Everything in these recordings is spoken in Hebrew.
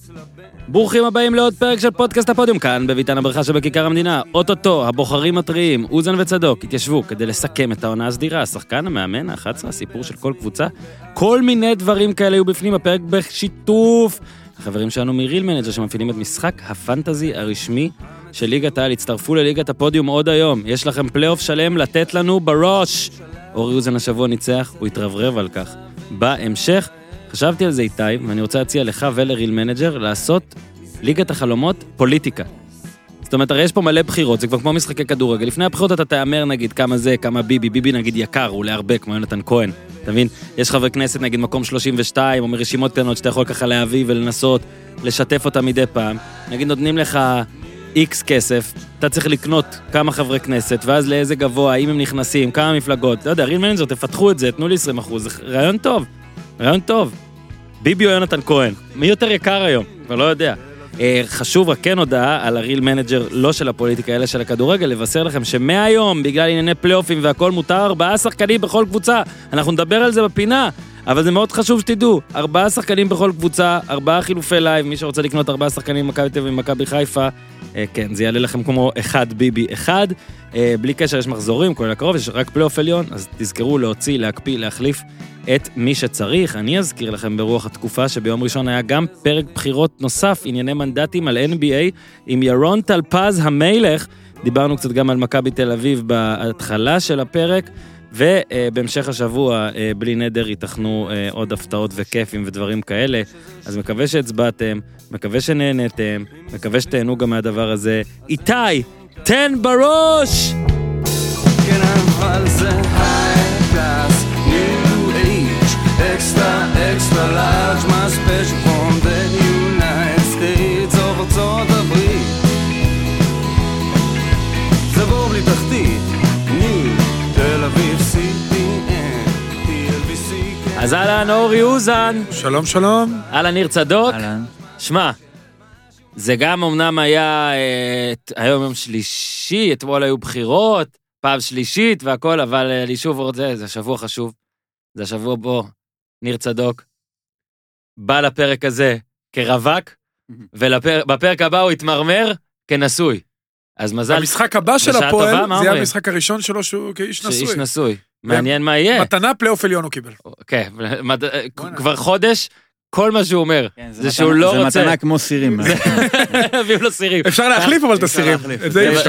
ברוכים הבאים לעוד פרק של פודקאסט הפודיום, כאן בביתן הברכה שבכיכר המדינה. אוטוטו, הבוחרים מטריים, אוזן וצדוק, התיישבו כדי לסכם את העונה הסדירה, השחקן, המאמן, ה-11, הסיפור של כל קבוצה. כל מיני דברים כאלה היו בפנים, הפרק בשיתוף. החברים שלנו מריל מנג'ר שמפעילים את משחק הפנטזי הרשמי של ליגת העל. הצטרפו לליגת הפודיום עוד היום. יש לכם פלייאוף שלם לתת לנו בראש. אורי אוזן השבוע ניצח, הוא התרברב על כך. בהמשך, חשבתי על זה איתי, ואני רוצה להציע לך ולריל מנג'ר לעשות ליגת החלומות פוליטיקה. זאת אומרת, הרי יש פה מלא בחירות, זה כבר כמו משחקי כדורגל. לפני הבחירות אתה תאמר נגיד כמה זה, כמה ביבי נגיד יקר, הוא להרבה כמו יונתן כהן. אתה מבין? יש חבר כנסת נגיד מקום 32, או מרשימות קטנות שאתה יכול ככה להביא ולנסות לשתף אותה מדי פעם. נגיד נותנים לך X כסף, אתה צריך לקנות כמה חברי כנסת, ואז לאיזה גבוה, אם הם נכנסים, כמה מפלגות. לא יודע, ריל מנג'ר, תפתחו את זה, תנו לי 20%. זה רעיון טוב. רעיון טוב. ביבי או יונתן כהן. מי יותר יקר היום? כבר לא יודע. חשוב רק כן הודעה על הריל מנג'ר, לא של הפוליטיקה, אלא של הכדורגל, לבשר לכם שמהיום, בגלל ענייני פלייאופים והכל, מותר 4 שחקנים בכל קבוצה. אנחנו נדבר על זה בפינה, אבל זה מאוד חשוב שתדעו. 4 שחקנים בכל קבוצה, 4 חילופי לייב, מי שרוצה לקנות 4 שחקנים ממכבי תל אביב ומכבי חיפה, כן, זה יעלה לכם כמו 1 ביבי 1. בלי קשר, יש מחזורים, כולל הקרוב, יש רק פלייאוף עליון, אז תזכרו להוציא, להקפיא, להחליף את מי שצריך. אני אזכיר לכם ברוח התקופה שביום ראשון היה גם פרק בחירות נוסף, ענייני מנדטים על NBA, עם ירון טלפז המלך. דיברנו קצת גם על מכבי תל אביב בהתחלה של הפרק, ובהמשך השבוע, בלי נדר, ייתכנו עוד הפתעות וכיפים ודברים כאלה. אז מקווה שהצבעתם, מקווה שנהנתם, מקווה שתהנו גם מהדבר הזה. איתי, תן בראש! כן, אבל זה high class, new age, extra large, my special from the United States, of ארצות הברית. זה בור בלי תחתית, new, תל אביב, CPN, TLBC. אז אהלן, אורי אוזן. שלום, שלום. אהלן, ניר צדוק. אהלן. שמע, זה גם אמנם היה היום יום שלישי, אתמול היו בחירות, פעם שלישית והכל, אבל אני שוב רוצה, זה שבוע חשוב, זה שבוע בו ניר צדוק בא לפרק הזה כרווק, ובפרק הבא הוא התמרמר כנשוי. אז מזל... המשחק הבא של הפועל, זה היה המשחק הראשון שלו שהוא כאיש נשוי. איש נשוי. מעניין מה יהיה. מתנה פלייאוף עליון הוא קיבל. כן, כבר חודש, כל מה שהוא אומר, זה שהוא לא רוצה... זה מתנה כמו סירים. הביאו לו סירים. אפשר להחליף אבל את הסירים. את זה אפשר.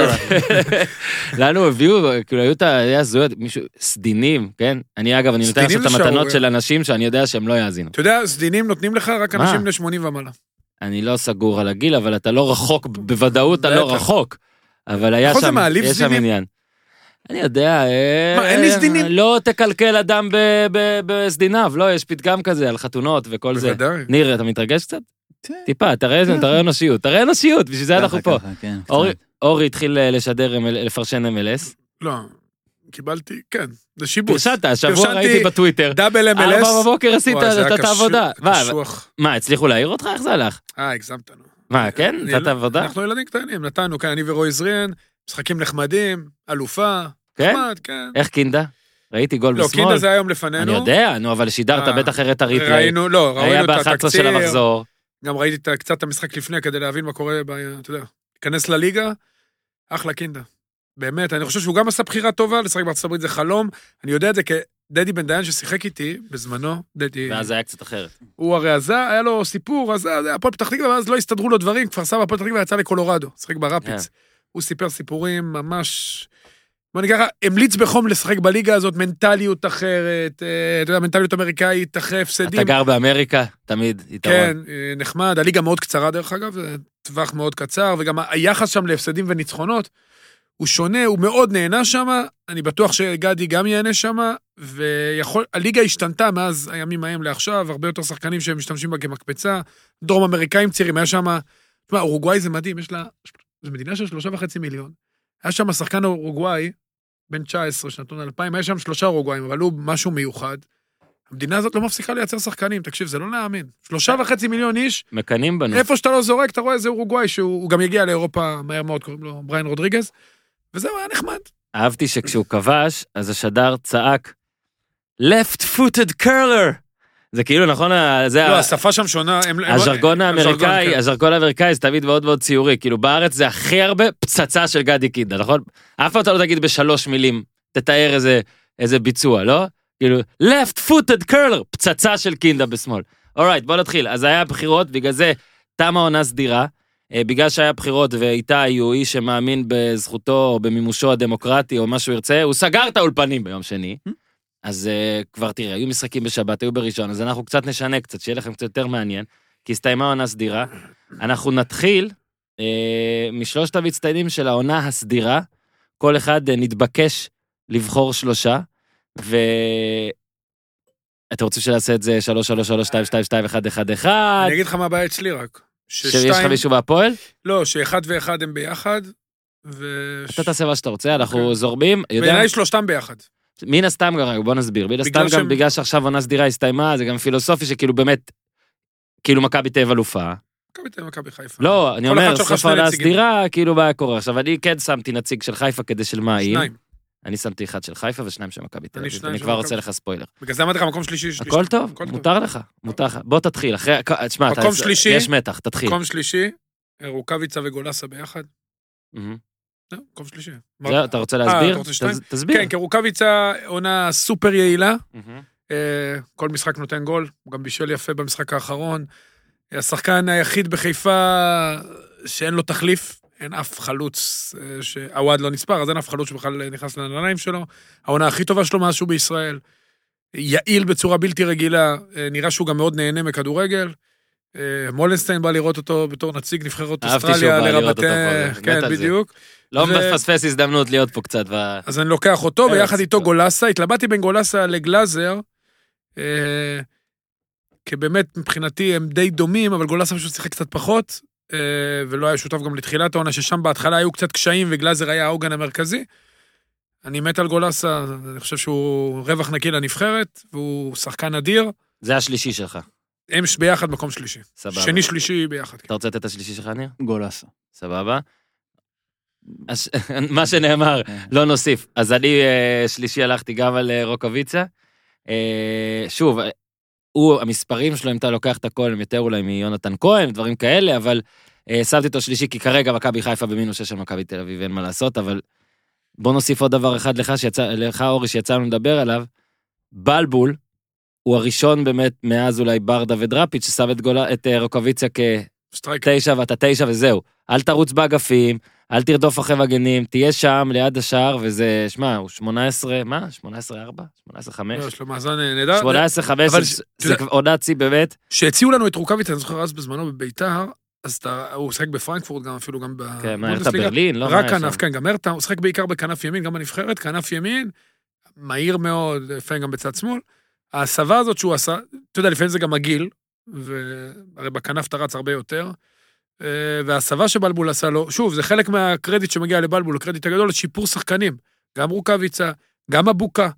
לנו הביאו, כאילו היה זויות, מישהו, סדינים, כן? אני אגב, אני נותן עכשיו את המתנות של אנשים שאני יודע שהם לא יאזינו. אתה יודע, סדינים נותנים לך רק אנשים בני 80 ומעלה. אני לא סגור על הגיל, אבל אתה לא רחוק, בוודאות אתה לא רחוק. אבל היה שם עניין. אני יודע, אין לי סדינים? לא תקלקל אדם בסדיניו, לא, יש פתגם כזה על חתונות וכל זה. ניר, אתה מתרגש קצת? טיפה, תראה אנושיות, בשביל זה אנחנו פה. אורי התחיל לשדר, לפרשן MLS. לא, קיבלתי, כן, זה שיבוץ. פרשת, השבוע ראיתי בטוויטר. דאבל MLS. 4 בבוקר עשית את העבודה. מה, הצליחו להעיר אותך? איך זה הלך? הגזמת. מה, כן? נתת עבודה? אנחנו ילדים קטנים, נתנו, כן, אני ורוי זריאן, משחקים נחמדים, אלופה, נחמד, כן. איך קינדה? ראיתי גול בשמאל. לא, קינדה זה היום לפנינו. אני יודע, נו, אבל שידרת בטח הראית הריפלי. ראינו, לא, ראינו את התקציר. היה ב-11 של המחזור. גם ראיתי קצת את המשחק לפני, כדי להבין מה קורה, אתה יודע, כנס לליגה, אחלה קינדה. באמת, אני חושב שהוא גם עשה בחירה טובה, לשחק בארצות הברית זה חלום, אני יודע את זה כדדי בן דיין ששיחק איתי בזמנו, דדי... ואז היה קצת אחרת. הוא הרי היה לו סיפור, אז הפועל פתח תקווה, ואז לא הסתדרו לו דברים, כפר סבא, הפועל פתח תקווה יצא לקולורדו, שיחק ברפידס. הוא סיפר סיפורים ממש... בוא נגיד, המליץ בחום לשחק בליגה הזאת, מנטליות אחרת, אתה יודע, מנטליות אמריקאית, אחרי הפסדים. אתה גר באמריקה, תמיד יתרון. כן, נחמד, הליגה מאוד קצרה דרך אגב, זה טווח מאוד קצר, וגם היחס שם להפסדים וניצחונות, הוא שונה, הוא מאוד נהנה שם, אני בטוח שגדי גם ייהנה שם, הליגה השתנתה מאז הימים ההם לעכשיו, הרבה יותר שחקנים שהם משתמשים בה כמקפצה, דרום אמריקאים צעירים, היה שם, תשמע, אורוגוואי זה מדהים, יש לה, זו מדינה של 3.5 מיליון, היה שם שחקן אורוגוואי, בן 19, שנתון 2000, היה שם 3 אורוגוואים, אבל הוא משהו מיוחד, המדינה הזאת לא מפסיקה לייצר שחקנים, תקשיב, זה לא להאמין. 3.5 מיליון איש, מקנים בנו. איפה שאתה לא זורק, אתה רואה איזה אורוגוואי, שהוא גם יגיע לאירופה מהר מאוד, קוראים לו בריין רודריגז, וזהו, היה נחמד. אהבתי שכשהוא כבש, אז השדר צעק, left footed curler, זה כאילו, נכון, לא, השפה שם שונה. הז'רגון האמריקאי זה תמיד מאוד מאוד ציורי, כאילו בארץ זה הכי הרבה פצצה של גדי קינדה, נכון? אף פעם אתה לא תגיד ב3 מילים, תתאר איזה ביצוע, לא? כאילו, left footed curler, פצצה של קינדה בשמאל. אורייט, בוא נתחיל. אז היה בחירות, בגלל זה תמה עונה סדירה, בגלל שהיה בחירות ואיתה הוא איש שמאמין בזכותו או במימושו הדמוקרטי או מה שהוא ירצה, הוא סגר את האולפנים ביום שני. אז כבר תראה, היו משחקים בשבת, היו בראשון, אז אנחנו קצת נשנה קצת, שיהיה לכם קצת יותר מעניין, כי הסתיימה עונה סדירה. אנחנו נתחיל משלושת המצטיינים של העונה הסדירה, כל אחד נתבקש לבחור 3, אתם רוצים שנעשה את זה 3, 3, 3, 2, 2, 2, 1, 1, 1. אני אגיד לך מה הבעיה אצלי רק. שיש לך מישהו בהפועל? לא, שאחד ואחד הם ביחד, אתה תעשה מה שאתה רוצה, אנחנו זורמים. בעיניי שלושתם ביחד. מן הסתם גם, בוא נסביר, מן הסתם גם בגלל שעכשיו עונה סדירה הסתיימה, זה גם פילוסופי שכאילו באמת, כאילו מכבי תל אביב אלופה. מכבי תל אביב, מכבי חיפה. לא, אני אומר, סוף העונה סדירה, כאילו מה קורה. עכשיו, אני כן שמתי נציג של חיפה כדי של מה אם. אני שמתי אחד של חיפה ושניים של מכבי תל אביב. אני כבר רוצה לך ספוילר. בגלל זה אמרתי לך מקום שלישי. הכל טוב, מותר לך. בוא תתחיל. תשמע, יש מתח, תתחיל. מקום שלישי, רוקאביצה וגולסה ביחד. מקום שלישי. אתה רוצה להסביר? תסביר. כן, כי רוקאביצה עונה סופר יעילה. כל משחק נותן גול. הוא גם בישל יפה במשחק האחרון. השחקן היחיד בחיפה שאין לו תחליף. אין אף חלוץ שהוואד לא נספר, אז אין אף חלוץ שבכלל נכנס לנעליים שלו. העונה הכי טובה שלו משהו בישראל. יעיל בצורה בלתי רגילה. נראה שהוא גם מאוד נהנה מכדורגל. מולנסטיין בא לראות אותו בתור נציג נבחרות אוסטרליה לרבתי. כן, בדיוק. לא מפספס הזדמנות להיות פה קצת. אז אני לוקח אותו, ויחד איתו גולסה. התלבטתי בין גולסה לגלאזר, כי באמת מבחינתי הם די דומים, אבל גולסה פשוט שיחק קצת פחות, ולא היה שותף גם לתחילת העונה, ששם בהתחלה היו קצת קשיים, וגלאזר היה העוגן המרכזי. אני מת על גולסה, אני חושב שהוא רווח נקי לנבחרת, והוא שחקן אדיר. זה השלישי שלך. הם ביחד מקום שלישי. סבבה. שני שלישי ביחד. אתה רוצה לתת את השלישי שלך, ניר? גולסה. סבבה. מה שנאמר, לא נוסיף. אז אני שלישי הלכתי גם על רוקאביצה. שוב, המספרים שלו, אם אתה לוקח את הכל, הם יותר אולי מיונתן כהן, דברים כאלה, אבל שמתי אותו שלישי, כי כרגע מכבי חיפה במינוס 6 של מכבי תל אביב, אין מה לעשות, אבל בוא נוסיף עוד דבר אחד לך אורי, שיצאנו לדבר עליו, בלבול, הוא הראשון באמת, מאז אולי ברדה ודראפיץ', ששם את רוקאביצה כ9, ואתה 9 וזהו. אל תרוץ באגפים, אל תרדוף אחרי מגנים, תהיה שם ליד השער, וזה, שמע, הוא 18, מה? 18-4? 18-5? לא, יש לו מאזן נהדר. 18-5, זה עונה צי באמת. שהציעו לנו את רוקאביצה, אני זוכר אז בזמנו בביתר, אז הוא שחק בפרנקפורט, גם אפילו גם כן, מה, הרתה ברלין? לא, רק כנף, כן, גם הרתה, הוא שחק בעיקר בכנף ימין, גם בנבחרת, כנף ימין, מהיר מאוד, לפעמים גם בצד שמאל. ההסבה הזאת שהוא עשה, אתה יודע, לפעמים זה גם הגיל, והרי בכנף אתה רץ הרבה יותר, וההסבה שבלבול עשה לו, שוב, זה חלק מהקרדיט שמגיע לבלבול, הקרדיט הגדול, לשיפור שחקנים, גם רוקאביצה, גם אבוקה,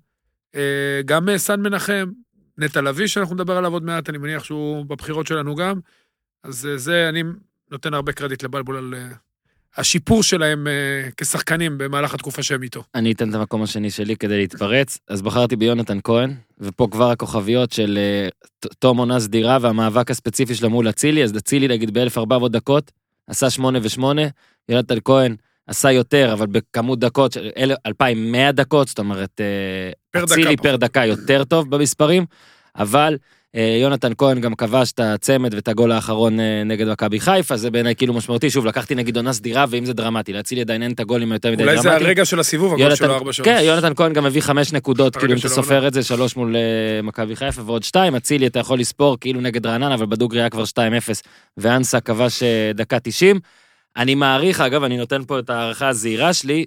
גם סן מנחם, נטע לביא, שאנחנו נדבר עליו עוד מעט, אני מניח שהוא בבחירות שלנו גם, אז זה, אני נותן הרבה קרדיט לבלבול על השיפור שלהם כשחקנים במהלך התקופה שהם איתו. אני אתן את המקום השני שלי כדי להתפרץ, אז בחרתי ביונתן כהן, ופה כבר הכוכביות של תום עונה סדירה, והמאבק הספציפי שלו מול אצילי, אז אצילי נגיד ב-1400 דקות, עשה 8 ו8, יונתן כהן עשה יותר, אבל בכמות דקות, 2100 דקות, זאת אומרת, אצילי פר דקה יותר טוב במספרים, אבל יונתן כהן גם כבש את הצמד ואת הגול האחרון נגד מכבי חיפה, זה בעיניי כאילו משמעותי, שוב, לקחתי נגיד עונה סדירה, ואם זה דרמטי, להצילי עדיין אין את הגולים יותר מדי דרמטיים. אולי זה הרגע של הסיבוב, הגול שלו 4-3. כן, יונתן כהן גם מביא 5 נקודות, כאילו אם אתה סופר את זה, 3 מול מכבי חיפה ועוד 2, אצילי אתה יכול לספור כאילו נגד רעננה, אבל בדוגרי היה כבר 2-0, ואנסה כבש דקה 90. אני מעריך, אגב, אני נותן פה את הערכה הזהירה שלי,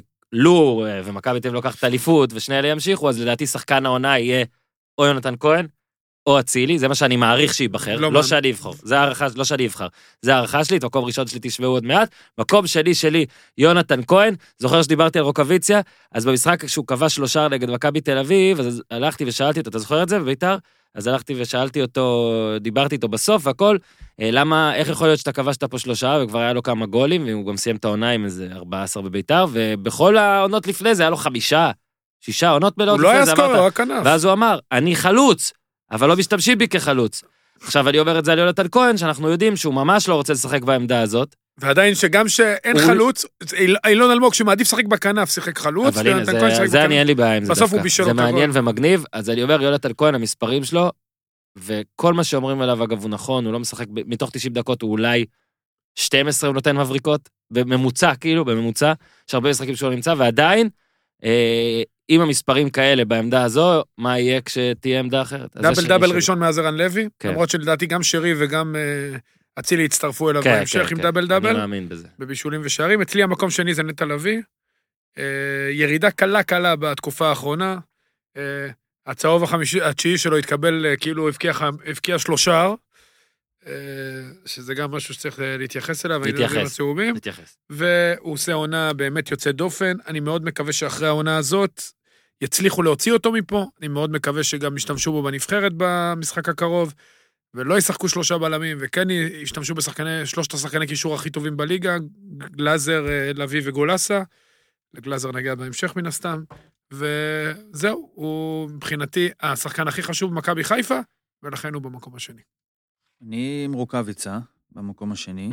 שלו ומכבי תל אביב לוקחת אליפות, ושני אלה ימשיכו, אז לדעתי שחקן העונה יהיה או יונתן כהן, או אצילי, זה מה שאני מעריך שיבחר, לא שאני אבחר, זה הערכה, לא שאני אבחר, זה הערכה שלי, את מקום ראשון שלי תשמעו עוד מעט, מקום שלי, יונתן כהן, זוכר שדיברתי על רוקאביציה, אז במשחק שהוא קבע 3 נגד מכבי תל אביב, אז הלכתי ושאלתי אותו, אתה זוכר את זה בביתר? אז הלכתי ושאלתי אותו, דיברתי איתו בסוף, והכל, למה, איך יכול להיות שאתה כבשת פה 3, וכבר היה לו כמה גולים, והוא גם סיים את העונה עם איזה 14 בביתר, ובכל העונות לפני זה היה לו 5, 6 עונות מלאות. הוא לא היה סקורר, רק כנף. ואז הוא אמר, אני חלוץ, אבל לא משתמשים בי כחלוץ. עכשיו אני אומר את זה על יונתן כהן, שאנחנו יודעים שהוא ממש לא רוצה לשחק בעמדה הזאת. ועדיין שגם שאין חלוץ, אילון אלמוג שמעדיף לשחק בכנף, שיחק חלוץ. אבל הנה, זה אני אין לי בעיה עם זה דווקא. זה מעניין ומגניב, אז אני אומר, יונתן כהן, המספרים שלו, וכל מה שאומרים עליו, אגב, הוא נכון, הוא לא משחק, מתוך 90 דקות הוא אולי 12 הוא נותן מבריקות, בממוצע, כאילו, בממוצע, שהרבה משחקים שהוא נמצא, ועדיין, עם המספרים כאלה בעמדה הזו, מה יהיה כשתהיה עמדה אחרת? דאבל ראשון מעזרן לוי, למרות שלדעתי גם שרי וגם אצילי הצטרפו אליו בהמשך עם דאבל. אני מאמין בזה. בבישולים ושערים. אצלי המקום שני זה נטע לביא, ירידה קלה בתקופה האחרונה, הצהוב התשיעי שלו התקבל, כאילו הבקיע 3 שער, שזה גם משהו שצריך להתייחס אליו, להתייחס. והוא עושה עונה באמת יוצא דופן, אני מאוד מקווה שאחרי העונה הזאת, יצליחו להוציא אותו מפה, אני מאוד מקווה שגם ישתמשו בו בנבחרת במשחק הקרוב, ולא ישחקו 3 בלמים, וכן ישתמשו בשלושת השחקני קישור הכי טובים בליגה, גלאזר, לוי וגולסה, לגלאזר נגיע בהמשך מן הסתם, וזהו, הוא מבחינתי השחקן הכי חשוב במכבי חיפה, ולכן הוא במקום השני. אני עם רוקאביצה, במקום השני.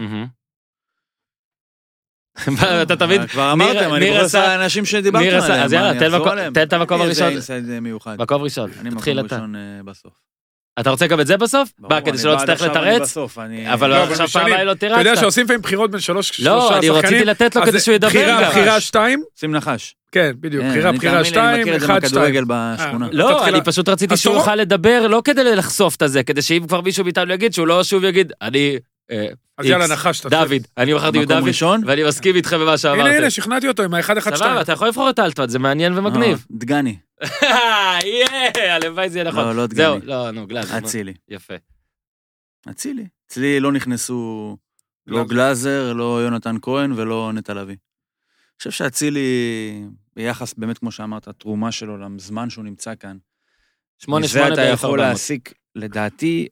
אתה תמיד... כבר אמרתם, אני בוחר על האנשים שדיברתם עליהם. אז יאללה, תן את המקום הראשון. מקום ראשון, תתחיל אתה. אני מקום ראשון בסוף. אתה רוצה גם את זה בסוף? בא, כדי שלא תצטרך לתרץ? אבל עכשיו פעמיים לא תירצת. אתה יודע שעושים פעמים בחירות בין 3 שחקנים? לא, אני רציתי לתת לו כדי שהוא ידבר. בחירה 2? שים נחש. כן, בדיוק, בחירה 2, 1, 2. לא, אני פשוט רציתי שהוא יוכל לדבר, לא כדי לחשוף את זה, כדי שאם כבר מישהו מאיתנו יגיד, שהוא לא שוב יגיד, אני... אז יאללה, נחש. דוד, אני בחרתי עם דוד, ואני מסכים איתכם במה שאמרתם. הנה, שכנעתי אותו עם ה-1-1-2. סבבה, אתה יכול לבחור את האלטמן, זה מעניין ומגניב. דגני. הלוואי זה יהיה נכון. לא דגני. לא, נו, גלאזר. אצילי. יפה. אצילי. אצלי לא נכנסו לא גלאזר, לא יונתן כהן ולא נטע לביא. אני חושב שאצילי, ביחס באמת כמו שאמרת, התרומה שלו לזמן שהוא נמצא כאן, 8-8 מזה אתה יכול להסיק, לדעתי,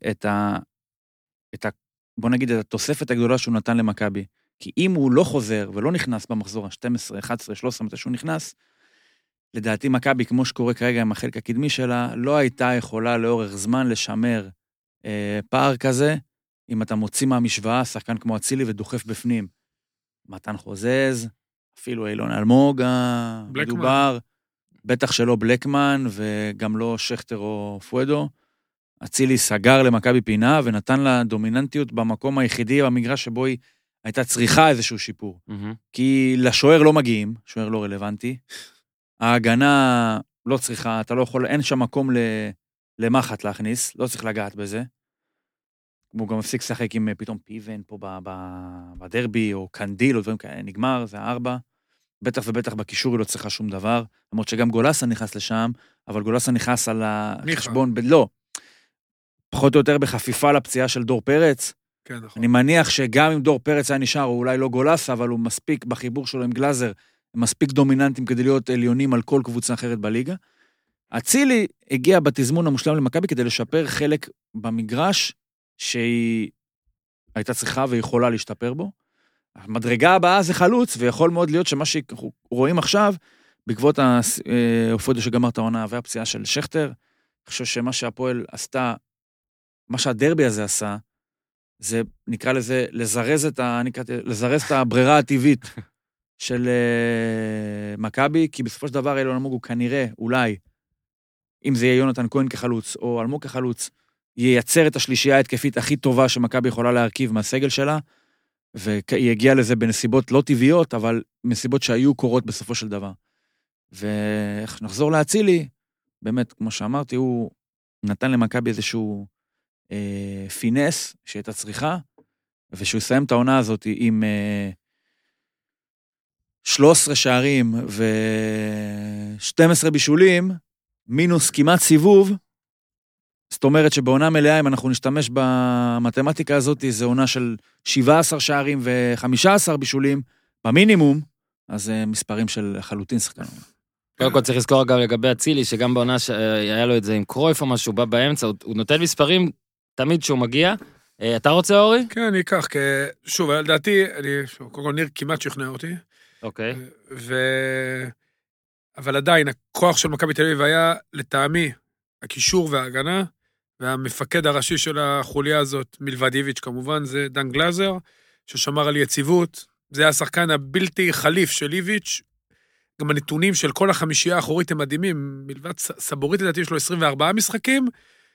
בוא נגיד, את התוספת הגדולה שהוא נתן למכבי. כי אם הוא לא חוזר ולא נכנס במחזור ה-12, 11, 13, מתי שהוא נכנס, לדעתי מכבי, כמו שקורה כרגע עם החלק הקדמי שלה, לא הייתה יכולה לאורך זמן לשמר פער כזה, אם אתה מוציא מהמשוואה, שחקן כמו אצילי ודוחף בפנים. מתן חוזז, אפילו אילון אלמוג המדובר, בטח שלא בלקמן, וגם לא שכטר או פואדו. אצילי סגר למכבי פינה, ונתן לה דומיננטיות במקום היחידי, במגרש שבו היא הייתה צריכה איזשהו שיפור. כי לשוער לא מגיעים, שוער לא רלוונטי, ההגנה לא צריכה, אתה לא יכול, אין שם מקום למחת להכניס, לא צריך לגעת בזה. הוא גם מפסיק לשחק עם פתאום פיבן פה בדרבי, או קנדיל, או דברים כאלה, נגמר, זה 4. בטח ובטח בקישור היא לא צריכה שום דבר, למרות שגם גולסה נכנס לשם, אבל גולסה נכנס על החשבון, לא, פחות או יותר בחפיפה לפציעה של דור פרץ. כן, נכון. אני מניח שגם אם דור פרץ היה נשאר, הוא אולי לא גולסה, אבל הוא מספיק בחיבור שלו עם גלאזר, מספיק דומיננטים כדי להיות עליונים על כל קבוצה אחרת בליגה. אצילי הגיע בתזמון המושלם למכבי כדי לשפר חלק במגרש שהיא הייתה צריכה ויכולה להשתפר בו. המדרגה הבאה זה חלוץ, ויכול מאוד להיות שמה שאנחנו רואים עכשיו, בעקבות הפודו שגמר את העונה והפציעה של שכטר, אני חושב שמה שהפועל עשתה, מה שהדרבי הזה עשה, זה נקרא לזה לזרז את הברירה הטבעית של מכבי, כי בסופו של דבר אילון אלמוג הוא כנראה, אולי, אם זה יהיה יונתן כהן כחלוץ, או אלמוג כחלוץ, ייצר את השלישייה ההתקפית הכי טובה שמכבי יכולה להרכיב מהסגל שלה, ויגיע לזה בנסיבות לא טבעיות, אבל מסיבות שהיו קורות בסופו של דבר. ונחזור לאצילי, באמת, כמו שאמרתי, הוא נתן למכבי איזשהו פינס שהייתה צריכה, ושהוא יסיים את העונה הזאת עם 13 שערים ו12 בישולים, מינוס כמעט סיבוב, זאת אומרת שבעונה מלאה, אם אנחנו נשתמש במתמטיקה הזאת, זה עונה של 17 שערים ו15 בישולים, במינימום, אז זה מספרים של חלוטין שחקן. קודם כל צריך לזכור גם לגבי אצילי, שגם בעונה שהיה לו את זה עם קרויף או משהו, בא באמצע, הוא נותן מספרים תמיד שהוא מגיע. אתה רוצה, אורי? כן, אני אקח, שוב, לדעתי, קודם כל ניר כמעט שכנע אותי. אוקיי. אבל עדיין, הכוח של מכבי תל אביב היה, לטעמי, הקישור וההגנה, והמפקד הראשי של החוליה הזאת, מלבד איביץ' כמובן, זה דן גלאזר, ששמר על יציבות. זה היה השחקן הבלתי חליף של איביץ'. גם הנתונים של כל החמישייה האחורית הם מדהימים. מלבד סבורית, לדעתי, יש לו 24 משחקים,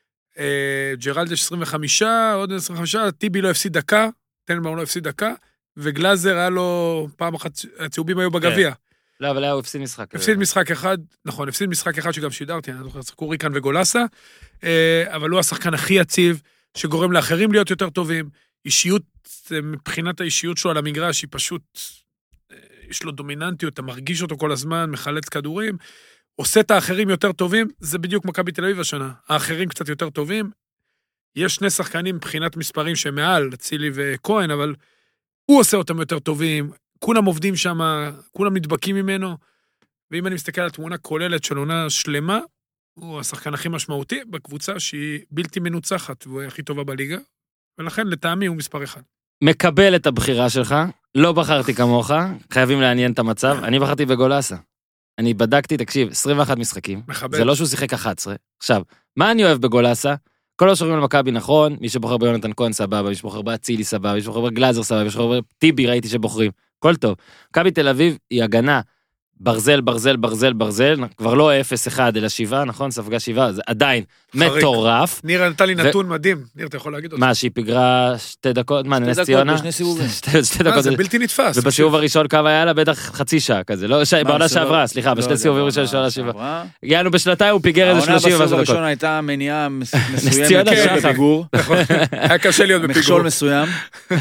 ג'רלדש 25, עוד 25, טיבי לא הפסיד דקה, טננבאום לא הפסיד דקה, וגלאזר היה לו פעם אחת, הצהובים היו בגביע. לא, אבל הוא הפסיד משחק. הפסיד משחק אחד, נכון, הפסיד משחק אחד שגם שידרתי, אני זוכר, שחקו ריקן וגולסה, אבל הוא השחקן הכי יציב, שגורם לאחרים להיות יותר טובים, אישיות, מבחינת האישיות שלו על המגרש, היא פשוט, יש לו דומיננטיות, אתה מרגיש אותו כל הזמן, מחלץ כדורים, עושה את האחרים יותר טובים, זה בדיוק מכבי תל אביב השנה, האחרים קצת יותר טובים, יש שני שחקנים מבחינת מספרים שמעל, צילי וכהן, אבל הוא עושה אותם יותר טובים, כולם עובדים שם, כולם נדבקים ממנו, ואם אני מסתכל על תמונה כוללת של עונה שלמה, הוא השחקן הכי משמעותי בקבוצה שהיא בלתי מנוצחת, והוא הכי טובה בליגה, ולכן לטעמי הוא מספר אחד. מקבל את הבחירה שלך, לא בחרתי כמוך, חייבים לעניין את המצב, אני בחרתי בגולסה. אני בדקתי, תקשיב, 21 משחקים, זה לא שהוא שיחק 11. עכשיו, מה אני אוהב בגולסה? כל השחורים על מכבי נכון, מי שבוחר ביונתן כהן סבבה, מי שבוחר באצילי סבבה, מי שבוחר בגלאזר סבבה, מי שבוחר בטיבי ראיתי שבוחרים, כל טוב. מכבי תל אביב היא הגנה, ברזל, ברזל, ברזל, ברזל, כבר לא 0-1 אלא 7, נכון? ספגה 7, זה עדיין מטורף. ניר נתן לי נתון מדהים, ניר אתה יכול להגיד אותו. מה, שהיא פיגרה 2 דקות, מה, נס ציונה? בשני סיבובים. 2 דקות. זה בלתי נתפס. ובסיבוב הראשון כמה היה לה בטח חצי שעה כזה, לא, בעונה שעברה, סליחה, בשני סיבובים ראשון של השבעה. יענו בשנתיים הוא פיגר איזה 30 ומשהו דקות. העונה בסיבוב הראשון הייתה מניעה מסוימת בפיגור. היה קשה להיות בפיגור. מכשול מסוים.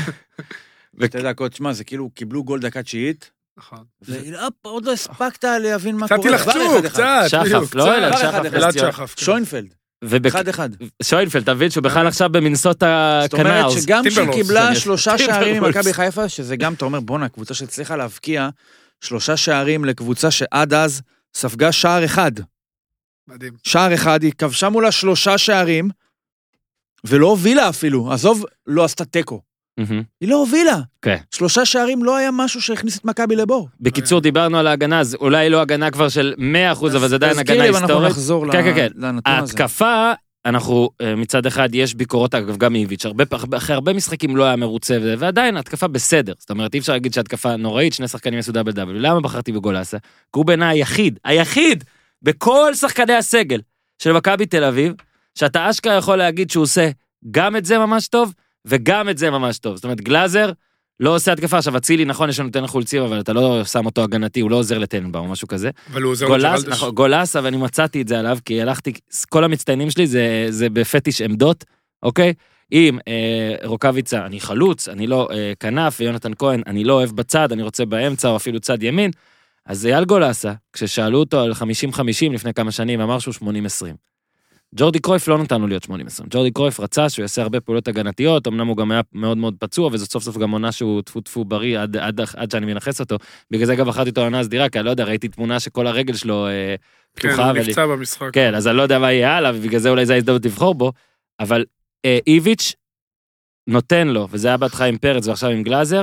2 דקות, שמה, זה כאילו קיבלו גול דקה תשיעית. נכון. עוד לא הספקת להבין מה קצת קורה. תלחצו, קצת. שחף, לא אלא שחף. שוינפלד. 1-1. שוינפלד, תבין שהוא בכלל עכשיו במינסוטה זאת אומרת קנאוס. שגם שהיא קיבלה 3 שערים ממכבי חיפה, שזה גם, אתה אומר, בונה, קבוצה שהצליחה להבקיע 3 שערים לקבוצה שעד אז ספגה שער אחד. מדהים. שער אחד, היא כבשה מולה 3 שערים, ולא הובילה אפילו. עזוב, לא עשתה טקו. היא לא הובילה. 3 שערים לא היה משהו שהכניס את מכבי לבור. בקיצור, דיברנו על ההגנה, אז אולי לא הגנה כבר של 100%, אבל זה עדיין הגנה היסטורית. אנחנו נחזור לנתון הזה. ההתקפה, אנחנו מצד אחד, יש ביקורות, אגב, גם איביץ', אחרי הרבה משחקים לא היה מרוצה, ועדיין ההתקפה בסדר. זאת אומרת, אי אפשר להגיד שההתקפה נוראית, 2 שחקנים יעשו דאבל דאבל. למה בחרתי בגולסה? כי הוא בעיניי היחיד, בכל שחקני הסגל של מכבי תל אביב, שאתה אשכרה יכול להגיד שהוא עושה גם את זה ממש טוב, וגם את זה ממש טוב. זאת אומרת, גלאזר לא עושה התקפה. עכשיו, אצילי, נכון, יש לנו תן חולצים, אבל אתה לא שם אותו הגנתי, הוא לא עוזר לטננבאום או משהו כזה. אבל הוא עוזר לג'רלדש. גולסה, ואני מצאתי את זה עליו, כי הלכתי, כל המצטיינים שלי זה בפטיש עמדות, אוקיי? אם רוקביצה, אני חלוץ, אני לא כנף, ויונתן כהן, אני לא אוהב בצד, אני רוצה באמצע, או אפילו צד ימין, אז זה על גולסה, כששאלו אותו על 50-50 לפני כמה שנים, אמר שהוא 80-20. ג'ורדי קרויף לא נתנו להיות 80-20. ג'ורדי קרויף רצה שהוא יעשה הרבה פעולות הגנתיות, אמנם הוא גם היה מאוד מאוד פצוע, וזאת סוף סוף גם עונה שהוא טפו בריא עד שאני מנחס אותו. בגלל זה גם אחרתי אותו עונה סדירה, כי אני לא יודע, ראיתי תמונה שכל הרגל שלו פתוחה. כן, הוא נפצע במשחק. כן, אז אני לא יודע מה יהיה הלאה, ובגלל זה אולי זה ההזדמנות לבחור בו, אבל איביץ' נותן לו, וזה היה בהתחלה עם פרץ ועכשיו עם גלאזר,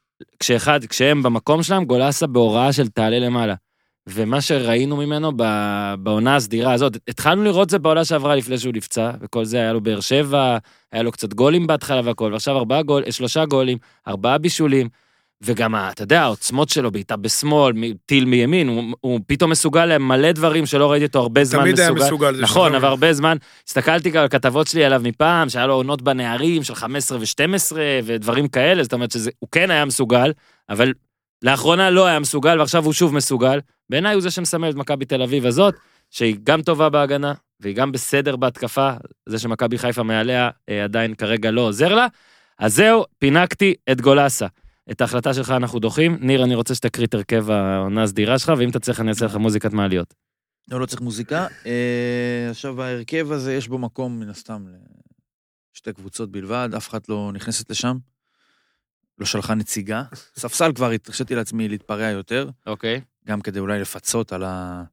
כשהם במקום שלהם, גולסה בהוראה של תעלה למעלה. ומה שראינו ממנו בעונה הסדירה הזאת, התחלנו לראות זה בעונה שעברה לפני שהוא נפצע, וכל זה היה לו באר שבע, היה לו קצת גולים בהתחלה והכל, ועכשיו 3 גולים, 4 בישולים, וגם, אתה יודע, העוצמות שלו בעיטה בשמאל, טיל מימין, הוא פתאום מסוגל למלא דברים שלא ראיתי אותו הרבה זמן תמיד היה מסוגל. נכון, אבל הרבה זמן, הסתכלתי על כתבות שלי עליו מפעם, שהיה לו עונות בנערים של 15 ו-12 ודברים כאלה, זאת אומרת שהוא כן היה מסוגל, אבל לאחרונה לא היה מסוגל, ועכשיו הוא שוב מסוגל. בעיניי הוא זה שמסמל את מכבי תל אביב הזאת, שהיא גם טובה בהגנה, והיא גם בסדר בהתקפה, זה שמכבי חיפה מעליה עדיין כרגע לא עוזר לה. אז זהו, פינקתי את גולסה. את ההחלטה שלך אנחנו דוחים. ניר, אני רוצה שתקריא את הרכב העונה הסדירה שלך, ואם אתה צריך אני אעשה לך מוזיקת מעליות. לא צריך מוזיקה. עכשיו ההרכב הזה יש בו מקום מן הסתם לשתי קבוצות בלבד, אף אחד לא נכנסת לשם. לא שלחה נציגה. ספסל כבר התרשתי לעצמי להתפרע יותר. אוקיי. גם כדי אולי לפצות על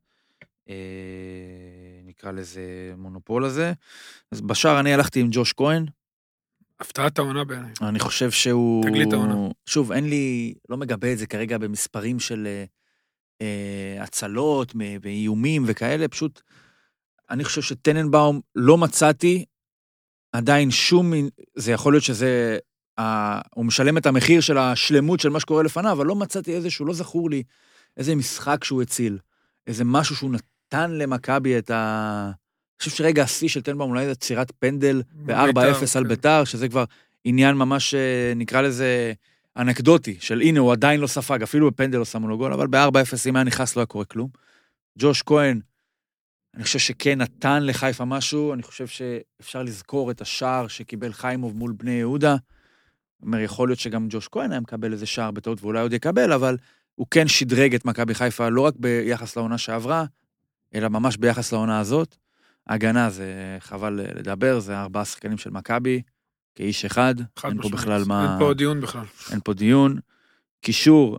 נקרא לזה מונופול הזה. אז בשער אני הלכתי עם ג'וש כהן. הפתעת העונה בעיניי. אני חושב שהוא... תגלית העונה. שוב, אין לי, לא מגבה את זה כרגע במספרים של הצלות, באיומים וכאלה, פשוט, אני חושב שטננבאום לא מצאתי עדיין זה יכול להיות שזה, הוא משלם את המחיר של השלמות של מה שקורה לפניו, אבל לא מצאתי איזשהו, לא זכור לי, איזה משחק שהוא הציל, איזה משהו שהוא נתן למכבי את אני חושב שרגע השיא של טנבאום, אולי זה צירת פנדל ב-4-0 על ביתר, שזה כבר עניין ממש, נקרא לזה אנקדוטי, של הנה, הוא עדיין לא ספג, אפילו בפנדל לא שמו לו גול, אבל ב-4-0 אם היה נכנס לא היה קורה כלום. ג'וש כהן, אני חושב שכן נתן לחיפה משהו, אני חושב שאפשר לזכור את השער שקיבל חיימוב מול בני יהודה, אומר, יכול להיות שגם ג'וש כהן היה מקבל איזה שער בטעות, ואולי עוד יקבל, אבל הוא כן שדרג את מכבי חיפה, לא רק ביחס לעונה שעברה, אלא ממש ביחס לעונה הזאת. ההגנה זה חבל לדבר, זה 4 שחקנים של מכבי, כאיש אחד, אין פה בכלל מה... אין פה דיון בכלל. אין פה דיון. קישור,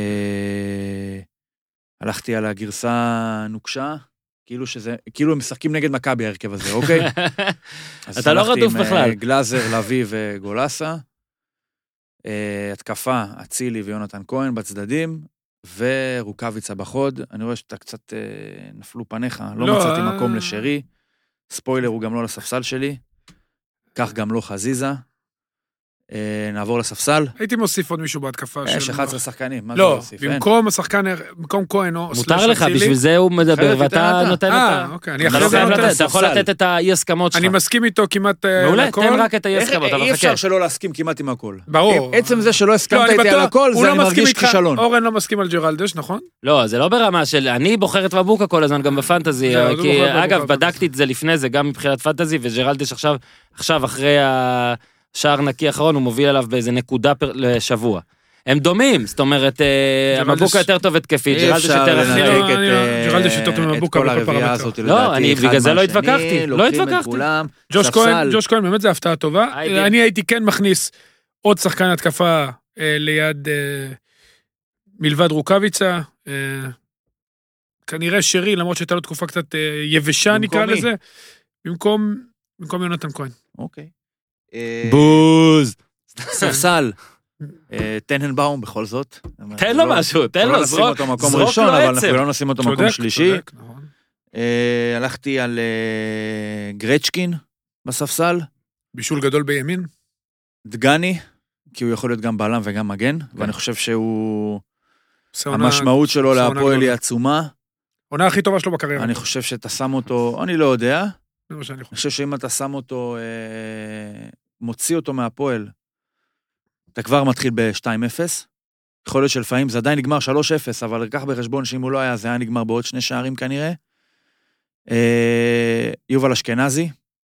הלכתי על הגרסה נוקשה, כאילו הם משחקים נגד מכבי ההרכב הזה, אוקיי? אתה לא רדוף בכלל. גלאזר, לוי וגולסה, התקפה, אצילי ויונתן כהן בצדדים, ורוקביצה בחוד. אני רואה שאתה קצת נפלו פניך, לא מצאתי מקום לשרי. ספוילר הוא גם לא לספסל שלי. כך גם לא חזיזה. נעבור לספסל. הייתי מוסיף עוד מישהו בהתקפה. יש 11 שחקנים, מה זה לא, להוסיף? במקום השחקן, במקום כהן או... מותר לך, בשביל זה הוא מדבר, ואתה נותן את אוקיי, אני אחרי זה נותן. אתה יכול לתת את האי-הסכמות שלך. אני מסכים איתו כמעט מעולה, תן רק את האי-הסכמות, אבל אי חכה. אפשר שלא להסכים כמעט עם הכל. ברור. עצם זה שלא הסכמת איתי על הכל, זה אני מרגיש כישלון. אורן לא מסכים על ג'רלדש, נכון? לא, זה לא ברמה של, אני בוחר את מבוקה כל הזמן, גם בפנטזי, כי אגב, בדקתי את זה לפני זה, גם מבחינת פנטזי, וג'רלדש עכשיו אחרי השער נקי האחרון, הוא מוביל עליו באיזה נקודה לשבוע. הם דומים, זאת אומרת, מבוקה יותר טוב התקפית, ג'רלדש יותר אחרי. ג'רלדש יותר טוב מבוקה בכל פרמטר. לא, אני בגלל זה לא התווכחתי, לא התווכחתי. ג'וש כהן באמת זה הפתעה טובה. אני הייתי כן מכניס עוד שחקן התקפה ליד מלבד רוקביצה, כנראה שרי, למרות שהייתה לו תקופה קצת יבשה נקרא לזה, במקום יונתן כהן. אוקיי. בוז. ספסל. טננבאום בכל זאת. תן לו משהו, תן לו, זרוק לו עצם. לא נשים אותו מקום ראשון, אבל אנחנו לא נשים אותו מקום שלישי. הלכתי על גרצ'קין בספסל. בישול גדול בימין. דגני, כי הוא יכול להיות גם בעלם וגם מגן, ואני חושב שהוא... המשמעות שלו להפועל היא עצומה. עונה הכי טובה שלו בקריירה. אני חושב שאתה שם אותו, אני לא יודע. אני חושב שאם אתה שם אותו, מוציא אותו מהפועל, אתה כבר מתחיל ב-2-0. יכול להיות שלפעמים זה עדיין נגמר 3-0, אבל לקח בחשבון שאם הוא לא היה, זה היה נגמר בעוד 2 שערים כנראה. יובל אשכנזי,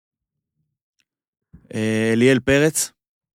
אליאל פרץ,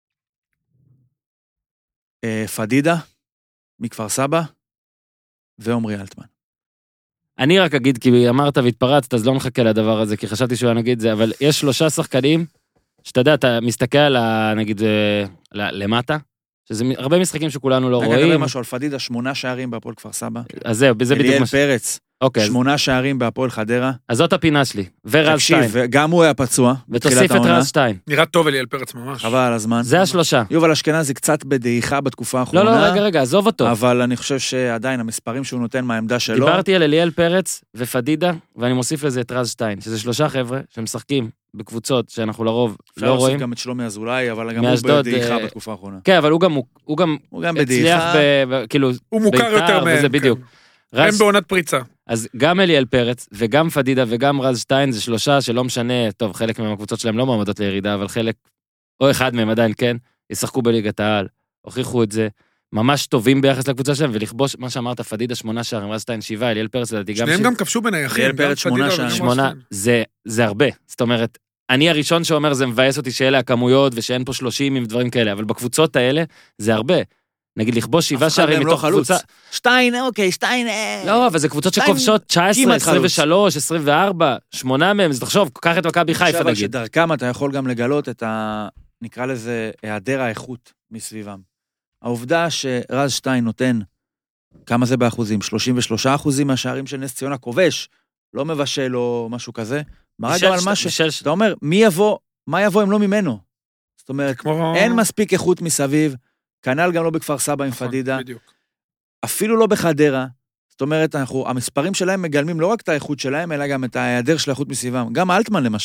פדידה, מכפר סבא, ועומרי אלטמן. אני רק אגיד, כי אמרת והתפרצת, אז לא נחכה לדבר הזה, כי חשבתי שהוא נגיד זה, אבל יש 3 שחקנים, שאתה יודע, אתה מסתכל על, נגיד, למטה, שזה הרבה משחקים שכולנו לא רואים. נגיד משהו על פדידה, 8 שערים בהפועל כפר סבא. אז זהו, זה בדיוק אליאל פרץ, 8 שערים בהפועל חדרה. אז זאת הפינה שלי, ורז שטיין. תקשיב, גם הוא היה פצוע. ותוסיף את רז שטיין. נראה טוב אליאל פרץ ממש. חבל על הזמן. זה 3. יובל אשכנזי קצת בדעיכה בתקופה האחרונה. לא, רגע, עזוב אותו. אבל אני חושב שעדיין המספרים שהוא נותן מהעמדה שלו. דיברתי על אליאל פרץ ופדידה, ואני מוסיף לזה את רז שטיין, שזה 3 חבר'ה שמשחקים בקבוצות שאנחנו לרוב לא רואים. גם את שלומי אזולאי, אבל גם הוא בדעיכה בתקופה האחרונה. כן, אבל הוא גם בדעיכה. כאילו, הוא מוכר יותר מהם. וזה בדיוק. הם בעונת פריצה. אז גם אליאל פרץ, וגם פדידה, וגם רז שטיין, זה 3 שלא משנה, טוב, חלק מהקבוצות שלהם לא מעמדות לירידה, אבל חלק, או אחד מהם עדיין כן, ישחקו בליגת העל, הוכיחו את זה, ממש טובים ביחס לקבוצה שלהם, ולכבוש, מה שאמרת, פדידה 8 שערים, רז שטיין 7, אליאל פרץ לדעתי גם... שניהם גם כבשו בנייחים. אליאל פרץ 8 שערים. 8, זה הרבה, זאת אומרת, אני הראשון שאומר, זה מבאס אותי שאלה הכמויות, ושאין פה 30 עם דברים כאלה, אבל בקבוצות האלה, זה הרבה. נגיד לכבוש 7 שערים מתוך קבוצה... שטיין, אוקיי, שטיין... לא, אבל זה קבוצות שכובשות 19, 23, 24, 8 מהם, אז תחשוב, קח את מכבי חיפה, נגיד. אבל שדרכם אתה יכול גם לגלות את נקרא לזה, היעדר האיכות מסביבם. העובדה שרז שטיין נותן, כמה זה באחוזים? 33% מהשערים של נס ציונה כובש, לא מבשל או משהו כזה, מראה גם על מה אתה אומר, מה יבוא אם לא ממנו? זאת אומרת, אין מספיק איכות מסביב, כנ"ל גם לא בכפר סבא עם פדידה, אפילו לא בחדרה, זאת אומרת, המספרים שלהם מגלמים לא רק את האיכות שלהם, אלא גם את ההיעדר של האיכות מסביבם, גם אלטמן למשל,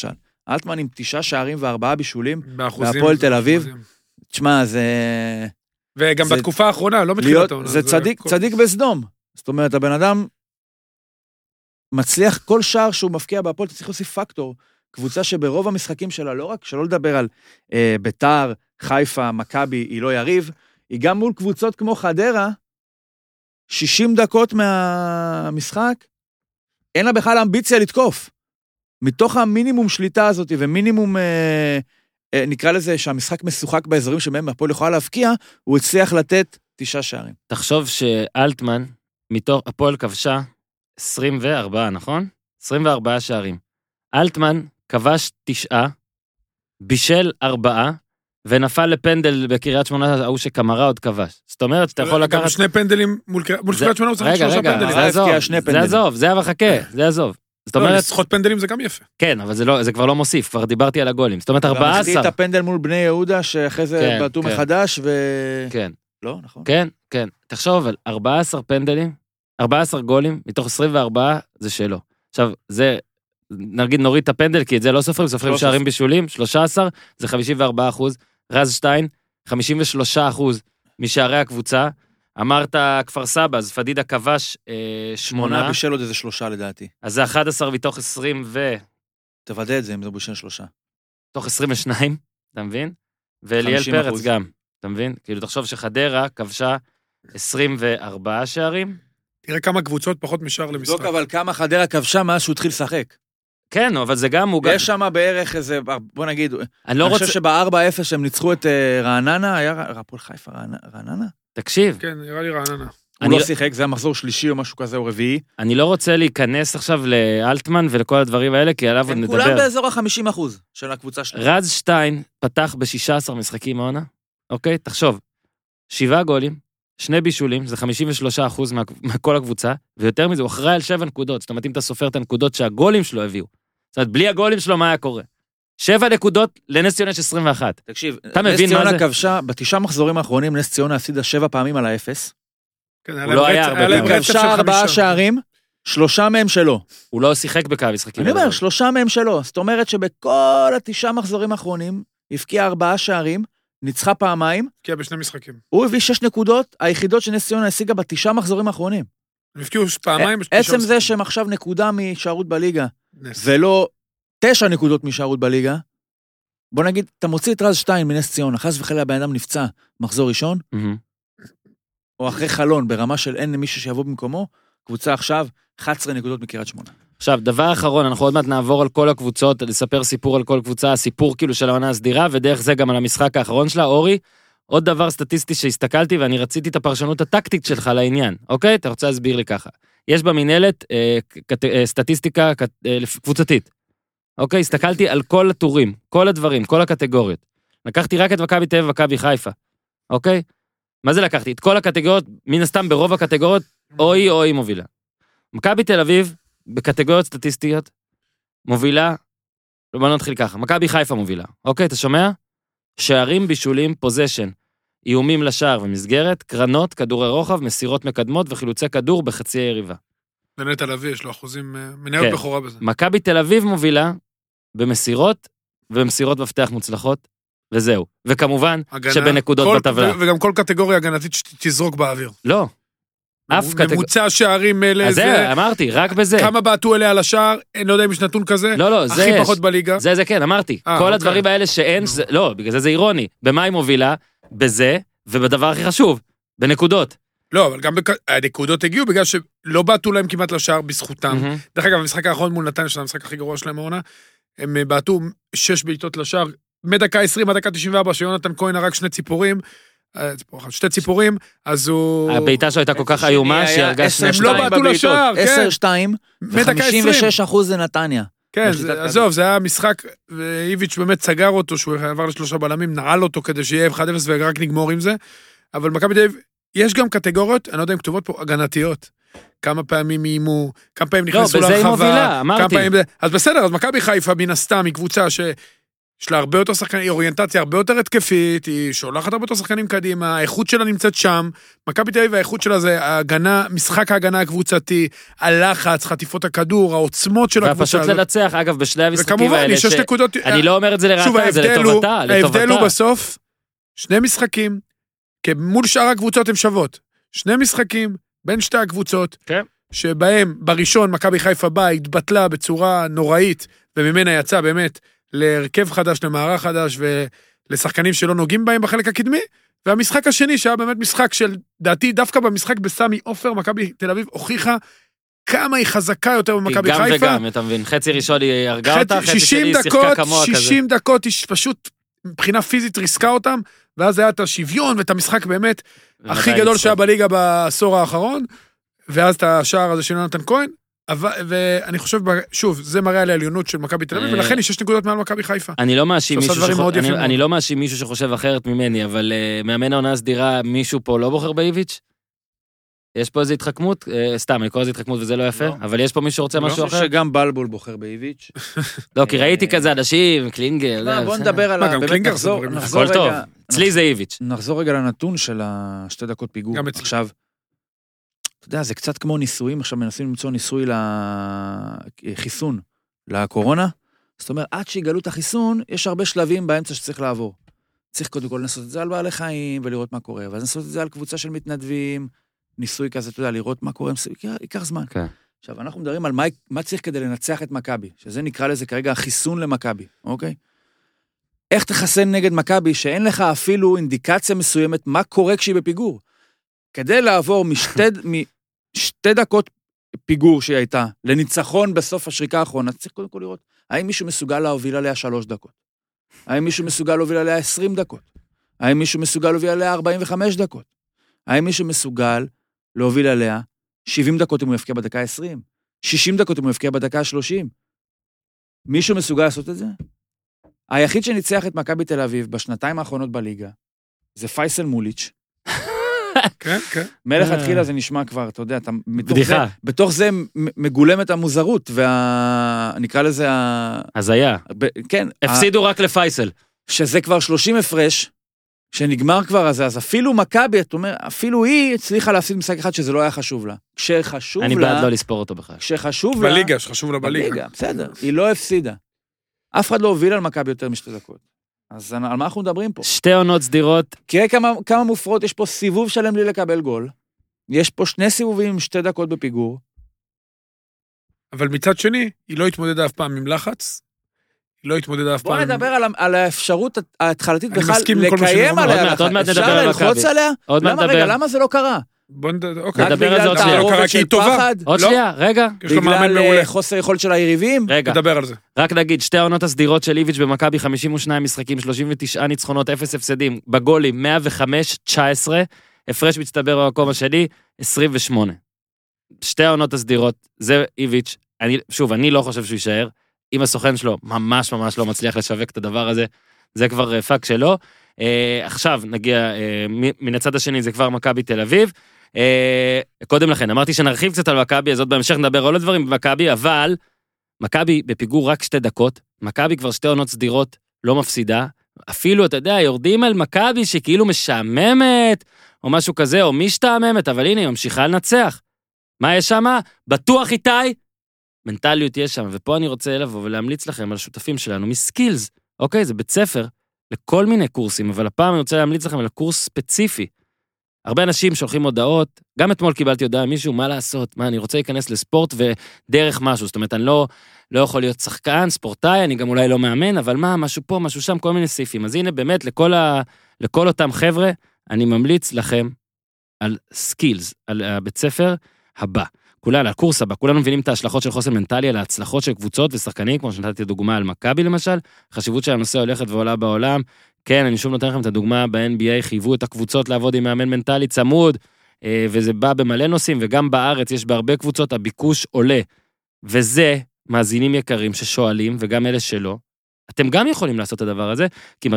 אלטמן עם 9 שערים ו4 בישולים, באחוזים. והפועל תל אביב. תשמע, זה... וגם בתקופה האחרונה, לא מתחילת העונה. זה צדיק בסדום. זאת אומרת, הבן אדם מצליח כל שער שהוא מפקיע בהפועל, צריך להוסיף פקטור, קבוצה שברוב המשחקים שלה, לא רק שלא לדבר על ביתר, חיפה, מכבי, היא לא יריב, היא גם מול קבוצות כמו חדרה, 60 דקות מהמשחק, אין לה בכלל אמביציה לתקוף. מתוך המינימום שליטה הזאת, ומינימום, נקרא לזה שהמשחק משוחק באזורים שבהם הפועל יכולה להפקיע, הוא הצליח לתת 9 שערים. תחשוב שאלטמן, מתוך הפועל כבשה 24, נכון? 24 שערים. אלטמן כבש 9, בישל 4, ונפל לפנדל בקריית שמונה, ההוא שקמרה עוד כבש. זאת אומרת, אתה יכול לקחת... גם 2 פנדלים מול קריית שמונה, הוא צריך 3 פנדלים. זה עזוב, זה המחכה, זה עזוב. זאת אומרת... לשחוט פנדלים זה גם יפה. כן, אבל זה כבר לא מוסיף, כבר דיברתי על הגולים. זאת אומרת, 14... גם את הפנדל מול בני יהודה, שאחרי זה בעטו מחדש, כן. לא, נכון? כן, כן. תחשוב, 14 פנדלים, 14 גולים, מתוך 24 זה שלו. עכשיו, זה... נגיד נוריד את הפנדל, כי את זה לא סופרים שערים בישולים, 13, זה 54%, רז שטיין, 53% משערי הקבוצה, אמרת כפר סבא, אז פדידה כבש 8. בישל עוד איזה 3 לדעתי. אז זה 11 מתוך 20 תוודא את זה, אם זה בישל 3. מתוך 22, אתה מבין? ואליאל פרץ גם, אתה מבין? כאילו תחשוב שחדרה כבשה 24 שערים. תראה כמה קבוצות פחות משער למשחק. לא, אבל כמה חדרה כבשה מאז שהוא התחיל לשחק. כן, אבל זה גם... יש שם בערך איזה, בוא נגיד, אני חושב שב-4-0 שהם ניצחו את רעננה, היה הפועל חיפה רעננה? תקשיב. כן, נראה לי רעננה. הוא לא שיחק, זה המחזור שלישי או משהו כזה, או רביעי. אני לא רוצה להיכנס עכשיו לאלטמן ולכל הדברים האלה, כי עליו עוד נדבר. הם כולם באזור ה-50% של הקבוצה שלנו. רז שטיין פתח ב-16 משחקים העונה, אוקיי? תחשוב, 7 גולים, 2 בישולים, זה 53% מכל הקבוצה, ויותר מזה, הוא אחראי על 7 נקודות, זאת אומרת, אם אתה סופר את הנקודות שהגולים שלו הביאו. זאת אומרת, בלי הגולים שלו, מה היה קורה? 7 נקודות לנס ציונה יש 21. תקשיב, נס ציונה כבשה, ב9 מחזורים האחרונים, נס ציונה עשידה 7 פעמים על האפס. הוא לא היה הרבה פעמים. היא כבשה 4 שערים, 3 מהם שלו. הוא לא שיחק בקו משחקים. אני אומר, 3 מהם שלו. זאת אומרת שבכל 9 מחזורים האחרונים, הפקיע 4 שערים, ניצחה פעמיים. הפקיע ב2 משחקים. הוא הביא 6 נקודות, היחידות שנס ציונה השיגה ב9 מחזורים האחרונים. הם הפקיעו פעמיים. עצם זה שהם עכשיו נקודה משערות בליגה, ולא 9 נקודות משערות בליגה, בוא נגיד, אתה מוציא את רז שטיין מנס ציונה, חס וחלילה הבן אדם נפצע מחזור ראשון, או אחרי חלון, ברמה של אין מישהו שיבוא במקומו, קבוצה עכשיו 11 נקודות מקריית שמונה. עכשיו, דבר אחרון, אנחנו עוד מעט נעבור על כל הקבוצות, לספר סיפור על כל קבוצה, הסיפור כאילו של העונה הסדירה, ודרך זה גם על המשחק האחרון שלה. אורי, עוד דבר סטטיסטי שהסתכלתי, ואני רציתי את הפרשנות הטקטית שלך לעניין, אוקיי? אתה רוצה להסביר לי ככה. יש במנהלת סטטיסטיקה קבוצתית. אוקיי? הסתכלתי על כל הטורים, כל הדברים, כל הקטגוריות. לקחתי רק את מכבי תל אביב ומכבי חיפה. אוקיי? מה זה לקחתי? את כל הקטגוריות, מן הסתם ברוב הקטגוריות, או היא מובילה. מכבי תל אביב, בקטגוריות סטטיסטיות, מובילה, בוא נתחיל ככה, מכבי חיפה מובילה. אוקיי, אתה שומע? שערים, בישולים, פוזשן, איומים לשער ומסגרת, קרנות, כדורי רוחב, מסירות מקדמות וחילוצי כדור בחצי היריבה. בנט תל אביב יש לו אחוזים, מניות בכורה בזה. מכבי תל אביב מובילה במסירות ובמסירות מפתח מוצלחות, וזהו. וכמובן שבנקודות בטבלה. וגם כל קטגוריה הגנתית שתזרוק באוויר. לא. ממוצע שערים אלה. אז זה, אמרתי, רק בזה. כמה בעטו אליה על השער, אני לא יודע אם יש נתון כזה. לא, זה הכי פחות בליגה. זה כן, אמרתי. כל הדברים האלה שאין, לא, בגלל זה אירוני. במה היא מובילה? בזה, ובדבר הכי חשוב, בנקודות. לא, אבל גם הנקודות הגיעו בגלל שלא בעטו להם כמעט לשער בזכותם. דרך אגב, המשחק האחרון מול נתניה, שזה המשחק הכי גרוע שלהם העונה, הם בעטו 6 בעיטות לשער, מדקה 20 עד דקה 94, שיונתן כהן הרג 2 ציפורים, 2 ציפורים, אז הוא... הבעיטה שלו הייתה כל כך איומה, שהרגשנו... הם לא בעטו לשער, כן. 10-2, ו-56% זה נתניה. כן, עזוב, זה היה משחק, ואיביץ' באמת סגר אותו, שהוא עבר ל3 בלמים, נעל אותו כדי שיהיה 1-0 ורק נגמור עם זה, אבל מכבי תל אביב, יש גם קטגוריות, אני לא יודע אם כתובות פה, הגנתיות. כמה פעמים איימו, כמה פעמים נכנסו להרחבה. לא, בזה היא מובילה, אמרתי. אז בסדר, אז מכבי חיפה מן הסתם היא קבוצה יש לה הרבה יותר שחקנים, היא אוריינטציה הרבה יותר התקפית, היא שולחת הרבה יותר שחקנים קדימה, האיכות שלה נמצאת שם, מכבי תל אביב האיכות שלה זה ההגנה, משחק ההגנה הקבוצתי, הלחץ, חטיפות הכדור, העוצמות של הקבוצה הזאת. ופשוט לנצח, אגב, בשני המשחקים האלה, וכמובן, יש 6 נקודות. אני לא אומר את זה לרעתה, זה לטובתה. ההבדל הוא בסוף, 2 משחקים, מול שאר הקבוצות הם שוות. 2 משחקים בין שתי הקבוצות, שבהם בראשון מכבי חיפה באה, התבטלה בצורה נוראית, וממנה יצא באמת להרכב חדש, למערך חדש, ולשחקנים שלא נוגעים בהם בחלק הקדמי, והמשחק השני, שהיה באמת משחק של, דעתי, דווקא במשחק בסמי עופר, מכבי תל אביב הוכיחה כמה היא חזקה יותר במכבי חיפה. גם וגם, אתה מבין, חצי ראשון היא הרגה אותה, חצי שני היא שיחקה כמוה כזה. 60 דקות היא פשוט, מבחינה פיזית ריסקה אותם, ואז היה את השוויון ואת המשחק באמת הכי גדול שהיה בליגה בעשור האחרון, ואז את השער הזה של יונתן כהן, ואני חושב, שוב, זה מראה על העליונות של מכבי תל אביב, ולכן יש 6 נקודות מעל מכבי חיפה. אני לא מאשים מישהו שחושב אחרת ממני, אבל מאמן העונה הסדירה, מישהו פה לא בוחר באיביץ'? יש פה איזו התחכמות? סתם, אני קורא איזו התחכמות וזה לא יפה, אבל יש פה מישהו שרוצה משהו אחר? אני חושב שגם בלבול בוחר באיביץ'. לא, כי ראיתי כזה אנשים, קלינגר. בוא נדבר על... גם קלינגר הכל טוב, אצלי זה איביץ'. נחזור רגע לנתון של 2 דקות פיגור. עכשיו, אתה יודע, זה קצת כמו ניסויים, עכשיו מנסים למצוא ניסוי לחיסון, לקורונה. זאת אומרת, עד שיגלו את החיסון, יש הרבה שלבים באמצע שצריך לעבור. צריך קודם כל לנסות את זה על בעלי חיים, ולראות מה קורה, ואז לנסות את זה על קבוצה של מתנדבים, ניסוי כזה, אתה יודע, לראות מה קורה, ייקח זמן. עכשיו, אנחנו מדברים על מה צריך כדי לנצח את מכבי, שזה נקרא לזה כרגע החיסון למכבי, אוקיי? איך תחסן נגד מכבי, שאין לך אפילו אינדיקציה מסוימת, מה קורה כשהיא בפיגור? כדי לעבור משתי דקות פיגור שהיא הייתה, לניצחון בסוף השריקה האחרונה, צריך קודם כל לראות, האם מישהו מסוגל להוביל עליה 3 דקות? האם מישהו מסוגל להוביל עליה 20 דקות? האם מישהו מסוגל להוביל עליה 45 דקות? האם מישהו מסוגל להוביל עליה 70 דקות אם הוא יפקיע בדקה 20? 60 דקות אם הוא יפקיע בדקה 30? מישהו מסוגל לעשות את זה? היחיד שניצח את מכבי תל אביב בשנתיים האחרונות בליגה, זה פייסל מוליץ'. כן, כן. מלך התחילה זה נשמע כבר, אתה יודע, בדיחה. בתוך זה מגולמת המוזרות, נקרא לזה הזיה. כן. הפסידו רק לפייסל. שזה כבר 30 הפרש, שנגמר כבר הזה, אז אפילו מכבי, אתה אומר, אפילו היא הצליחה להפסיד משחק אחד שזה לא היה חשוב לה. כשחשוב לה... אני בעד לא לספור אותו בכלל. כשחשוב לה... בליגה, שחשוב לה בליגה. בסדר, היא לא הפסידה. אף אחד לא הוביל על מכבי יותר מ2 דקות. אז על מה אנחנו מדברים פה? 2 עונות סדירות. תראה כמה מופרות, יש פה סיבוב שלם בלי לקבל גול, יש פה 2 סיבובים עם 2 דקות בפיגור. אבל מצד שני, היא לא התמודדה אף פעם עם לחץ, היא לא התמודדה אף פעם... בוא נדבר על האפשרות ההתחלתית בכלל לקיים עליה. עוד מעט נדבר על ללחוץ עליה? למה זה לא קרה? נדבר על זה עוד שנייה. לא קרה כי היא טובה. עוד שנייה, רגע. בגלל חוסר יכולת של היריבים? רגע. נדבר על זה. רק נגיד, 2 העונות הסדירות של איביץ' במכבי, 52 משחקים, 39 ניצחונות, 0 הפסדים, בגולים 105-19, הפרש מצטבר במקום השני, 28. 2 העונות הסדירות, זה איביץ', שוב, אני לא חושב שהוא יישאר, אם הסוכן שלו ממש ממש לא מצליח לשווק את הדבר הזה, זה כבר פאק שלו. עכשיו נגיע, מן הצד השני זה כבר מכבי תל אביב. קודם לכן, אמרתי שנרחיב קצת על מכבי, אז עוד בהמשך נדבר על הדברים במכבי, אבל מכבי בפיגור רק 2 דקות, מכבי כבר 2 עונות סדירות לא מפסידה, אפילו, אתה יודע, יורדים על מכבי שכאילו משעממת, או משהו כזה, או משתעממת, אבל הנה, היא ממשיכה לנצח. מה יש שם? בטוח איתי, מנטליות יש שם, ופה אני רוצה לבוא ולהמליץ לכם על השותפים שלנו מסקילס, אוקיי, זה בית ספר לכל מיני קורסים, אבל הפעם אני רוצה להמליץ לכם על קורס ספציפי. הרבה אנשים שולחים הודעות, גם אתמול קיבלתי הודעה מישהו, מה לעשות, מה, אני רוצה להיכנס לספורט ודרך משהו, זאת אומרת, אני לא יכול להיות שחקן, ספורטאי, אני גם אולי לא מאמן, אבל מה, משהו פה, משהו שם, כל מיני סעיפים. אז הנה, באמת, לכל אותם חבר'ה, אני ממליץ לכם על סקילס, על הבית ספר הבא. על הקורס הבא, כולנו מבינים את ההשלכות של חוסן מנטלי, על ההצלחות של קבוצות ושחקנים, כמו שנתתי דוגמה על מכבי למשל, חשיבות שהנושא הולכת ועולה בעולם, כן, אני שוב נותן לכם את הדוגמה, ב-NBA חייבו את הקבוצות לעבוד עם מאמן מנטלי צמוד, וזה בא במלא נושאים, וגם בארץ יש בהרבה קבוצות, הביקוש עולה, וזה מאזינים יקרים ששואלים, וגם אלה שלא, אתם גם יכולים לעשות את הדבר הזה, כי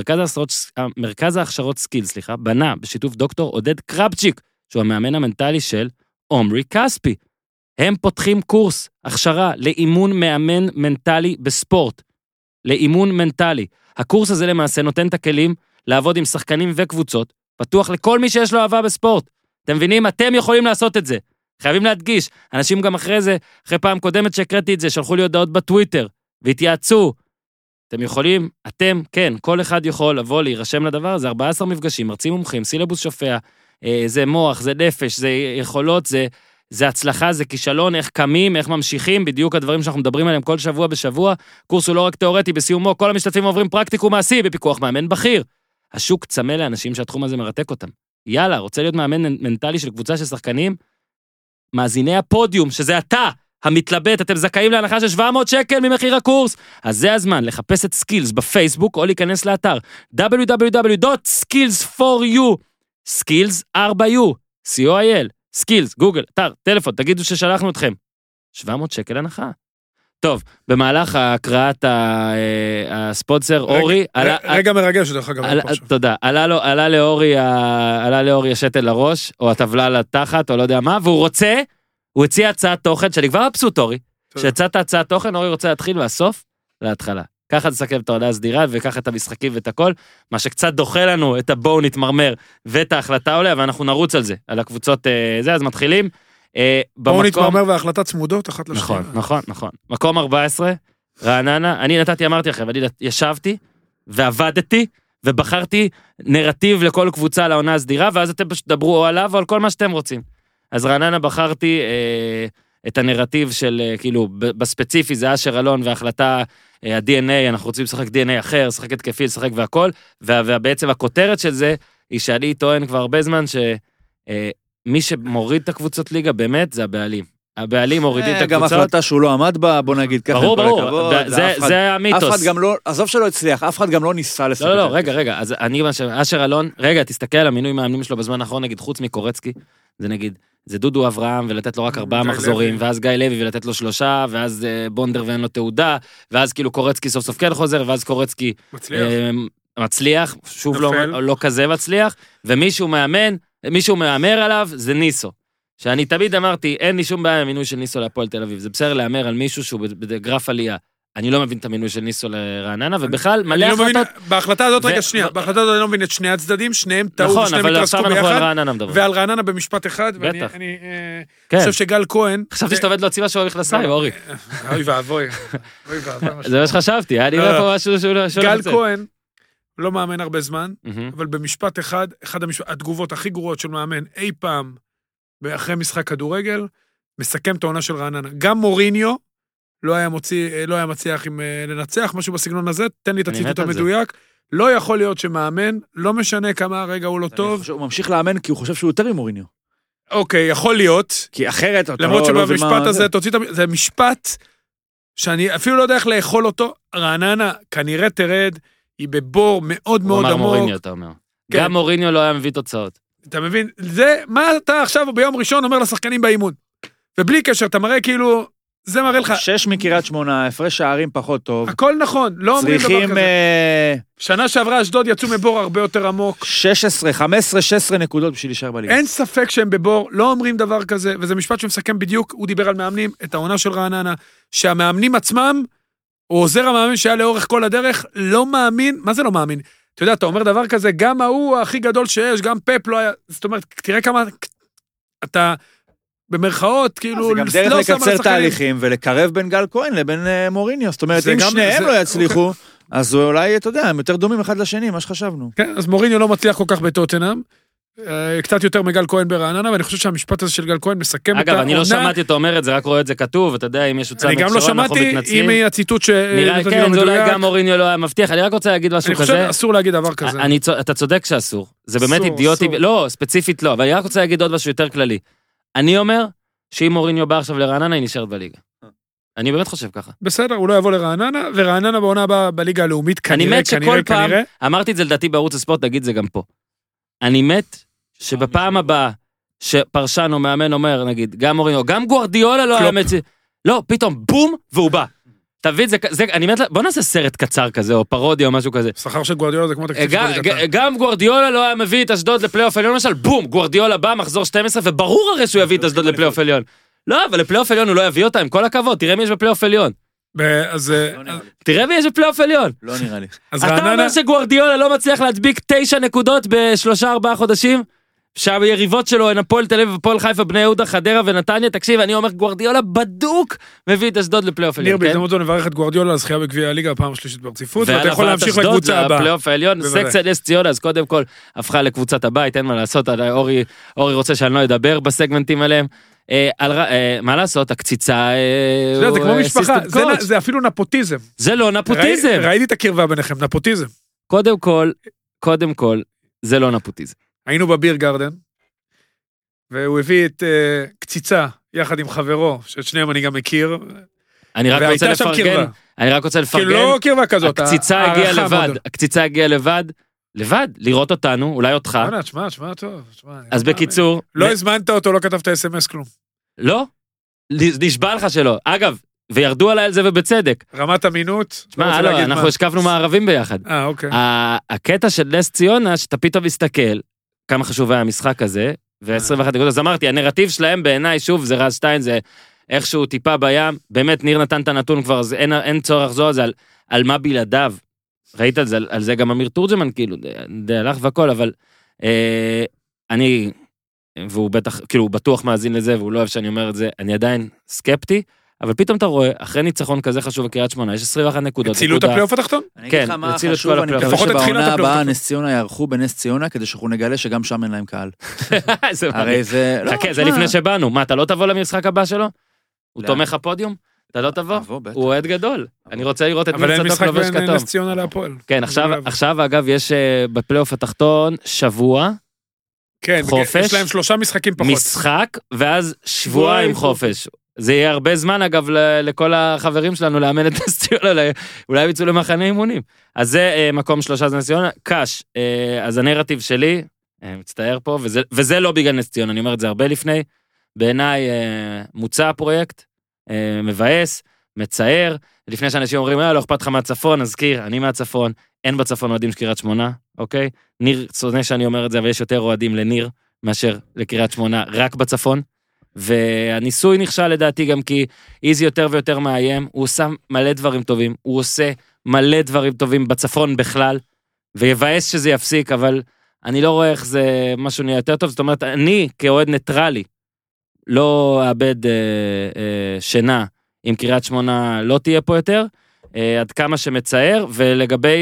מרכז ההכשרות סקיל, בנה בשיתוף דוקטור עודד קרבצ'יק, שהוא המאמן המנטלי של עומרי כספי. הם פותחים קורס הכשרה לאימון מאמן מנטלי בספורט. לאימון מנטלי. הקורס הזה למעשה נותן את הכלים לעבוד עם שחקנים וקבוצות, פתוח לכל מי שיש לו אהבה בספורט. אתם מבינים? אתם יכולים לעשות את זה. חייבים להדגיש. אנשים גם אחרי זה, אחרי פעם קודמת שהקראתי את זה, שלחו לי הודעות בטוויטר, והתייעצו. אתם יכולים, אתם, כן, כל אחד יכול לבוא להירשם לדבר הזה, 14 מפגשים, מרצים מומחים, סילבוס שופע, זה מוח, זה נפש, זה יכולות, זה הצלחה, זה כישלון, איך קמים, איך ממשיכים, בדיוק הדברים שאנחנו מדברים עליהם כל שבוע בשבוע. קורס הוא לא רק תיאורטי, בסיומו כל המשתתפים עוברים פרקטיקום מעשי בפיקוח מאמן בכיר. השוק צמא לאנשים שהתחום הזה מרתק אותם. יאללה, רוצה להיות מאמן מנטלי של קבוצה של שחקנים? מאזיני הפודיום, שזה אתה, המתלבט, אתם זכאים להנחה של 700 שקל ממחיר הקורס. אז זה הזמן לחפש את סקילס בפייסבוק או להיכנס לאתר www.skills4u skills 4u co.il סקילס, גוגל, אתר, טלפון, תגידו ששלחנו אתכם. 700 שקל הנחה. טוב, במהלך הקראת הספונסר, אורי... רגע מרגש, דרך אגב. תודה. עלה לאורי השתל לראש, או הטבלה לתחת, או לא יודע מה, והוא רוצה, הוא הציע הצעת תוכן, שאני כבר מבסוט, אורי, שהצעת הצעת תוכן, אורי רוצה להתחיל מהסוף להתחלה. ככה תסכם את העונה הסדירה, וככה את המשחקים ואת הכל, מה שקצת דוחה לנו את הבואו נתמרמר, ואת ההחלטה עולה, ואנחנו נרוץ על זה, על הקבוצות זה, אז מתחילים. בואו נתמרמר וההחלטת צמודות, אחת לשנייה. נכון. מקום 14, רעננה, אני אמרתי לכם, אני ישבתי, ועבדתי, ובחרתי נרטיב לכל קבוצה לעונה הסדירה, ואז אתם פשוט דברו או עליו, או על כל מה שאתם רוצים. אז רעננה בחרתי את הנרטיב של, כאילו, בספציפי זה אשר אלון, וההחלטה, ה-DNA, אנחנו רוצים לשחק DNA אחר, לשחק התקפי, לשחק והכל, ובעצם הכותרת של זה, היא שאני טוען כבר הרבה זמן מי שמוריד את הקבוצות ליגה באמת זה הבעלים. הבעלים מורידים את הקבוצות. גם החלטה שהוא לא עמד בה, בוא נגיד ככה. ברור, זה המיתוס. אף אחד גם לא, עזוב שלא הצליח, אף אחד גם לא ניסה לספק. לא, רגע, אז אני, אשר אלון, רגע, תסתכל על המינוי מאמנים שלו בזמן האחרון, נגיד, חוץ מקורצקי, זה נגיד, זה דודו אברהם, ולתת לו רק 4 מחזורים, ואז גיא לוי, ולתת לו 3, ואז בונדר ואין לו תעודה, ואז כאילו קורצקי סוף סוף כן חוזר, ואז קורצקי מצליח, שוב לא כזה מצליח, ומישהו מאמר עליו, זה ניסו. שאני תמיד אמרתי, אין לי שום בעיה המינוי של ניסו להפועל תל אביב, זה בסדר לאמר על מישהו שהוא בגרף עלייה. אני לא מבין את המינוי של ניסו לרעננה, ובכלל מלא החלטות... בהחלטה הזאת, רגע שנייה, בהחלטה הזאת אני לא מבין את שני הצדדים, שניהם טעו ושניהם התרסקו ביחד, ועל רעננה במשפט אחד, ואני חושב שגל כהן... חשבתי שאתה עובד להוציא משהו מכנסיים, אורי. אוי ואבוי. זה מה שחשבתי, אני אומר פה משהו שהוא לא... גל כהן לא מאמן הרבה זמן, אבל במשפט אחד התגובות הכי גרועות של מאמן אי פעם, אחרי משחק כדורגל, מסכם את העונה של רעננה. גם מוריניו לא היה מצליח עם לנצח, משהו בסגנון הזה, תן לי את הציטוט המדויק, לא יכול להיות שמאמן, לא משנה כמה הרגע הוא לא טוב. הוא ממשיך לאמן כי הוא חושב שהוא יותר עם מוריניו. אוקיי, יכול להיות. כי אחרת... למרות שבמשפט הזה, זה משפט שאני אפילו לא יודע איך לאכול אותו, רעננה כנראה תרד, היא בבור מאוד מאוד עמוק. הוא אמר מוריניו, אתה אומר. גם מוריניו לא היה מביא תוצאות. אתה מבין? זה, מה אתה עכשיו ביום ראשון אומר לשחקנים באימון? ובלי קשר, אתה מראה כאילו, זה מראה לך... 6 מקריית שמונה, הפרש שערים פחות טוב. הכל נכון, לא אומרים דבר כזה. שנה שעברה אשדוד יצאו מבור הרבה יותר עמוק. 16 נקודות בשביל להישאר בליגה. אין ספק שהם בבור, לא אומרים דבר כזה, וזה משפט שמסכם בדיוק, הוא דיבר על מאמנים, את העונה של רעננה, שהמאמנים עצמם, או עוזר המאמין שהיה לאורך כל הדרך, לא מאמין, מה זה לא מאמין? אתה יודע, אתה אומר דבר כזה, גם ההוא הכי גדול שיש, גם פפ לא היה, זאת אומרת, תראה כמה, אתה במרכאות, כאילו, זה גם דרך לקצר תהליכים, ולקרב בין גל כהן לבין מוריניו, זאת אומרת, אם שניהם לא יצליחו, אז אולי, אתה יודע, הם יותר דומים אחד לשני, מה שחשבנו. כן, אז מוריניו לא מצליח כל כך בטוטנהאם, קצת יותר מגל כהן ברעננה, ואני חושב שהמשפט הזה של גל כהן מסכם את העונה. אגב, אני לא שמעתי אותו אומר את זה, רק רואה את זה כתוב, אתה יודע, אם יש הוצאה אני גם לא שמעתי, אם היא הציטוט כן, זה אולי גם מוריניו לא היה מבטיח, אני רק רוצה להגיד משהו כזה. אני חושב, אסור להגיד דבר כזה. אתה צודק שאסור, זה באמת אידיוטי, לא, ספציפית לא, אבל אני רק רוצה להגיד עוד משהו יותר כללי. אני אומר שאם מוריניו בא עכשיו לרעננה, היא נשארת בליגה. אני באמת חושב ככה. בסדר, הוא לא יבוא לרעננה, ורעננה בעונה הבאה בליגה הלאומית, כנראה. אמרתי את זה לדעתי בערוץ הספורט, נגיד זה גם פה. אני מת שבפעם הבאה שפרשן או מאמן אומר, נגיד, גם מוריניו, גם גוארדיולה לא היה מציא, לא, פתאום בום, והוא בא. תביא את זה, אני מת, בוא נעשה סרט קצר כזה, או פרודיה או משהו כזה. שכר של גוארדיולה זה כמו תקציב של קטן. גם גוארדיולה לא היה מביא את אשדוד לפלייאוף עליון, למשל, בום, גוארדיולה בא, מחזור 12, וברור הרי שהוא יביא את אשדוד לפלייאוף עליון. לא, אבל לפלייאוף עליון הוא לא יביא אותה, עם כל הכבוד, תראה מי יש בפלייאוף עליון. תראה מי יש בפלייאוף עליון. לא נראה לי. אתה אומר שגוארדיולה לא מצליח להדביק 9 נקודות ב3-4 חודשים, שהיריבות שלו הן הפועל תל אביב, הפועל חיפה, בני יהודה, חדרה ונתניה. תקשיב, אני אומר גוארדיולה בדוק מביא את אשדוד לפלייאוף עליון. ניר, בהזדמנות זו נברך את גוארדיולה על זכייה בגביע הליגה הפעם השלישית ברציפות, ואתה יכול להמשיך לקבוצה הבאה. הפלייאוף העליון, סקציה נס ציונה, אז קודם כל הפכה לקבוצת הבית, אין מה לעשות, אורי רוצה שאני לא אדבר בסגמנטים עליהם. מה לעשות, הקציצה זה כמו משפחה, זה אפילו נפוטיזם. זה לא נפוטיזם. ראיתי את הקרבה ביניכם, נפוטיזם. קודם כל, זה לא נפוטיזם. היינו בביר גרדן, והוא הביא את קציצה יחד עם חברו, שאת שניהם אני גם מכיר. אני רק רוצה לפרגן. כי לא קרבה כזאת. הקציצה הגיעה לבד, לראות אותנו, אולי אותך. שמע טוב. אז בקיצור. לא הזמנת אותו, לא כתבת SMS כלום. לא? נשבע לך שלא. אגב, וירדו עליי על זה ובצדק. רמת אמינות. שמע, אנחנו השקפנו מערבים ביחד. אוקיי. הקטע של נס ציונה, שאתה פתאום מסתכל, כמה חשוב היה המשחק הזה, ו21 נקודות, אז אמרתי, הנרטיב שלהם בעיניי, שוב, זה רז שטיין, זה איכשהו טיפה בים, באמת ניר נתן את הנתון כבר, אז אין צורך לחזור על זה, על מה בלעדיו, ראית על זה גם אמיר תורג'מן, כאילו, די הלך והכל, אבל אני, והוא בטח, כאילו, הוא בטוח מאזין לזה, והוא לא אוהב שאני אומר את זה, אני עדיין סקפטי, אבל פתאום אתה רואה, אחרי ניצחון כזה חשוב בקריית שמונה, יש 21 נקודות. הצילו את הפלייאוף התחתון? אני אגיד לך מה חשוב, אני מקווה שבעונה הבאה נס ציונה יערכו בנס ציונה, כדי שאנחנו נגלה שגם שם אין להם קהל. הרי זה... חכה, זה לפני שבאנו. מה, אתה לא תבוא למשחק הבא שלו? הוא תומך הפודיום? אתה לא תבוא? הוא אוהד גדול. אני רוצה לראות את אבל אין משחק בין נס ציונה להפועל. כן, עכשיו אגב יש בפלייאוף התחתון שבוע, כן, יש להם 3 משחקים פחות. משחק, ואז שבועיים חופש. זה יהיה הרבה זמן, אגב, לכל החברים שלנו לאמן את נס ציונה, אולי יצאו למחנה אימונים. אז זה מקום 3 נס ציונה. קש, אז הנרטיב שלי, מצטער פה, וזה לא בגלל נס ציונה, אני אומר את זה הרבה לפני, בעיניי מוצע הפרויקט, מבאס, מצער, לפני שאנשים אומרים, לא אכפת לך מהצפון, נזכיר, אני מהצפון, אין בצפון אוהדים של קריית שמונה, אוקיי? ניר, צודק שאני אומר את זה, אבל יש יותר אוהדים לניר, מאשר לקריית שמונה, רק בצפון, והניסוי נכשל לדעתי גם כי איזי יותר ויותר מאיים, הוא עושה מלא דברים טובים, הוא עושה מלא דברים טובים בצפון בכלל, ויבאס שזה יפסיק, אבל אני לא רואה איך זה משהו נהיה יותר טוב, זאת אומרת, אני כאוהד ניטרלי, לא אאבד שינה, אם קריית שמונה לא תהיה פה יותר, עד כמה שמצער, ולגבי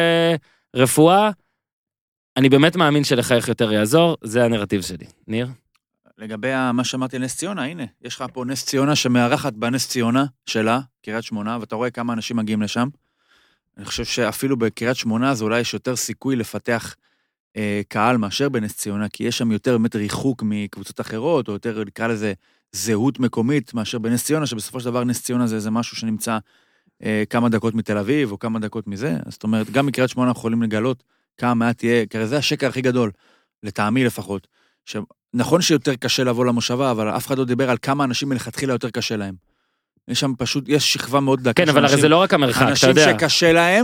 רפואה, אני באמת מאמין שלחייך יותר יעזור, זה הנרטיב שלי. ניר? לגבי מה שאמרתי נס ציונה, הנה, יש לך פה נס ציונה שמארחת בנס ציונה שלה, קריית שמונה, ואתה רואה כמה אנשים מגיעים לשם. אני חושב שאפילו בקריית שמונה, אז אולי יש יותר סיכוי לפתח קהל מאשר בנס ציונה, כי יש שם יותר באמת ריחוק מקבוצות אחרות, או יותר נקרא לזה זהות מקומית מאשר בנס ציונה, שבסופו של דבר נס ציונה זה משהו שנמצא כמה דקות מתל אביב, או כמה דקות מזה. אז זאת אומרת, גם מקריית שמונה אנחנו יכולים לגלות כמה מעט תהיה, כי זה השקר הכי גדול, לטעמי לפחות, נכון שיותר קשה לבוא למושבה, אבל אף אחד לא דיבר על כמה אנשים מלכתחילה יותר קשה להם. יש שם פשוט, יש שכבה מאוד דקה. כן, אבל הרי זה לא רק המרחק, אתה יודע. אנשים שקשה להם,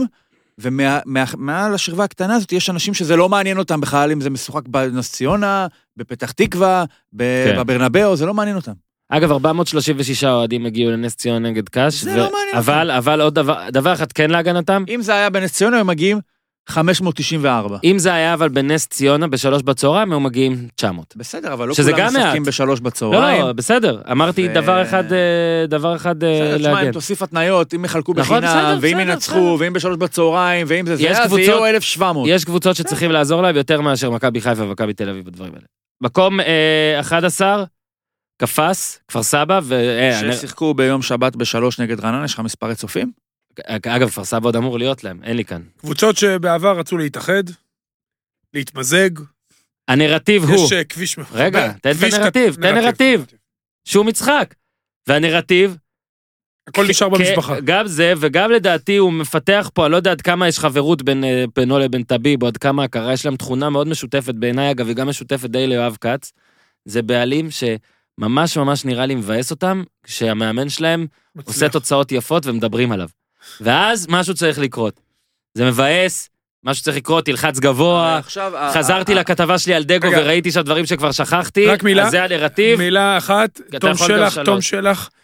ומעל השכבה הקטנה הזאת, יש אנשים שזה לא מעניין אותם בכלל, אם זה משוחק בנס ציונה, בפתח תקווה, בברנבאו, זה לא מעניין אותם. אגב, 436 אוהדים הגיעו לנס ציונה נגד קש, זה לא מעניין אותם. אבל עוד דבר אחד כן להגנתם. אם זה היה בנס ציונה, הם מגיעים 594. אם זה היה אבל בנס ציונה ב3 בצהריים, הם מגיעים 900. בסדר, אבל לא כולם משחקים ב3 בצהריים. לא, בסדר. אמרתי דבר אחד להגן. אם תוסיף התניות, אם יחלקו בחינם, ואם ינצחו, ואם ב3 בצהריים, ואם זה יהיו 1,700. יש קבוצות שצריכים לעזור להם יותר מאשר מכבי חיפה ומכבי תל אביב בדברים האלה. מקום 11, קפס, כפר סבא, ששיחקו ביום שבת ב3 נגד רעננה, יש לך מספרי צופים? אגב, כפר סבא עוד אמור להיות להם, אין לי כאן. קבוצות שבעבר רצו להתאחד, להתמזג. הנרטיב הוא... יש כביש מחובר. רגע, תן נרטיב. שום משחק. והנרטיב... הכל נשאר במשפחה. גם זה, וגם לדעתי הוא מפתח פה, אני לא יודע עד כמה יש חברות בינו לבין טביב, או עד כמה הכרה, יש להם תכונה מאוד משותפת בעיניי, אגב, היא גם משותפת די ליואב קץ. זה בעלים שממש ממש נראה לי מבאס אותם, כשהמאמן שלהם עושה תוצאות יפות ומדברים עליו. ואז משהו צריך לקרות. זה מבאס, משהו צריך לקרות, תלחץ גבוה, חזרתי לכתבה שלי על דגו וראיתי שהדברים שכבר שכחתי, רק מילה, אז זה הנרטיב. מילה אחת, תום שלח,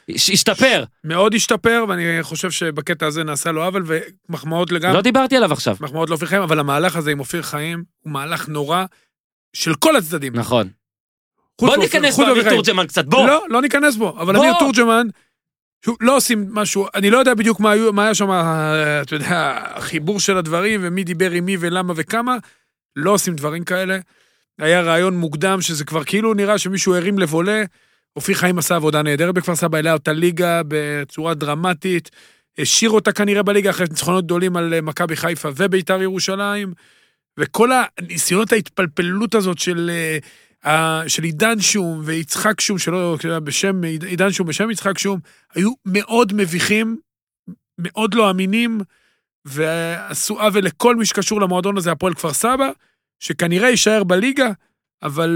השתפר. מאוד השתפר, ואני חושב שבקטע הזה נעשה לו עוול, ומחמאות לגמרי. לא דיברתי עליו עכשיו. מחמאות לאופיר חיים, אבל המהלך הזה עם אופיר חיים, הוא מהלך נורא של כל הצדדים. נכון. בוא ניכנס באמיר תורג'מן קצת, בוא. לא ניכנס בו, אבל אמיר תורג'מן, לא עושים משהו, אני לא יודע בדיוק מה היה שם, אתה יודע, החיבור של הדברים, ומי דיבר עם מי ולמה וכמה, לא עושים דברים כאלה. היה רעיון מוקדם, שזה כבר כאילו נראה שמישהו הרים לבולה, אופיר חיים עשה עבודה נהדרת בכפר סבא, העלה אותה ליגה בצורה דרמטית, השאיר אותה כנראה בליגה אחרי ניצחונות גדולים על מכבי חיפה וביתר ירושלים, וכל הניסיונות ההתפלפלות הזאת של עידן שום ויצחק שום, שלא בשם עידן שום, בשם יצחק שום, היו מאוד מביכים, מאוד לא אמינים, ועשו עוול לכל מי שקשור למועדון הזה, הפועל כפר סבא, שכנראה יישאר בליגה, אבל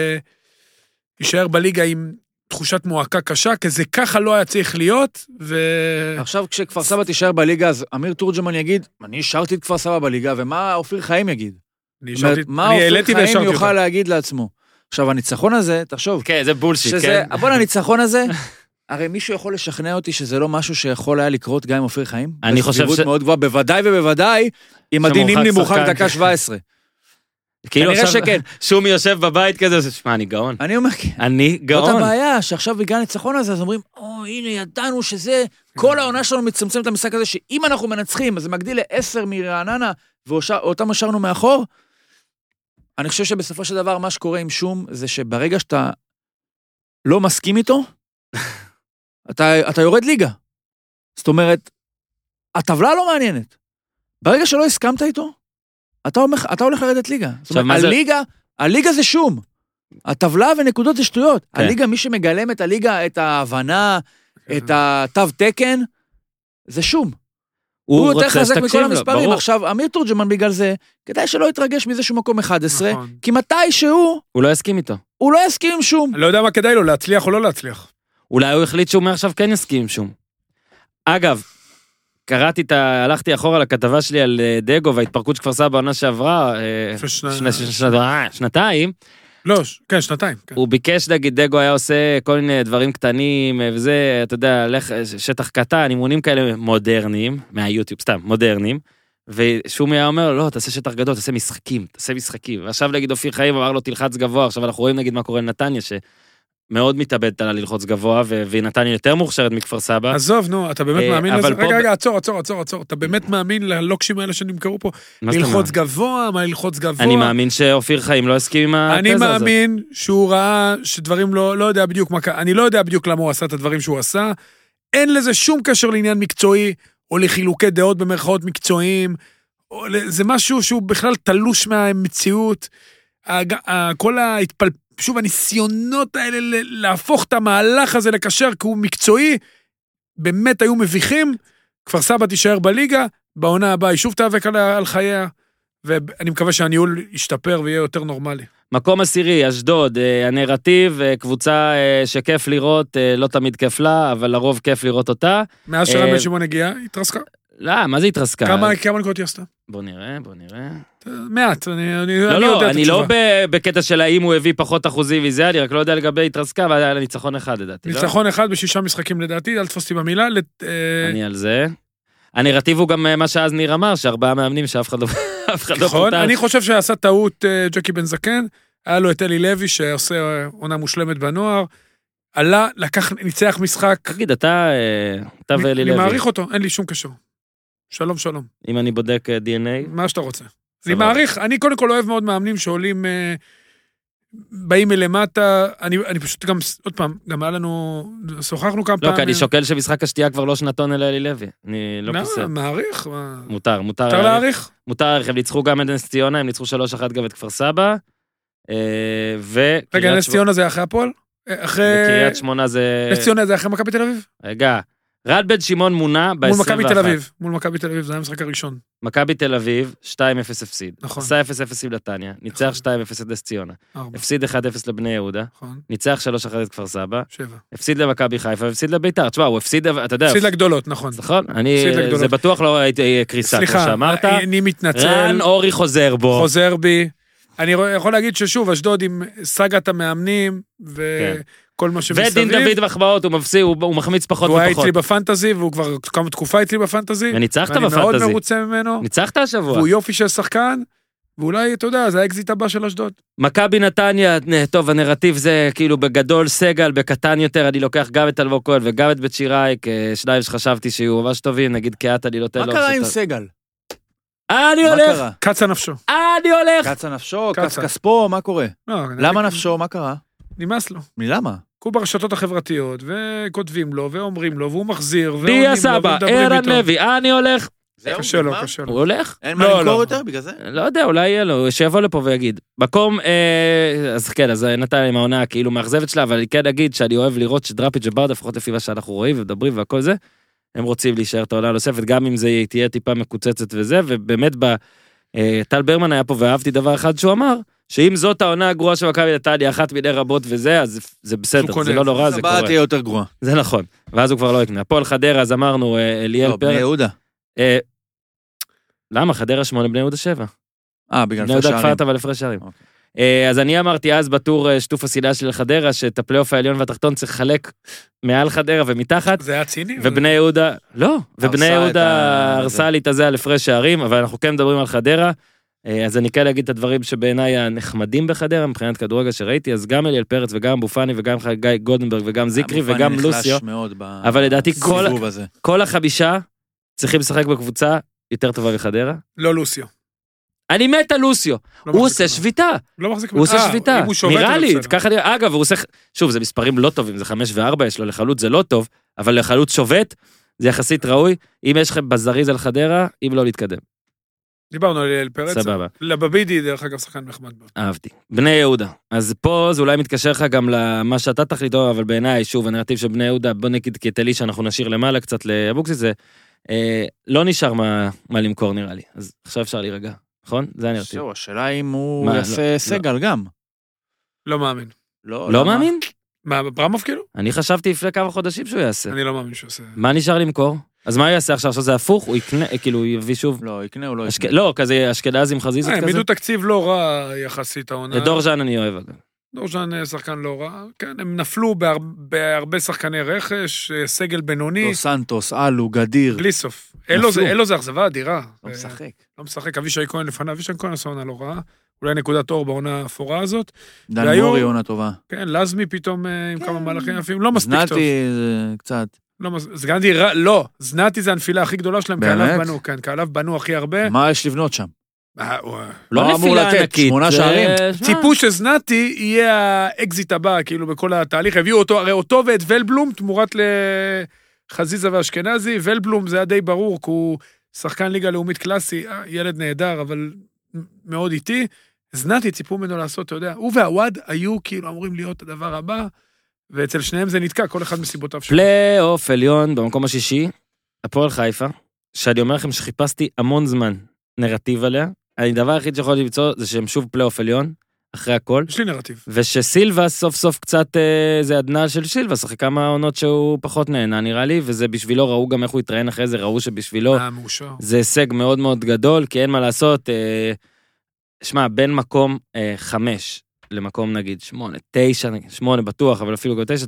יישאר בליגה עם תחושת מועקה קשה, כי זה ככה לא היה צריך להיות, עכשיו כשכפר סבא תישאר בליגה, אז אמיר תורג'מן יגיד, אני השארתי את כפר סבא בליגה, ומה אופיר חיים יגיד? מה אופיר חיים יוכל להגיד לעצמו? עכשיו, הניצחון הזה, תחשוב. כן, זה בולשיט, כן. בוא, הניצחון הזה, הרי מישהו יכול לשכנע אותי שזה לא משהו שיכול היה לקרות גם עם אופיר חיים? אני חושב בסביבות מאוד גבוהה, בוודאי ובוודאי, עם הדינים נמוכן דקה 17. כנראה שכן. שומי יושב בבית כזה, שמע, אני גאון. אני אומר, אני גאון. זאת הבעיה, שעכשיו בגלל הניצחון הזה, אז אומרים, הנה, ידענו שזה, כל העונה שלנו מצמצם את המשחק הזה, שאם אנחנו מנצחים, אז זה מגדיל ל10 מרעננה, ואותם השארנו מאחור. אני חושב שבסופו של דבר, מה שקורה עם שום, זה שברגע שאתה לא מסכים איתו, אתה יורד ליגה. זאת אומרת, הטבלה לא מעניינת. ברגע שלא הסכמת איתו, אתה הולך לרדת ליגה. זאת אומרת, הליגה זה שום. הטבלה ונקודות זה שטויות. הליגה, מי שמגלם את הליגה, את ההבנה, את התו תקן, זה שום. הוא יותר חזק מכל המספרים. עכשיו, אמיר תורג'מן בגלל זה, כדאי שלא יתרגש מזה שהוא מקום 11, כי מתי שהוא... הוא לא יסכים איתו. הוא לא יסכים עם שום. אני לא יודע מה כדאי לו, להצליח או לא להצליח. אולי הוא החליט שהוא מעכשיו כן יסכים עם שום. אגב, הלכתי אחורה לכתבה שלי על דגו וההתפרקות שכפר סבא בעונה שעברה, שנתיים. לא, כן, שנתיים. הוא ביקש להגיד, דגו היה עושה כל מיני דברים קטנים, וזה, אתה יודע, שטח קטן, אימונים כאלה מודרניים, מהיוטיוב, סתם, מודרניים, ושומי היה אומר, לא, תעשה שטח גדול, תעשה משחקים. ועכשיו להגיד, אופיר חיים אמר לו, תלחץ גבוה, עכשיו אנחנו רואים נגיד מה קורה לנתניה, מאוד מתאבדת על ללחוץ גבוה, ונתניה יותר מוכשרת מכפר סבא. עזוב, נו, אתה באמת מאמין לזה? רגע, עצור. אתה באמת מאמין ללוקשים האלה שנמכרו פה? ללחוץ גבוה, מה ללחוץ גבוה? אני מאמין שאופיר חיים לא הסכים עם התזה הזאת. אני מאמין שהוא ראה שדברים לא יודע בדיוק מה קרה, אני לא יודע בדיוק למה הוא עשה את הדברים שהוא עשה, אין לזה שום קשר לעניין מקצועי, או לחילוקי דעות במרכאות מקצועיים, זה משהו שהוא בכלל תלוש מהמציאות, כל שוב, הניסיונות האלה להפוך את המהלך הזה לקשר, כי הוא מקצועי, באמת היו מביכים, כפר סבא תישאר בליגה, בעונה הבאה היא שוב תאבק על חייה, ואני מקווה שהניהול ישתפר ויהיה יותר נורמלי. מקום עשירי, אשדוד, הנרטיב, קבוצה שכיף לראות, לא תמיד כיף לה, אבל לרוב כיף לראות אותה. מאז שרן בן שמעון הגיעה, התרסקה. לא, מה זה התרסקה? כמה נקודות היא עשתה? בוא נראה. מעט, אני יודע את לא, אני התשובה. לא בקטע של האם הוא הביא פחות אחוזים וזה, אני רק לא יודע לגבי התרסקה, אבל היה ניצחון אחד לדעתי. ניצחון אחד ב6 משחקים לדעתי, אל תפוס אותי במילה. אני על זה. הנרטיב הוא גם מה שאז ניר אמר, ש4 מאמנים שאף אחד לא פוטר. אני חושב שעשה טעות ג'קי בן זקן, היה לו את אלי לוי שעושה עונה מושלמת בנוער, עלה, ניצח משחק. תגיד, אתה ואלי לוי. אני מעריך אותו, אין לי שום קשר. שלום. אם אני בודק DNA. מה שאתה רוצה. אני מעריך, אני קודם כל אוהב מאוד מאמנים שעולים, באים מלמטה, אני פשוט גם, עוד פעם, גם היה לנו, שוחחנו כמה פעמים. לא, כי אני שוקל שמשחק השתייה כבר לא שנתון אלא אלי לוי. אני לא פוסק. מעריך. מותר להעריך. מותר להעריך, הם ניצחו גם את נס ציונה, הם ניצחו 3-1 גם את כפר סבא, רגע, נס ציונה זה אחרי הפועל? וקריית שמונה זה... נס ציונה זה אחרי מכבי תל אביב? רגע. רד בן שמעון מונה ב-21. מול מכבי תל אביב, זה היה המשחק הראשון. מכבי תל אביב, 2-0 הפסיד. נכון. עשה 0-0 עם נתניה, ניצח 2-0 את נס ציונה. הפסיד 1-0 לבני יהודה. ניצח 3-1 את כפר סבא. 7. הפסיד למכבי חיפה, הפסיד לביתר. תשמע, הוא הפסיד, אתה יודע. הפסיד לגדולות, נכון. נכון? זה בטוח לא הייתי קריסה, כמו שאמרת. סליחה, אני מתנצל. רן אורי חוזר בו. חוזר בי. אני יכול להגיד ששוב, אשדוד עם סגת המאמנים, כל מה שמסביב. ודין דוד מחמאות, הוא מפסיד, הוא מחמיץ פחות והוא היה ופחות. אצלי בפנטזי, והוא כבר כמה תקופה אצלי בפנטזי. וניצחת ואני מאוד בפנטזי. מרוצה ממנו. ניצחת השבוע. והוא יופי של שחקן, ואולי, אתה יודע, זה האקזיט הבא של אשדוד. מכבי נתניה, טוב, הנרטיב זה כאילו בגדול סגל, בקטן יותר, אני לוקח גם את אלמוג כהן וגם את בית שיראי, שניים שחשבתי שיהיו ממש טובים, נגיד קיאט, אני נותן לו... מה קרה עם סגל? אני מה הולך! קרה? קצה נפשו. אני הולך! קצה נפשו, קץ קצה. כספו, מה קורה? לא, למה נפשו, מה קרה? נמאס לו. למה? הוא ברשתות החברתיות, וכותבים לו, ואומרים לו, והוא מחזיר, ועונים דיה לו, סבא, ומדברים ערן איתו. לוי, אני הולך. קשה לו, קשה הוא לו. הולך? אין מה לא, למכור לא. יותר בגלל זה? לא יודע, אולי יהיה לו, שיבוא לפה ויגיד. מקום, אז כן, אז נתן עם העונה כאילו מאכזבת שלה, אבל אני כן אגיד שאני אוהב לראות שדראפיץ' וברדה, לפחות לפי מה שאנחנו רואים ומדברים והכל זה, הם רוצים להישאר את העונה הנוספת, גם אם זה תהיה טיפה מקוצצת וזה, ובאמת טל ברמן היה פה ואהבתי דבר אחד שהוא אמר, שאם זאת העונה הגרועה של מכבי נתניה, אחת מיני רבות וזה, אז זה בסדר, זה לא נורא, זה הבאה קורה. תהיה יותר גרועה. זה נכון, ואז הוא כבר לא יקנה. הפועל חדרה, אז אמרנו, אליאל לא, בני פרץ. יהודה. למה? חדרה 8, בני יהודה 7. בגלל בני הפרש יהודה שערים. כפרת, אבל הפרש שערים. אוקיי. אז אני אמרתי אז בטור שיתוף השנאה של חדרה, שאת הפלייאוף העליון והתחתון צריך לחלק מעל חדרה ומתחת, זה היה ציני? ובני יהודה, לא, ובני הרסה את יהודה הרסה לי את הזה על הפרש שערים, אבל אנחנו כן מדברים על חדרה, אז אני כן אגיד את הדברים שבעיניי הנחמדים בחדרה, מבחינת כדורגל שראיתי, אז גם אליאל פרץ וגם בופני וגם גיא גולדנברג וגם זיקרי וגם לוסיו, אבל לדעתי כל החמישה צריכים לשחק בקבוצה יותר טובה מחדרה. לא לוסיו. אני מת על לוסיו, הוא עושה שביתה. לא מחזיק הוא עושה שביתה, אם הוא שובת, נראה זה לי, בסדר. ככה נראה, אגב, הוא עושה, שוב, זה מספרים לא טובים, זה 5 ו4, יש לו לחלוץ זה לא טוב, אבל לחלוץ שובת, זה יחסית ראוי, אם יש לכם בזריז על חדרה, אם לא להתקדם. דיברנו על אליאל פרץ. סבבה. לבבידי, דרך אגב, שחקן נחמד מאוד. אהבתי. בני יהודה. אז פה זה אולי מתקשר לך גם למה שאתה תחליטו, אבל בעיניי, שוב, הנרטיב של בני יהודה, בוא נגיד כתלי שאנחנו נשאיר למעלה קצת לאבוקסיס, זה לא נשאר מה למכור נראה לי. אז עכשיו אפשר להירגע, נכון? זה הנרטיב. זהו, השאלה אם הוא מה, יעשה לא. סגל גם. לא מאמין. לא מאמין? מה, ברמוב כאילו? אני חשבתי לפני כמה חודשים שהוא יעשה. אני לא מאמין שהוא עושה. מה נשאר למכור? אז מה הוא יעשה עכשיו? עכשיו זה הפוך? הוא יקנה, כאילו, הוא יביא שוב? לא, יקנה או לא יקנה. לא, כזה אשכנזי עם חזיזות כזה? העמידו תקציב לא רע יחסית העונה. את דורז'אן אני אוהב, אגב. דורז'אן שחקן לא רע. כן, הם נפלו בהרבה שחקני רכש, סגל בינוני. דו סנטוס, אלו, גדיר. בלי סוף. נפלו. אלו זה אכזבה אדירה. לא משחק. לא משחק, אבישי כהן לפניו, אבישי כהן עשה עונה לא רעה. אולי נקודת אור בעונה האפורה הזאת. דן והיו- מורי עונה טובה. כן, לזמי פתאום עם כמה מהלכים יפים, לא מספיק טוב. זנתי זה קצת. זנתי רע, לא, זנתי זה הנפילה הכי גדולה שלהם, כי באמת? עליו בנו, כן, כי עליו בנו הכי הרבה. מה יש לבנות שם? לא מה אמור נפילה לתת? ענקית. 8 זה- שערים? ציפו שזנתי יהיה האקזיט הבא, כאילו בכל התהליך, הביאו אותו, הרי אותו ואת ולבלום, תמורת לחזיזה ואשכנזי, ולבלום זה היה די ברור, כי הוא שחקן ליגה לאומית קלאסי, ילד נהדר, אבל מאוד איטי. זנתי ציפו ממנו לעשות, אתה יודע, הוא והוואד היו כאילו אמורים להיות הדבר הבא, ואצל שניהם זה נתקע, כל אחד מסיבותיו שלו. פלייאוף עליון במקום השישי, הפועל חיפה, שאני אומר לכם שחיפשתי המון זמן נרטיב עליה, הדבר היחיד שיכול למצוא זה שהם שוב פלייאוף עליון, אחרי הכל, יש לי נרטיב. ושסילבס סוף סוף קצת, זה עדנה של סילבס, אחרי כמה עונות שהוא פחות נהנה נראה לי, וזה בשבילו, ראו גם איך הוא התראיין אחרי זה, ראו שבשבילו מאושר. זה הישג מאוד מאוד גדול, כי אין מה לעשות, שמע, בין מקום 5 למקום נגיד 8, 9, 8 בטוח, אבל אפילו גם 9,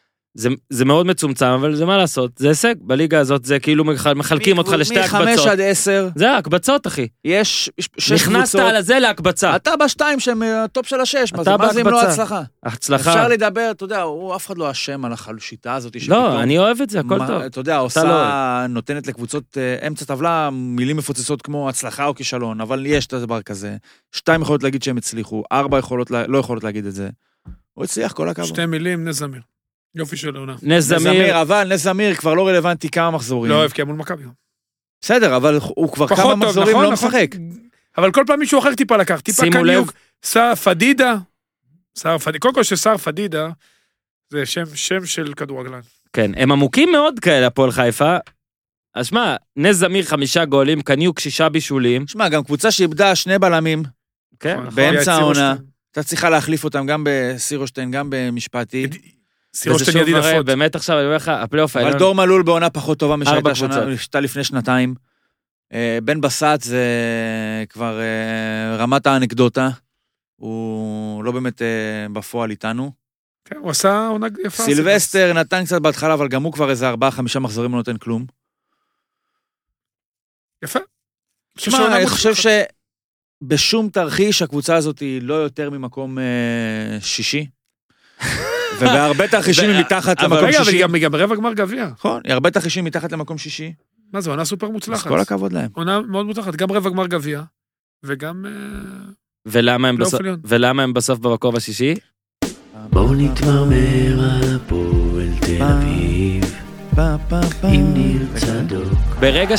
זה מאוד מצומצם, אבל זה מה לעשות, זה הישג, בליגה הזאת זה כאילו מחלקים אותך לשתי הקבצות. מ5 עד 10, זה הקבצות, אחי. יש 6 נכנסת קבוצות. על הזה להקבצה. אתה בשתיים שהם הטופ של 6, אתה מה זה אם לא בהקבצה. הצלחה? הצלחה. אפשר לדבר, אתה יודע, אף אחד לא אשם על השיטה הזאת שפתאום... לא, אני אוהב את זה, הכל טוב. אתה יודע, עושה, נותנת לקבוצות אמצע טבלה, מילים מפוצצות כמו הצלחה או כישלון, אבל יש את הדבר כזה. 2 יכולות להגיד שהם הצליחו, 4 לא יכולות להגיד את זה. הוא הצליח כל הכבוד. 2 מילים, נס זמיר. יופי של עונה. נס זמיר. אבל נס זמיר כבר לא רלוונטי כמה מחזורים. לא אוהב, כי מול מכבי. בסדר, אבל הוא כבר כמה פחות טוב, מחזורים נכון, לא נכון. משחק. אבל כל פעם מישהו אחר טיפה לקח, טיפה שימו לב. קניוק, סער פדידה, קודם כל שסער פדידה, זה שם של כדורגלן. כן, הם עמוקים מאוד כאלה, הפועל חיפה. אז שמע, נס זמיר 5 גולים, קניוק 6 בישולים. שמע, גם קבוצה שאיבדה 2 בלמים, כן, נכון. באמצע היה העונה. סירושטיין. אתה צריכה להחליף אותם גם בסירושטיין, גם במשפטי. סירושטיין וזה שוב ידיד מראה, אפות. באמת עכשיו, אני אומר לך, הפלייאוף אבל העליון. דור מלול בעונה פחות טובה 4 שהייתה לפני 2 בן בסט זה כבר רמת האנקדוטה. הוא לא באמת בפועל איתנו. כן, הוא עשה עונה יפה. סילבסטר נתן קצת בהתחלה, אבל גם הוא כבר איזה 4-5 מחזורים לא נותן כלום. יפה. תשמע, אני חושב שבשום תרחיש הקבוצה הזאת היא לא יותר ממקום שישי. ובהרבה תרחישים היא מתחת למקום שישי. רגע, וגם ברבע גמר גביע. נכון, הרבה תרחישים מתחת למקום שישי. מה זה, עונה סופר מוצלחת. אז כל הכבוד להם. עונה מאוד מוצלחת, גם רבע גמר גביע, וגם... ולמה הם בסוף במקום השישי? בואו נתמרמר על הפועל תל אביב, עם ניר צדוק. ברגע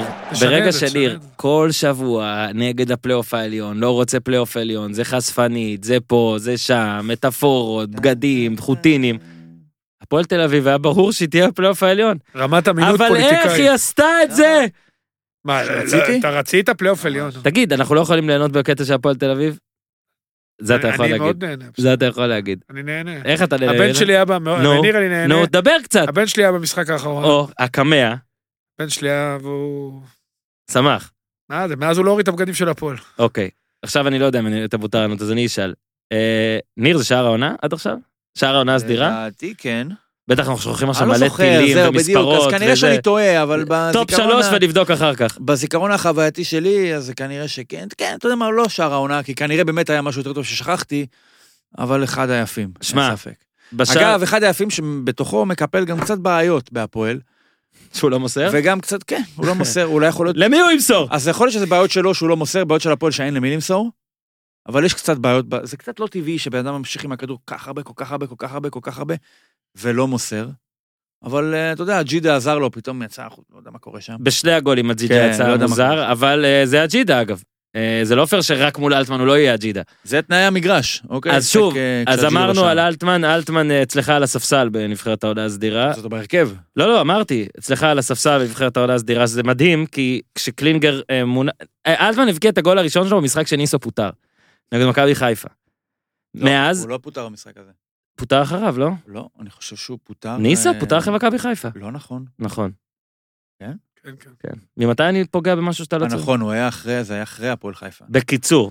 שניר כל שבוע נגד הפלייאוף העליון, לא רוצה פלייאוף העליון, זה חשפנית, זה פה, זה שם, מטאפורות, בגדים, חוטינים. הפועל תל אביב היה ברור שהיא תהיה הפלייאוף העליון. רמת אמינות פוליטיקאית. אבל איך היא עשתה את זה? מה, אתה רצית פלייאוף עליון? תגיד, אנחנו לא יכולים ליהנות בקטע של הפועל תל אביב? זה אתה יכול להגיד. אני מאוד נהנה. זה אתה יכול להגיד. אני נהנה. איך אתה נהנה? הבן שלי היה ניר אני נהנה. נו, דבר קצת. הבן שלי היה במשחק האחרון. או, הקמע. הבן שלי היה והוא... שמח. מה זה? מאז הוא לא הוריד את הבגדים של הפועל. אוקיי. עכשיו אני לא יודע אם אתה מותר לענות, אז אני אשאל. ניר, זה שער העונה עד עכשיו? שער העונה הסדירה? לדעתי כן. בטח אנחנו שוכחים עכשיו מלא טילים ומספרות. אז כנראה שאני טועה, אבל טופ 3 ונבדוק אחר כך. בזיכרון החווייתי שלי, אז כנראה שכן, כן, אתה יודע מה, לא שער העונה, כי כנראה באמת היה משהו יותר טוב ששכחתי, אבל אחד היפים, שמע, אין ספק. אגב, אחד היפים שבתוכו מקפל גם קצת בעיות בהפועל. שהוא לא מוסר? וגם קצת, כן, הוא לא מוסר, אולי יכול להיות... למי הוא ימסור? אז יכול להיות שזה בעיות שלו שהוא לא מוסר, בעיות של הפועל שאין למי למסור, אבל יש קצת בעיות, זה קצת לא טבעי שבן אדם ממשיך עם הכדור כל כך הרבה, ולא מוסר. אבל אתה יודע, ג'ידה עזר לו, פתאום יצא, לא יודע מה קורה שם. בשני הגולים הג'ידה יצא מוזר, אבל זה הג'ידה אגב. זה לא פייר שרק מול אלטמן הוא לא יהיה הג'ידה. זה תנאי המגרש, אוקיי? אז שוב, אז אמרנו על אלטמן אצלך על הספסל בנבחרת העונה הסדירה. זאת בהרכב. לא, אמרתי, אצלך על הספסל בנבחרת העונה הסדירה, זה מדהים, כי כשקלינגר אלטמן הבקיע את הגול הראשון שלו במשחק שניסו פוטר. נגד מכבי חיפה. מאז... הוא לא פוטר במשחק הזה. פוטר אחריו, לא? לא, אני חושב שהוא פוטר... ניסו פוטר אחרי מכבי חיפה. לא נכון. נכון. כן? כן. ממתי אני פוגע במשהו שאתה לא צריך? נכון, הוא היה אחרי, זה היה אחרי הפועל חיפה. בקיצור,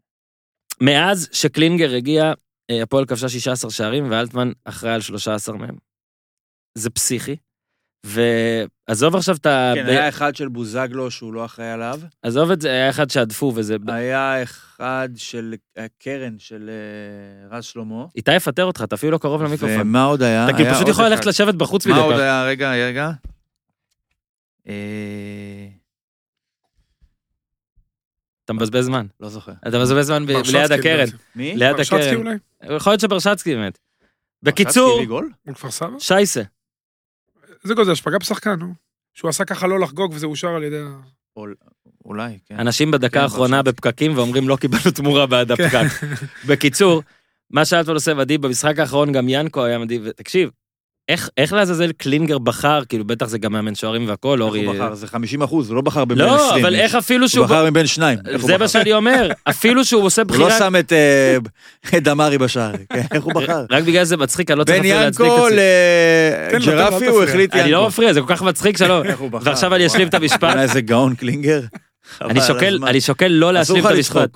מאז שקלינגר הגיע, הפועל כבשה 16 שערים, ואלטמן אחראי על 13 מהם. זה פסיכי. ועזוב עכשיו את ה... כן, היה אחד של בוזגלו שהוא לא אחראי עליו. עזוב את זה, היה אחד שעדפו וזה... היה אחד של קרן של רז שלמה. איתי יפטר אותך, אתה אפילו לא קרוב למיקרופון. ומה עוד היה? אתה פשוט יכול ללכת לשבת בחוץ מדי מה עוד היה? רגע. אתה מבזבז זמן. לא זוכר. אתה מבזבז זמן ליד הקרן. מי? ליד ברשצקי הקרן. אולי? יכול להיות שברשצקי באמת. בקיצור... הוא כפר סבא? שייסה. זה גוזר, שפגע בשחקן, שהוא עשה ככה לא לחגוג וזה אושר על ידי... אולי, כן. אנשים בדקה האחרונה בפקקים ואומרים לא קיבלנו תמורה בעד הפקק. בקיצור, מה שאלטמן עושה מדהים, במשחק האחרון גם ינקו היה מדהים, ותקשיב, איך לעזאזל קלינגר בחר, כאילו בטח זה גם מאמן שוערים והכל, אורי... איך הוא בחר? זה 50%, הוא לא בחר מבין 20. לא, אבל איך אפילו שהוא... הוא בחר מבין 2. זה מה שאני אומר, אפילו שהוא עושה בחירה... הוא לא שם את דמרי בשער, איך הוא בחר? רק בגלל זה מצחיק, אני לא צריך אפילו להצדיק את בין ינקו לג'רפי הוא החליט ינקו. אני לא מפריע, זה כל כך מצחיק שלא. ועכשיו אני אשלים את המשפט. איזה גאון קלינגר. אני שוקל לא להשלים את המשפט.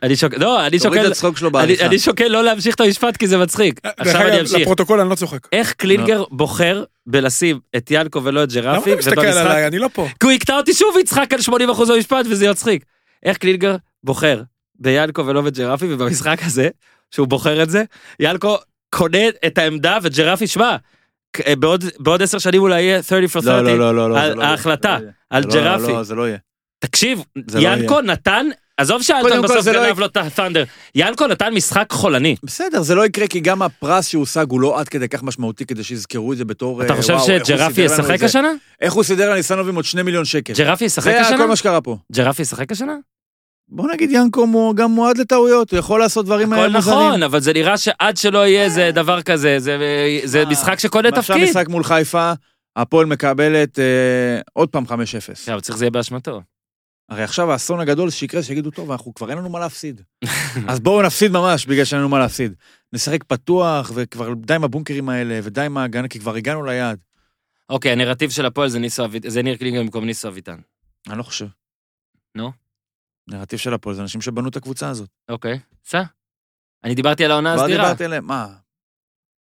אני שוקל לא להמשיך את המשפט כי זה מצחיק. עכשיו אני אמשיך. לפרוטוקול אני לא צוחק. איך קלינגר בוחר בלשים את ינקו ולא את ג'רפי? למה אתה מסתכל עליי? אני לא פה. כי הוא יקטע אותי שוב ויצחק על 80% במשפט וזה יצחיק. איך קלינגר בוחר בינקו ולא בג'רפי, ובמשחק הזה, שהוא בוחר את זה, ינקו קונה את העמדה וג'רפי, שמע, בעוד 10 שנים אולי יהיה 30 for 30, ההחלטה על ג'רפי. לא, זה לא יהיה. תקשיב, ינקו נתן, עזוב שאלטון בסוף גנב לו את הת'נדר, ינקו נתן משחק חולני. בסדר, זה לא יקרה, כי גם הפרס שהוא הושג הוא לא עד כדי כך משמעותי, כדי שיזכרו את זה בתור... אתה חושב שג'רפי ישחק השנה? איך הוא סידר לניסנובים עוד 2 מיליון שקל? ג'רפי ישחק השנה? זה כל מה שקרה פה. ג'רפי ישחק השנה? בוא נגיד, ינקו גם מועד לטעויות, הוא יכול לעשות דברים מוזרים. הכל נכון, אבל זה נראה שעד שלא יהיה זה דבר כזה, זה משחק שקונה תפקיד. עכשיו משחק מול חיפה, הפועל מקבלת עוד פעם 5-0. אבל צריך זה יהיה באשמתו. הרי עכשיו האסון הגדול שיקרה, שיגידו טוב, אנחנו כבר אין לנו מה להפסיד. אז בואו נפסיד ממש, בגלל שאין לנו מה להפסיד. נשחק פתוח, וכבר די עם הבונקרים האלה, ודי עם ההגנה, כי כבר הגענו ליעד. אוקיי, הנרטיב של הפועל זה ניר קלינגר במקום ניסו אביטן. אני לא חושב. נו? נרטיב של הפועל, זה אנשים שבנו את הקבוצה הזאת. אוקיי, סע. אני דיברתי על העונה הסדירה. דיברתי עליהם, מה?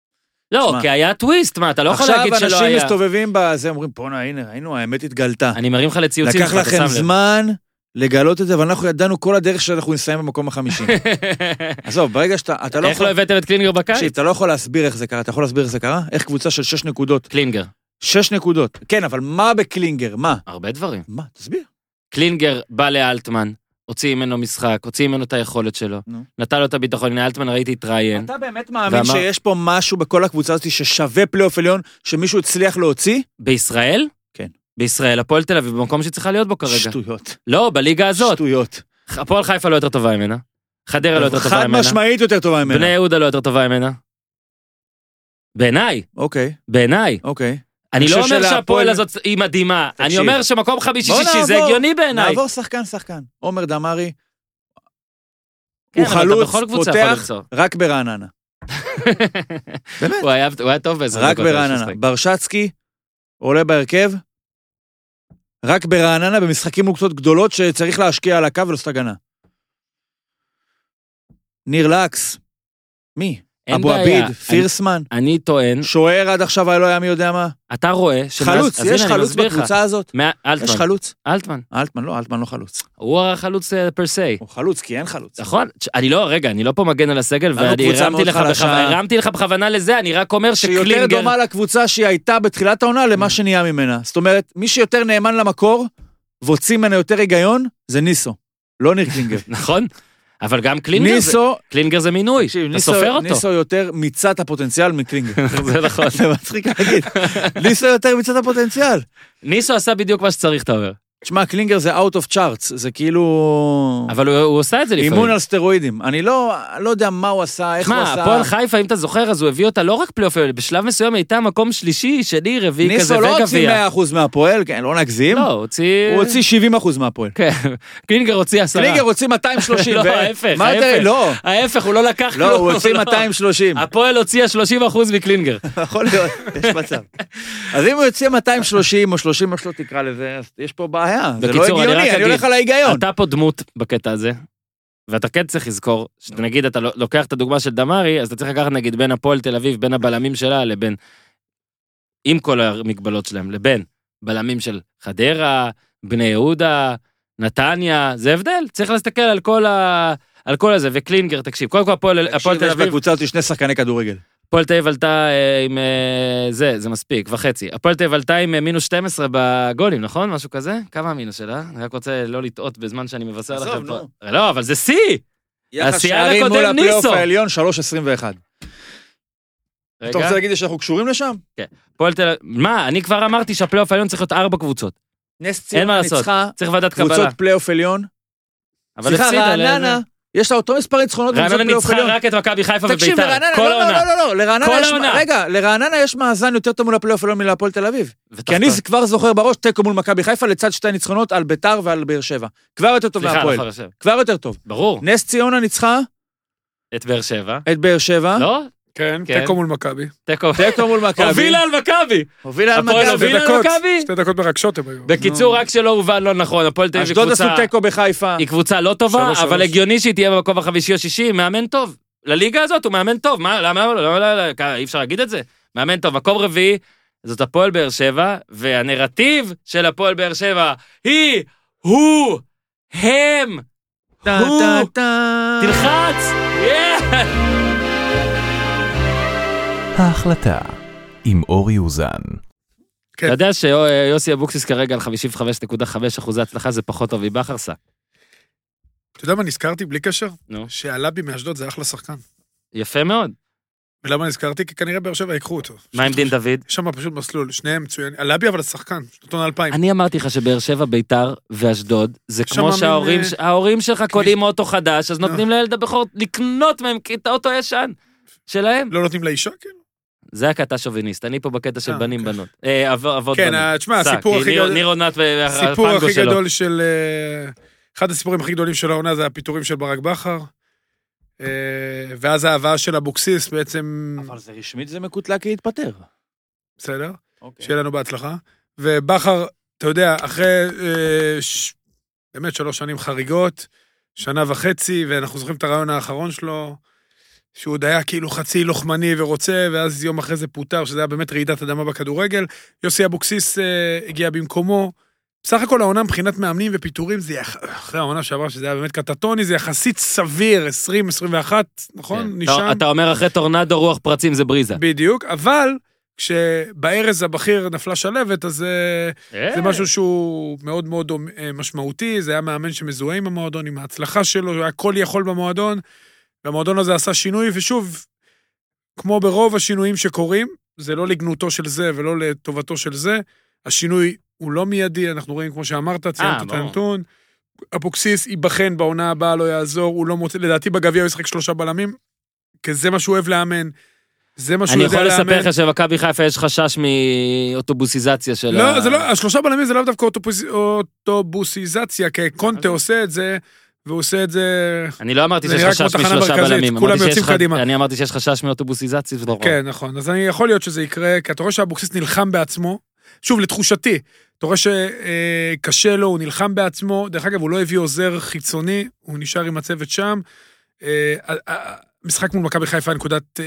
לא, שמע. כי היה טוויסט, מה, אתה לא יכול להגיד שלא עכשיו היה. אנשים מסתובבים בזה, אומרים, פונה, הנה, ראינו, האמת התגלתה. אני מרים לך לציוצים. לקח לכם זמן לגלות את זה, אבל אנחנו ידענו כל הדרך שאנחנו נסיים במקום ה-50. עזוב, ברגע שאתה לא איך לא הבאתם את קלינגר בקיץ? אתה לא יכול להסביר איך זה קרה, אתה יכול להסביר איך זה קרה? איך קבוצה של 6 נקודות? קלינגר. 6 נקודות. כן, אבל מה בקלינגר? מה? הרבה דברים. מה? תסביר. קלינגר בא לאלטמן, הוציא ממנו משחק, הוציא ממנו את היכולת שלו, נו. נתן לו את הביטחון, הנה אלטמן ראיתי התראיין. אתה באמת מאמין שיש פה משהו בכל הקבוצה הזאת ששווה פלייאוף עליון, שמישהו הצליח להוציא? בישראל? כן. בישראל, הפועל תל אביב, במקום שצריכה להיות בו כרגע. שטויות. לא, בליגה הזאת. שטויות. הפועל חיפה לא יותר טובה ממנה. חדרה לא יותר טובה חד ממנה. משמעית יותר טובה ממנה. בני יהודה לא יותר טובה ממנה. בעיניי. אוקיי, בעיניי. אוקיי. אני לא חושב אומר שהפועל שלהפועל- הזאת היא מדהימה. אני תקשיב. אומר שמקום חמישי-שישי בוא זה נעבור- הגיוני בעיניי. נעבור שחקן. עומר דמרי, כן, הוא אבל אתה חלוץ, בכל קבוצה יכול פותח, למצוא. רק ברעננה. באמת. הוא היה טוב בעשר רק דקות. ברעננה. ברשצקי עולה בהרכב, רק ברעננה במשחקים מוקצות גדולות שצריך להשקיע על הקו ולעשות הגנה. ניר לקס, מי? אין אבו בעיה. עביד, פירסמן, אני טוען, שוער עד עכשיו היה לא היה מי יודע מה. אתה רואה שמאז... חלוץ, אז יש הנה, אני חלוץ מסביר לך. בקבוצה הזאת. יש אלטמן. חלוץ. אלטמן. אלטמן לא חלוץ. הוא החלוץ פר סי. הוא חלוץ כי אין חלוץ. נכון? אני לא פה מגן על הסגל, לנו ואני קבוצה מאוד חלשה. הרמתי לך בכוונה לזה, אני רק אומר שיותר שקלינגר... דומה לקבוצה שהיא הייתה בתחילת העונה למה שנהיה ממנה. זאת אומרת, מי שיותר נאמן למקור, והוציא ממנה יותר היגיון, זה ניסו. לא ניר קלינגר. נכון? אבל גם קלינגר ניסו, זה מינוי, אתה סופר אותו. ניסו יותר מיצת הפוטנציאל מקלינגר. זה נכון. זה מצחיק להגיד. ניסו יותר מיצת הפוטנציאל. ניסו עשה בדיוק מה שצריך, אתה אומר. תשמע, קלינגר זה out of charts, זה כאילו... אבל הוא עושה את זה לפעמים. אימון על סטרואידים. אני לא יודע מה הוא עשה, איך הוא עשה. הפועל חיפה, אם אתה זוכר, אז הוא הביא אותה לא רק פלייאוף, בשלב מסוים הייתה מקום שלישי, שני, רביעי כזה וגביע. ניסו לא הוציא 100% מהפועל, כן, לא נגזים. לא, הוא הוציא 70% מהפועל. כן, קלינגר הוציא 10. קלינגר הוציא 230. לא, ההפך. לא. ההפך, הוא לא לקח כלום. לא, הוא הוציא 230. הפועל הוציאה 30% מקלינגר. יכול להיות, יש מצב. אז אם הוא יוצא 230 או 30 מה שלא תקרא לזה, אז יש פה בעיה. זה לא הגיוני, אני הולך על ההיגיון. אתה פה דמות בקטע הזה, ואתה כן צריך לזכור, שנגיד אתה לוקח את הדוגמה של דמרי, אז אתה צריך לקחת נגיד בין הפועל תל אביב, בין הבלמים שלה, לבין, עם כל המגבלות שלהם, לבין בלמים של חדרה, בני יהודה, נתניה, זה הבדל. צריך להסתכל על כל הזה, וקלינגר, תקשיב, קודם כל הפועל תל אביב... בקבוצה אותי 2 שחקני כדורגל. הפועל תל אביב עלתה עם... זה מספיק, וחצי. הפועל תל אביב עלתה עם מינוס 12 בגולים, נכון? משהו כזה? כמה המינוס שלה? אני רק רוצה לא לטעות בזמן שאני מבשר לכם פה. לא, אבל זה שיא! יחס שערים מול הפלייאוף העליון 3.21. אתה רוצה להגיד לי שאנחנו קשורים לשם? כן. הפועל תל אביב... מה? אני כבר אמרתי שהפלייאוף העליון צריך להיות 4 קבוצות. נס ציונה ניצחה צריך ועדת קבלה. קבוצות פלייאוף עליון. סליחה, רעננה, יש לה אותו מספר ניצחונות רעננה ניצחה רק את מכבי חיפה וביתר. כל העונה. לא, לרעננה יש מאזן יותר טוב מול הפלייאוף העליון מלהפועל תל אביב. כי אני כבר זוכר בראש תיקו מול מכבי חיפה לצד 2 ניצחונות על ביתר ועל באר שבע. כבר יותר טוב מהפועל. כבר יותר טוב. ברור. נס ציונה ניצחה את באר שבע. את באר שבע. לא? כן, תיקו מול מכבי. תיקו מול מכבי. הובילה על מכבי. הובילה על מכבי. 2 דקות מרגשות הם היו. בקיצור, רק שלא הובן לא נכון, הפועל תל אביב אשדוד עשו תיקו בחיפה. היא קבוצה לא טובה, אבל הגיוני שהיא תהיה במקום החמישי או שישי, מאמן טוב. לליגה הזאת הוא מאמן טוב, למה? אי אפשר להגיד את זה. מאמן טוב, מקום רביעי, זאת הפועל באר שבע, והנרטיב של הפועל באר שבע היא, הוא, הם, הוא, תלחץ, ההחלטה עם אורי אוזן. אתה יודע שיוסי אבוקסיס כרגע על 55.5% הצלחה זה פחות טוב מבכר סע. אתה יודע מה נזכרתי בלי קשר? נו. שהלבי מאשדוד זה אחלה שחקן. יפה מאוד. ולמה נזכרתי? כי כנראה באר שבע ייקחו אותו. מה עם דין דוד? יש שם פשוט מסלול, שניהם מצוין. הלבי אבל השחקן, שנתון 2000. אני אמרתי לך שבאר שבע, ביתר ואשדוד, זה כמו שההורים שלך קונים אוטו חדש, אז נותנים לילד הבכור לקנות מהם את האוטו הישן שלהם. לא נותנים לאישה, כאילו? זה הקטע שוביניסט, אני פה בקטע של בנים בנות. אבות בנים. כן, תשמע, הסיפור הכי גדול של... אחד הסיפורים הכי גדולים של העונה זה הפיטורים של ברק בכר, ואז ההבאה של אבוקסיס בעצם... אבל זה רשמית זה מקוטלק להתפטר. בסדר? שיהיה לנו בהצלחה. ובכר, אתה יודע, אחרי באמת 3 שנים חריגות, 1.5 שנה, ואנחנו זוכרים את הרעיון האחרון שלו, שהוא עוד היה כאילו חצי לוחמני ורוצה, ואז יום אחרי זה פוטר, שזה היה באמת רעידת אדמה בכדורגל. יוסי אבוקסיס הגיע במקומו. בסך הכל העונה מבחינת מאמנים ופיטורים, זה אחרי העונה שעבר, שזה היה באמת קטטוני, זה יחסית סביר, 20-21, נכון? נשם. אתה אומר אחרי טורנדו רוח פרצים זה בריזה. בדיוק, אבל כשבארז הבכיר נפלה שלבת, אז זה משהו שהוא מאוד מאוד משמעותי, זה היה מאמן שמזוהה עם המועדון, עם ההצלחה שלו, הוא היה כל יכול במועדון, והמועדון הזה עשה שינוי, ושוב, כמו ברוב השינויים שקורים, זה לא לגנותו של זה ולא לטובתו של זה, השינוי הוא לא מיידי, אנחנו רואים, כמו שאמרת, ציינת את הנתון, אבוקסיס ייבחן בעונה הבאה, לא יעזור, הוא לא מוצא, לדעתי בגביע הוא ישחק 3 בלמים, כי זה מה שהוא אוהב לאמן, זה מה שהוא יודע לאמן. אני יכול לספר לך שבמכבי חיפה יש חשש מאוטובוסיזציה של לא, זה לא, 3 בלמים זה לא דווקא אוטובוסיזציה, כי קונטה עושה את זה, והוא עושה את זה... אני לא אמרתי שיש חשש מ3 בלמים, אני אמרתי שיש חשש מאוטובוסיזציה. כן, נכון, אז אני יכול להיות שזה יקרה, כי אתה רואה שאבוקסיס נלחם בעצמו, שוב, לתחושתי, אתה רואה שקשה לו, הוא נלחם בעצמו, דרך אגב, הוא לא הביא עוזר חיצוני, הוא נשאר עם הצוות שם, משחק מול מכבי חיפה, נקודת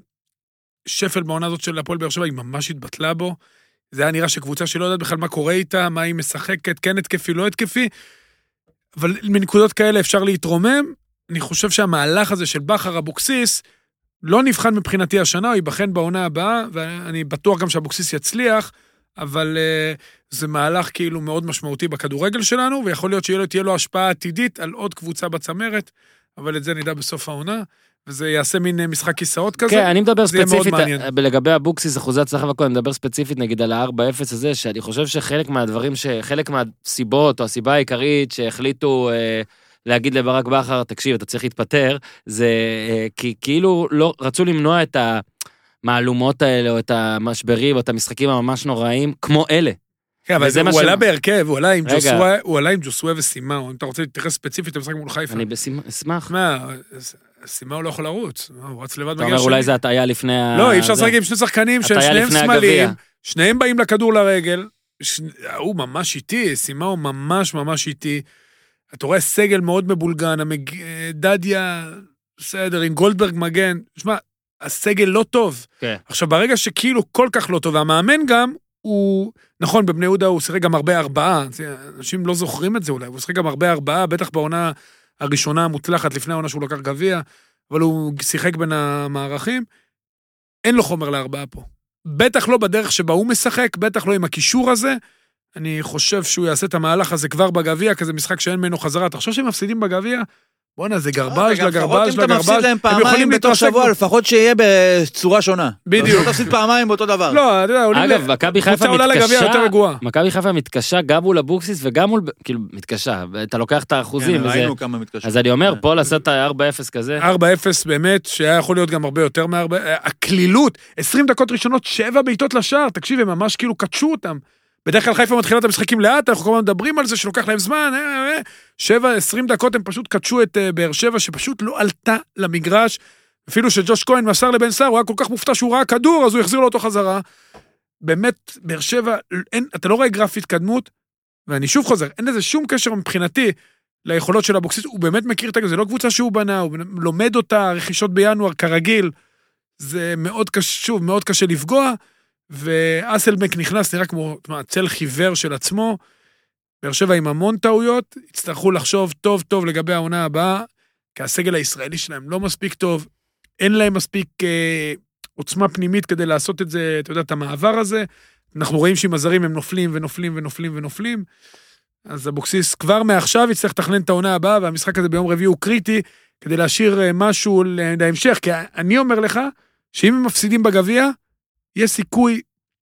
שפל בעונה הזאת של הפועל באר שבע, היא ממש התבטלה בו, זה היה נראה שקבוצה שלא יודעת בכלל מה קורה איתה, מה היא משחקת, כן התקפי, לא התקפי, אבל מנקודות כאלה אפשר להתרומם, אני חושב שהמהלך הזה של בכר אבוקסיס, לא נבחן מבחינתי השנה, הוא ייבחן בעונה הבאה, ואני בטוח גם שאבוקסיס יצליח, אבל זה מהלך כאילו מאוד משמעותי בכדורגל שלנו, ויכול להיות שתהיה לו השפעה עתידית על עוד קבוצה בצמרת, אבל את זה נדע בסוף העונה, וזה יעשה מין משחק כיסאות כזה. כן, אני מדבר ספציפית, לגבי אבוקסיס, אחוזי הצלחה והכל, אני מדבר ספציפית נגיד על ה-4-0 הזה, שאני חושב שחלק מהדברים, חלק מהסיבות, או הסיבה העיקרית שהחליטו להגיד לברק בכר, תקשיב, אתה צריך להתפטר, זה כי כאילו לא, רצו למנוע את המעלומות האלה, או את המשברים, או את המשחקים הממש נוראים, כמו אלה. כן, אבל הוא עלה בהרכב, הוא עלה עם ג'וסווה וסימאו, אם אתה רוצה להתייחס ספציפית למשחק מול חיפה. אני אשמח. מה, סימאו לא יכול לרוץ, הוא רץ לבד מגיע שני. אתה אומר אולי זה הטעיה לפני לא, אי אפשר לשחק עם 2 שחקנים, ששניהם שמאליים, שניהם באים לכדור לרגל, הוא ממש איטי, סימאו ממש ממש איטי, אתה רואה סגל מאוד מבולגן, דדיה, בסדר, עם גולדברג מגן, שמע, הסגל לא טוב. עכשיו, ברגע שכאילו כל כך לא טוב, והמאמן גם, הוא, נכון, בבני יהודה הוא שיחק גם הרבה 4, אנשים לא זוכרים את זה אולי, הוא שיחק גם הרבה 4, בטח בעונה הראשונה המוצלחת, לפני העונה שהוא לקח גביע, אבל הוא שיחק בין המערכים, אין לו חומר ל4 פה. בטח לא בדרך שבה הוא משחק, בטח לא עם הקישור הזה, אני חושב שהוא יעשה את המהלך הזה כבר בגביע, כזה משחק שאין ממנו חזרה, אתה חושב שהם מפסידים בגביע? בוא'נה, זה גרבז' לגרבז'. אם אתה מפסיד להם פעמיים בתוך שבוע, לפחות שיהיה בצורה שונה. בדיוק. לא תפסיד פעמיים באותו דבר. לא, אתה יודע, אגב, מכבי חיפה מתקשה גם מול אבוקסיס וגם מול, כאילו, מתקשה, אתה לוקח את האחוזים. ראינו כמה מתקשה. אז אני אומר, פה לעשות 4-0 כזה. 4-0 באמת, שהיה יכול להיות גם הרבה יותר מ-4, הכלילות, 20 דקות ראשונות, 7 בעיטות לשער, תקשיב, הם ממש כאילו קדשו אותם. בדרך כלל חיפה מתחילה את המשחקים לאט, אנחנו כל הזמן מדברים על זה שלוקח להם זמן, 20 דקות הם פשוט קדשו את באר שבע, שפשוט לא עלתה למגרש, אפילו שג'וש כהן מסר לבן סער, הוא היה כל כך מופתע שהוא ראה כדור, אז הוא יחזיר לו אותו חזרה. באמת, באר שבע, אתה לא רואה גרף התקדמות, ואני שוב חוזר, אין לזה שום קשר מבחינתי ליכולות של אבוקסיס, הוא באמת מכיר את זה, זה לא קבוצה שהוא בנה, הוא לומד אותה, רכישות בינואר כרגיל, זה מאוד קשה, שוב, מאוד קשה לפגוע, ואסלבנק נכנס, נראה כמו צל חיוור של עצמו, באר שבע עם המון טעויות, יצטרכו לחשוב טוב טוב לגבי העונה הבאה, כי הסגל הישראלי שלהם לא מספיק טוב, אין להם מספיק עוצמה פנימית כדי לעשות את זה, אתה יודע, את המעבר הזה, אנחנו רואים שעם הזרים הם נופלים ונופלים ונופלים ונופלים, אז אבוקסיס כבר מעכשיו יצטרך לתכנן את העונה הבאה, והמשחק הזה ביום רביעי הוא קריטי, כדי להשאיר משהו להמשך, כי אני אומר לך, שאם הם מפסידים בגביע, יש סיכוי,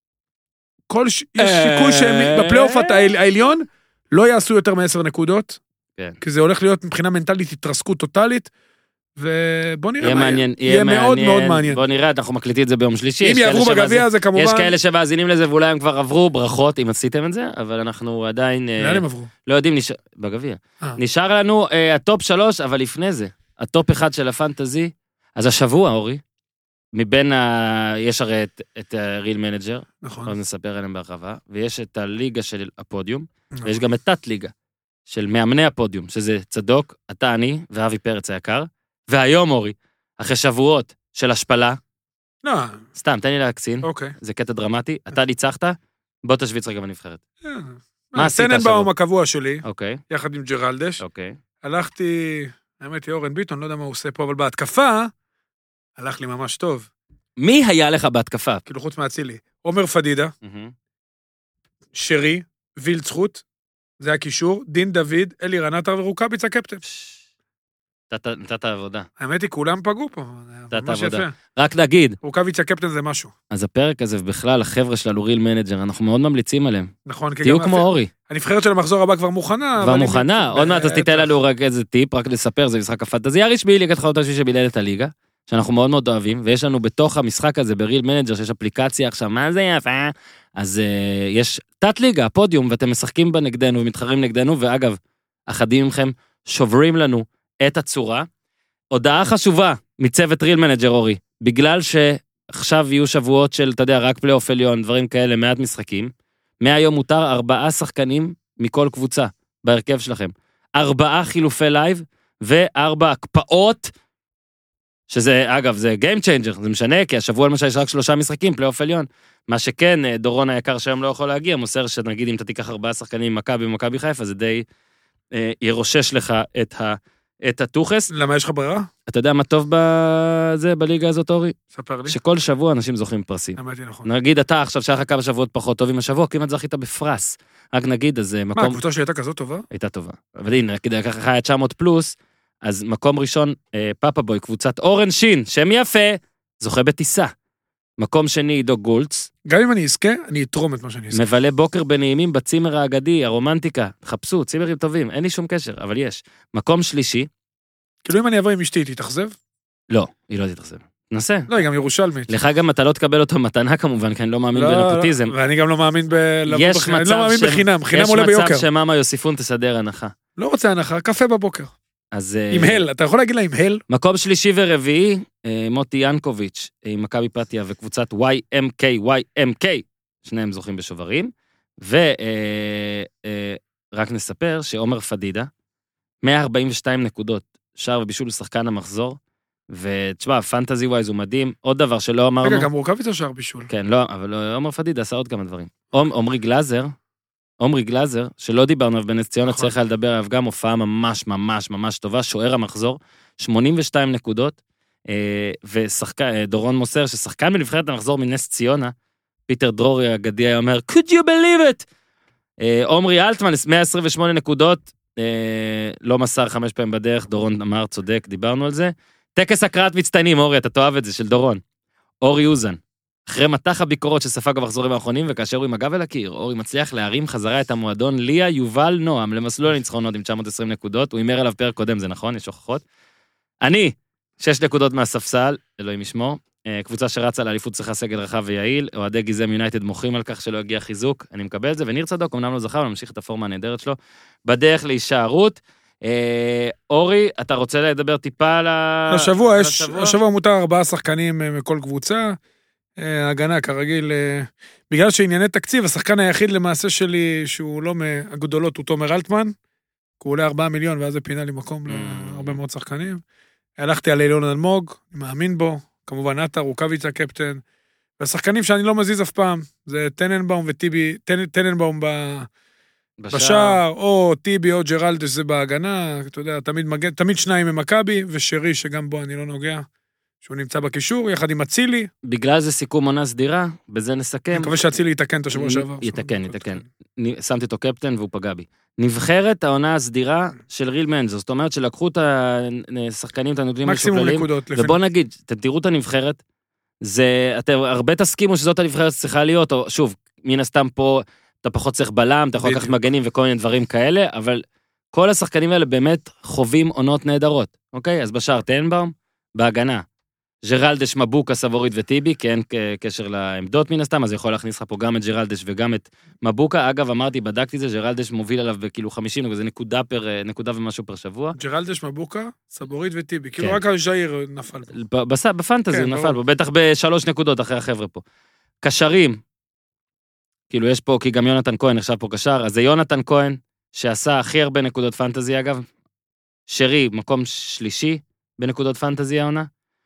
יש סיכוי שהם בפלייאוף העליון לא יעשו יותר מ10 נקודות, כי זה הולך להיות מבחינה מנטלית התרסקות טוטלית, ובוא נראה מה יהיה מאוד מאוד מעניין. בוא נראה, אנחנו מקליטים את זה ביום שלישי. אם יעברו בגביע זה כמובן... יש כאלה שמאזינים לזה ואולי הם כבר עברו, ברכות אם עשיתם את זה, אבל אנחנו עדיין... לאן הם עברו? לא יודעים, בגביע. נשאר לנו הטופ 3, אבל לפני זה, הטופ 1 של הפנטזי, אז השבוע, אורי, מבין יש הרי את ריל מנג'ר, נכון. אז נספר עליהם בהרחבה, ויש את הליגה של הפודיום, ויש גם את תת-ליגה של מאמני הפודיום, שזה צדוק, אתה, אני, ואבי פרץ היקר, והיום, אורי, אחרי שבועות של השפלה, לא, סתם, תן לי להקצין, אוקיי. זה קטע דרמטי, אתה ניצחת, בוא תשוויץ רגע בנבחרת. מה עשית טננבאום השבוע? הקבוע שלי, אוקיי, יחד עם ג'רלדש. אוקיי. הלכתי, האמת היא אורן ביטון, לא יודע מה הוא עושה פה, אבל בהתקפה, הלך לי ממש טוב. מי היה לך בהתקפה? כאילו חוץ מהצילי. עומר פדידה, שרי, וילד זכות, זה הקישור, דין דוד, אלי רנטר ורוקביץ הקפטן. נתת עבודה. האמת היא, כולם פגעו פה, נתת ממש עבודה. יפה. רק נגיד, רוקביץ הקפטן זה משהו. אז הפרק הזה, ובכלל, החבר'ה שלנו, ריל מנג'ר, אנחנו מאוד ממליצים עליהם. נכון, כי תהיו גם כמו אורי. הנבחרת של המחזור הבא כבר מוכנה. כבר אבל מוכנה, היא- עוד מעט אז בטח. תיתן לנו רק איזה טיפ, רק לספר, זה משחק הפנטזיה הרשמי, ליגת חלומות השביעי שבילל את הליגה, שאנחנו מאוד מאוד אוהבים, ויש לנו בתוך המשחק הזה, בריל מנג'ר, שיש אפליקציה עכשיו, מה זה יפה? אז יש תת ליגה, הפודיום, ואתם משחקים בה נגדנו, ומתחרים נגדנו, ואגב, אחדים מכם שוברים לנו את הצורה. הודעה חשובה מצוות ריל מנג'ר, אורי, בגלל שעכשיו יהיו שבועות של, אתה יודע, רק פלייאוף עליון, דברים כאלה, מעט משחקים, מהיום מותר 4 שחקנים מכל קבוצה בהרכב שלכם. 4 חילופי לייב ו4 הקפאות, שזה, אגב, זה Game Changer, זה משנה, כי השבוע למשל יש רק 3 משחקים, פלייאוף עליון. מה שכן, דורון היקר שהיום לא יכול להגיע, מוסר שנגיד אם אתה תיקח 4 שחקנים ממכבי ומכבי חיפה, זה די ירושש לך את הטוחס. למה יש לך ברירה? אתה יודע מה טוב בזה, בליגה הזאת, אורי? ספר לי. שכל שבוע אנשים זוכים פרסים. האמת היא נכון. נגיד אתה עכשיו שהיה לך כמה שבועות פחות טובים השבוע, כמעט זכית בפרס. רק נגיד, אז מה, מקום... הקבוצה שלי הייתה כזאת טובה? הייתה טובה. אבל הנה, כדי לקחת לך היה 900 פלוס, אז מקום ראשון, פאפה בוי, קבוצת אורן שין, שם יפה, זוכה בטיסה. מקום שני, עידו גולץ, גם אם אני אזכה, אני אתרום את מה שאני אזכה. מבלה בוקר בנעימים בצימר האגדי, הרומנטיקה, חפשו, צימרים טובים, אין לי שום קשר, אבל יש. מקום שלישי, כאילו אם אני אבוא עם אשתי, תתאכזב? לא, היא לא תתאכזב. נסה. לא, היא גם ירושלמית. לך גם אתה לא תקבל אותו מתנה כמובן, כי אני לא מאמין לא, בנפוטיזם. ואני גם לא מאמין יש בחינם. אני מצב לא מאמין ש- בחינם, חינם יש עולה ביוקר. מצב שמאמה יוסיפון תסדר הנחה. לא רוצה הנחה, קפה בבוקר. אז... עם הל, אתה יכול להגיד לה עם הל? מקום שלישי ורביעי, מוטי ינקוביץ' עם מכבי פתיה וקבוצת YMK, שניהם זוכים בשוברים, ורק נספר שעומר פדידה, 142 נקודות, שער ובישול לשחקן המחזור, ותשמע, פנטזי ווייז הוא מדהים, עוד דבר שלא אמרנו, רגע, גם רוקביץ או שער בישול? כן, לא, אבל עומר פדידה עשה עוד כמה דברים. עומרי גלאזר, שלא דיברנו עליו בנס ציונה, נכון. צריך לדבר עליו גם הופעה ממש ממש ממש טובה, שוער המחזור, 82 נקודות, ודורון מוסר, ששחקן בנבחרת המחזור מנס ציונה, פיטר דרורי הגדי היה אומר, could you believe it? עומרי אלטמן, 128 נקודות, לא מסר 5 פעמים בדרך, דורון אמר, צודק, דיברנו על זה. טקס הקראת מצטיינים, אורי, אתה תאהב את זה, של דורון. אורי אוזן. אחרי מתח הביקורות שספג במחזורים האחרונים, וכאשר הוא עם הגב אל הקיר, אורי מצליח להרים חזרה את המועדון ליה יובל נועם, למסלול הניצחונות עם 920 נקודות, הוא הימר עליו פרק קודם, זה נכון, יש הוכחות. אני, 6 נקודות מהספסל, אלוהים ישמור, קבוצה שרצה לאליפות צריכה סגל רחב ויעיל, אוהדי גיזם יונייטד מוחים על כך שלא הגיע חיזוק, אני מקבל את זה, וניר צדוק, אמנם לא זכה, אבל נמשיך את הפורמה הנהדרת שלו, בדרך להישארות. אורי, אתה רוצה לדבר טיפה על השבוע מותר 4 שחקנים מכל קבוצה, הגנה כרגיל, בגלל שענייני תקציב, השחקן היחיד למעשה שלי, שהוא לא מהגדולות, הוא תומר אלטמן, הוא עולה 4 מיליון, ואז זה פינה לי מקום להרבה מאוד שחקנים. הלכתי על אילון אלמוג, אני מאמין בו, כמובן נטע, רוקביץ הקפטן, והשחקנים שאני לא מזיז אף פעם, זה טננבאום וטיבי, טננבאום בשער, או טיבי או ג'רלדש זה בהגנה, אתה יודע, תמיד 2 ממכבי, ושרי שגם בו אני לא נוגע, שהוא נמצא בקישור, יחד עם אצילי. בגלל זה סיכום עונה סדירה, בזה נסכם. אני מקווה שאצילי יתקן את השבוע שעבר. יתקן. שמתי אותו קפטן והוא פגע בי. נבחרת העונה הסדירה של ריל מנג'ר, זאת אומרת שלקחו את השחקנים, את הנתונים מקסימום נקודות. ובוא נגיד, אתם תראו את הנבחרת, אתם הרבה תסכימו שזאת הנבחרת צריכה להיות, או שוב, מן הסתם פה, אתה פחות צריך בלם, אתה יכול לקחת מגנים וכל מיני דברים כאלה, אבל כל השחקנים האלה באמת חווים עונות נהדרות, אוקיי? אז בשער טנבאום, בהגנה, ג'רלדש, מבוקה, סבורית וטיבי, כי אין קשר לעמדות מן הסתם, אז יכול להכניס לך פה גם את ג'רלדש וגם את מבוקה. אגב, אמרתי, בדקתי את זה, ג'רלדש מוביל עליו בכאילו 50, זה נקודה ומשהו פר שבוע. ג'רלדש, מבוקה, סבורית וטיבי, כאילו רק הז'איר נפל פה. בפנטזי הוא נפל פה, בטח ב3 נקודות אחרי החבר'ה פה. קשרים, כאילו יש פה, כי גם יונתן כהן נחשב פה קשר, אז זה יונתן כהן, שעשה הכי הרבה נקודות פנטזי, אגב. שרי, מקום שלישי בנקודות פנטזי העונה.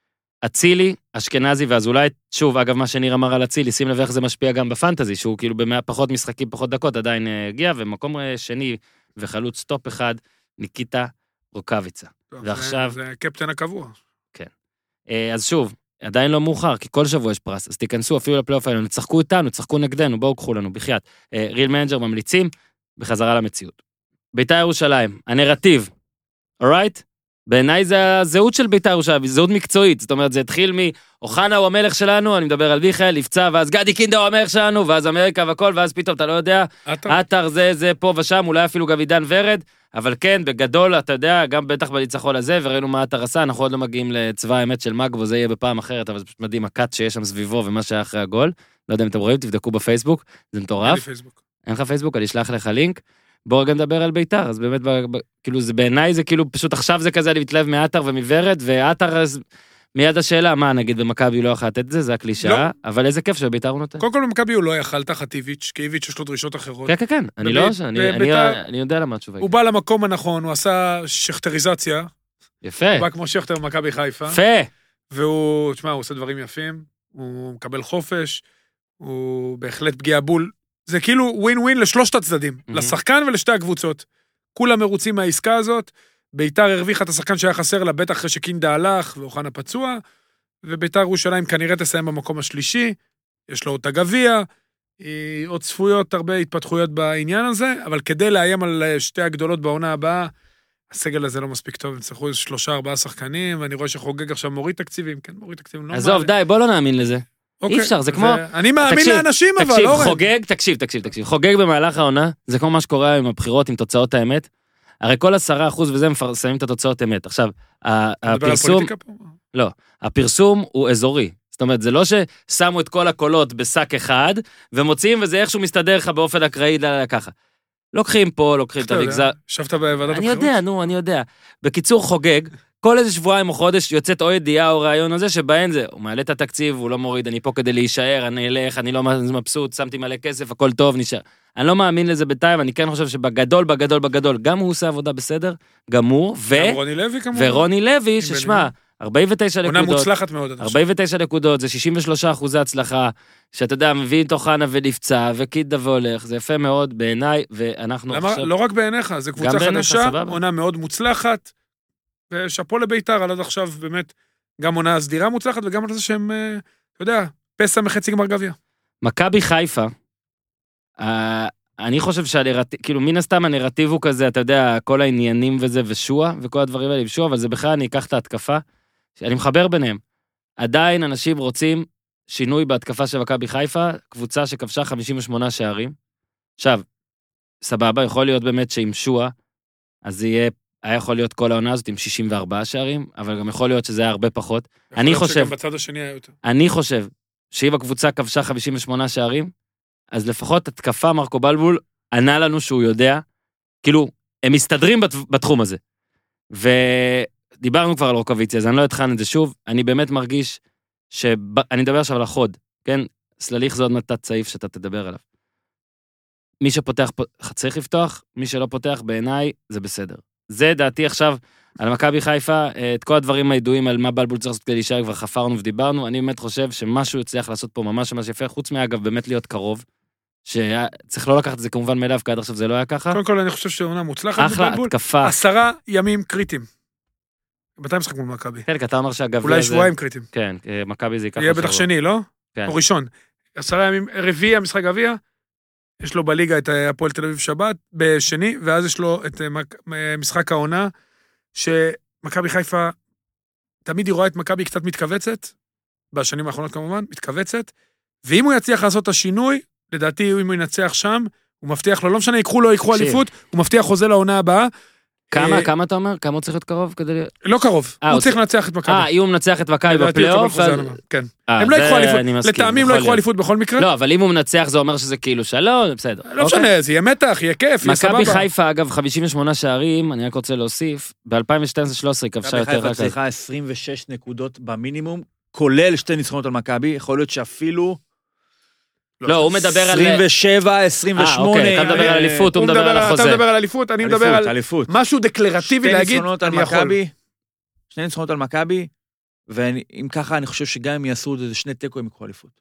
אצילי, אשכנזי ואזולאי, שוב, אגב, מה שניר אמר על אצילי, שים לב איך זה משפיע גם בפנטזי, שהוא כאילו פחות משחקים, פחות דקות, עדיין הגיע, ומקום שני וחלוץ טופ אחד, ניקיטה רוקאביצה. ועכשיו... זה קפטן הקבוע. כן. אז שוב, עדיין לא מאוחר, כי כל שבוע יש פרס, אז תיכנסו אפילו לפלייאוף האלה, תשחקו איתנו, תשחקו נגדנו, בואו קחו לנו, בחייאת. ריל מנג'ר ממליצים, בחזרה למציאות. בית"ר ירושלים, הנרטיב, alright? בעיניי זה הזהות של בית"ר ירושלים, זהות מקצועית, זאת אומרת, זה התחיל מאוחנה הוא המלך שלנו, אני מדבר על מיכאל, נפצע, ואז גדי קינדה הוא המלך שלנו, ואז אמריקה והכל, ואז פתאום אתה לא יודע, עטר זה פה ושם, אולי אפילו גם עידן ורד, אבל כן, בגדול, אתה יודע, גם בטח בניצחון הזה, וראינו מה עטר עשה, אנחנו עוד לא מגיעים לצבא האמת של מגבו, זה יהיה בפעם אחרת, אבל זה פשוט מדהים, הקאט שיש שם סביבו, ומה שהיה אחרי הגול, לא יודע אם אתם רואים, תבדקו בפייסבוק, זה מטורף. אין לך פייסבוק, אני אשלח לך לינק. בואו רגע נדבר על בית"ר, אז באמת, כאילו, זה בעיניי זה כאילו, פשוט עכשיו זה כזה, אני מתלהב מעטר ומוורד, ועטר, מיד השאלה, מה, נגיד, במכבי לא יכול לתת את זה, זה הקלישאה, אבל איזה כיף שבית"ר הוא נותן. קודם כל במכבי הוא לא יכל תחת איביץ', כי איביץ' יש לו דרישות אחרות. כן, כן, כן, אני יודע למה התשובה. הוא בא למקום הנכון, הוא עשה שכתריזציה. יפה. הוא בא כמו שכתר במכבי חיפה. יפה. והוא, תשמע, הוא עושה דברים יפים, הוא מקבל חופש, הוא בהחלט פגיעה בול. זה כאילו ווין ווין לשלושת הצדדים, לשחקן ולשתי הקבוצות. כולם מרוצים מהעסקה הזאת, בית"ר הרוויחה את השחקן שהיה חסר לה, בטח אחרי שקינדה הלך ואוחנה פצוע, ובית"ר ירושלים כנראה תסיים במקום השלישי, יש לו עוד הגביע, עוד צפויות, הרבה התפתחויות בעניין הזה, אבל כדי לאיים על שתי הגדולות בעונה הבאה, הסגל הזה לא מספיק טוב, הם צריכו 3-4 שחקנים, ואני רואה שחוגג עכשיו מוריד תקציבים, כן, מוריד תקציבים. עזוב, די, בוא לא נאמין לזה. אי אפשר, זה כמו... אני מאמין לאנשים, אבל לא... תקשיב, חוגג במהלך העונה, זה כמו מה שקורה עם הבחירות, עם תוצאות האמת, הרי כל 10% וזה מפרסמים את התוצאות האמת. עכשיו, הפרסום... לא, הפרסום הוא אזורי. זאת אומרת, זה לא ששמו את כל הקולות בשק אחד, ומוציאים וזה איכשהו מסתדר לך באופן אקראי ככה. לוקחים פה, לוקחים את המגזר... שבת בוועדת הבחירות? אני יודע. בקיצור, חוגג, כל איזה שבועיים או חודש יוצאת או ידיעה או רעיון הזה, שבהן זה, הוא מעלה את התקציב, הוא לא מוריד, אני פה כדי להישאר, אני אלך, אני לא מבסוט, שמתי מלא כסף, הכל טוב, נשאר. אני לא מאמין לזה בינתיים, אני כן חושב שבגדול, גם הוא עושה עבודה בסדר, גם הוא, ורוני לוי, ששמע, 49 נקודות. עונה מוצלחת מאוד. 49 נקודות, זה 63% הצלחה, שאתה יודע, מביא תוכנה ונפצע, וקידה והולך, זה יפה מאוד בעיניי, ואנחנו עכשיו... לא רק בעיניך, זה קבוצה חדשה, עונה מאוד מוצלחת, ושפו לביתר, על עד עכשיו באמת, גם עונה סדירה מוצלחת, וגם על זה שהם, אתה יודע, פסע מחצי גמר גביע. מכבי חיפה, אני חושב שהנרטיב, כאילו מן הסתם הנרטיב הוא כזה, אתה יודע, כל העניינים וזה, ושועה, וכל הדברים האלה ושועה, אבל זה בכלל אני אקח את ההתקפה, שאני מחבר ביניהם. עדיין אנשים רוצים שינוי בהתקפה של מכבי חיפה, קבוצה שכבשה 58 שערים. עכשיו, סבבה, יכול להיות באמת שעם שועה, אז זה יהיה, היה יכול להיות כל העונה הזאת עם 64 שערים, אבל גם יכול להיות שזה היה הרבה פחות. אני חושב, בצד השני היה יותר. אני חושב, שאם הקבוצה כבשה 58 שערים, אז לפחות התקפה מרקו בלבול ענה לנו שהוא יודע, כאילו, הם מסתדרים בתחום הזה. ודיברנו כבר על רוקאביציה, אז אני לא אתחן את זה שוב, אני באמת מרגיש אני מדבר עכשיו על החוד, כן? סלליך זה עוד נתת צעיף שאתה תדבר עליו. מי שפותח, צריך לפתוח, מי שלא פותח בעיניי, זה בסדר. זה דעתי עכשיו על מכבי חיפה, את כל הדברים הידועים על מה בלבול צריך לעשות כדי להישאר, כבר חפרנו ודיברנו, אני באמת חושב שמשהו יצליח לעשות פה ממש ממש יפה, חוץ מאגב באמת להיות קרוב, שצריך לא לקחת את זה כמובן מאליו, כי עד עכשיו זה לא היה ככה. קודם כל אני חושב שעונה מוצלחת אחלה התקפה. 10 ימים קריטיים. מתי משחק מול מכבי? כן, כי אתה אומר שהגביע אולי שבועיים קריטיים. כן, מכבי זה ייקח יהיה בטח שני, לא? כן. או ראשון. 10 ימים, רביעי המשחק גביע, יש לו בליגה את הפועל תל אביב שבת, בשני, ואז יש לו את משחק העונה, שמכבי חיפה, תמיד היא רואה את מכבי קצת מתכווצת, בשנים האחרונות כמובן, מתכווצת, ואם הוא יצליח לעשות את השינוי, לדעתי אם הוא ינצח שם, הוא מבטיח לו, לא משנה, יקחו לו, יקחו אליפות, הוא מבטיח חוזה לעונה הבאה. כמה אתה אומר? כמה הוא צריך להיות קרוב כדי... לא קרוב, הוא צריך לנצח את מכבי. אם הוא מנצח את מכבי בפלייאוף, כן. הם לא יקחו אליפות, לטעמים לא יקחו אליפות בכל מקרה. לא, אבל אם הוא מנצח זה אומר שזה כאילו שלום, בסדר. לא משנה, זה יהיה מתח, יהיה כיף, יהיה סבבה. מכבי חיפה, אגב, 58 שערים, אני רק רוצה להוסיף, ב-2012-2013 כבשה יותר מכבי חיפה צריכה 26 נקודות במינימום, כולל 2 ניצחונות על מכבי, יכול להיות שאפילו... לא, הוא מדבר על... 27, 28. אוקיי, אתה מדבר על אליפות, הוא מדבר על החוזה. אתה מדבר על אליפות, אני מדבר על משהו דקלרטיבי להגיד, אני יכול. 2 ניצחונות על מכבי, ואם ככה, אני חושב שגם אם יעשו איזה 2 תיקו, הם יקחו אליפות.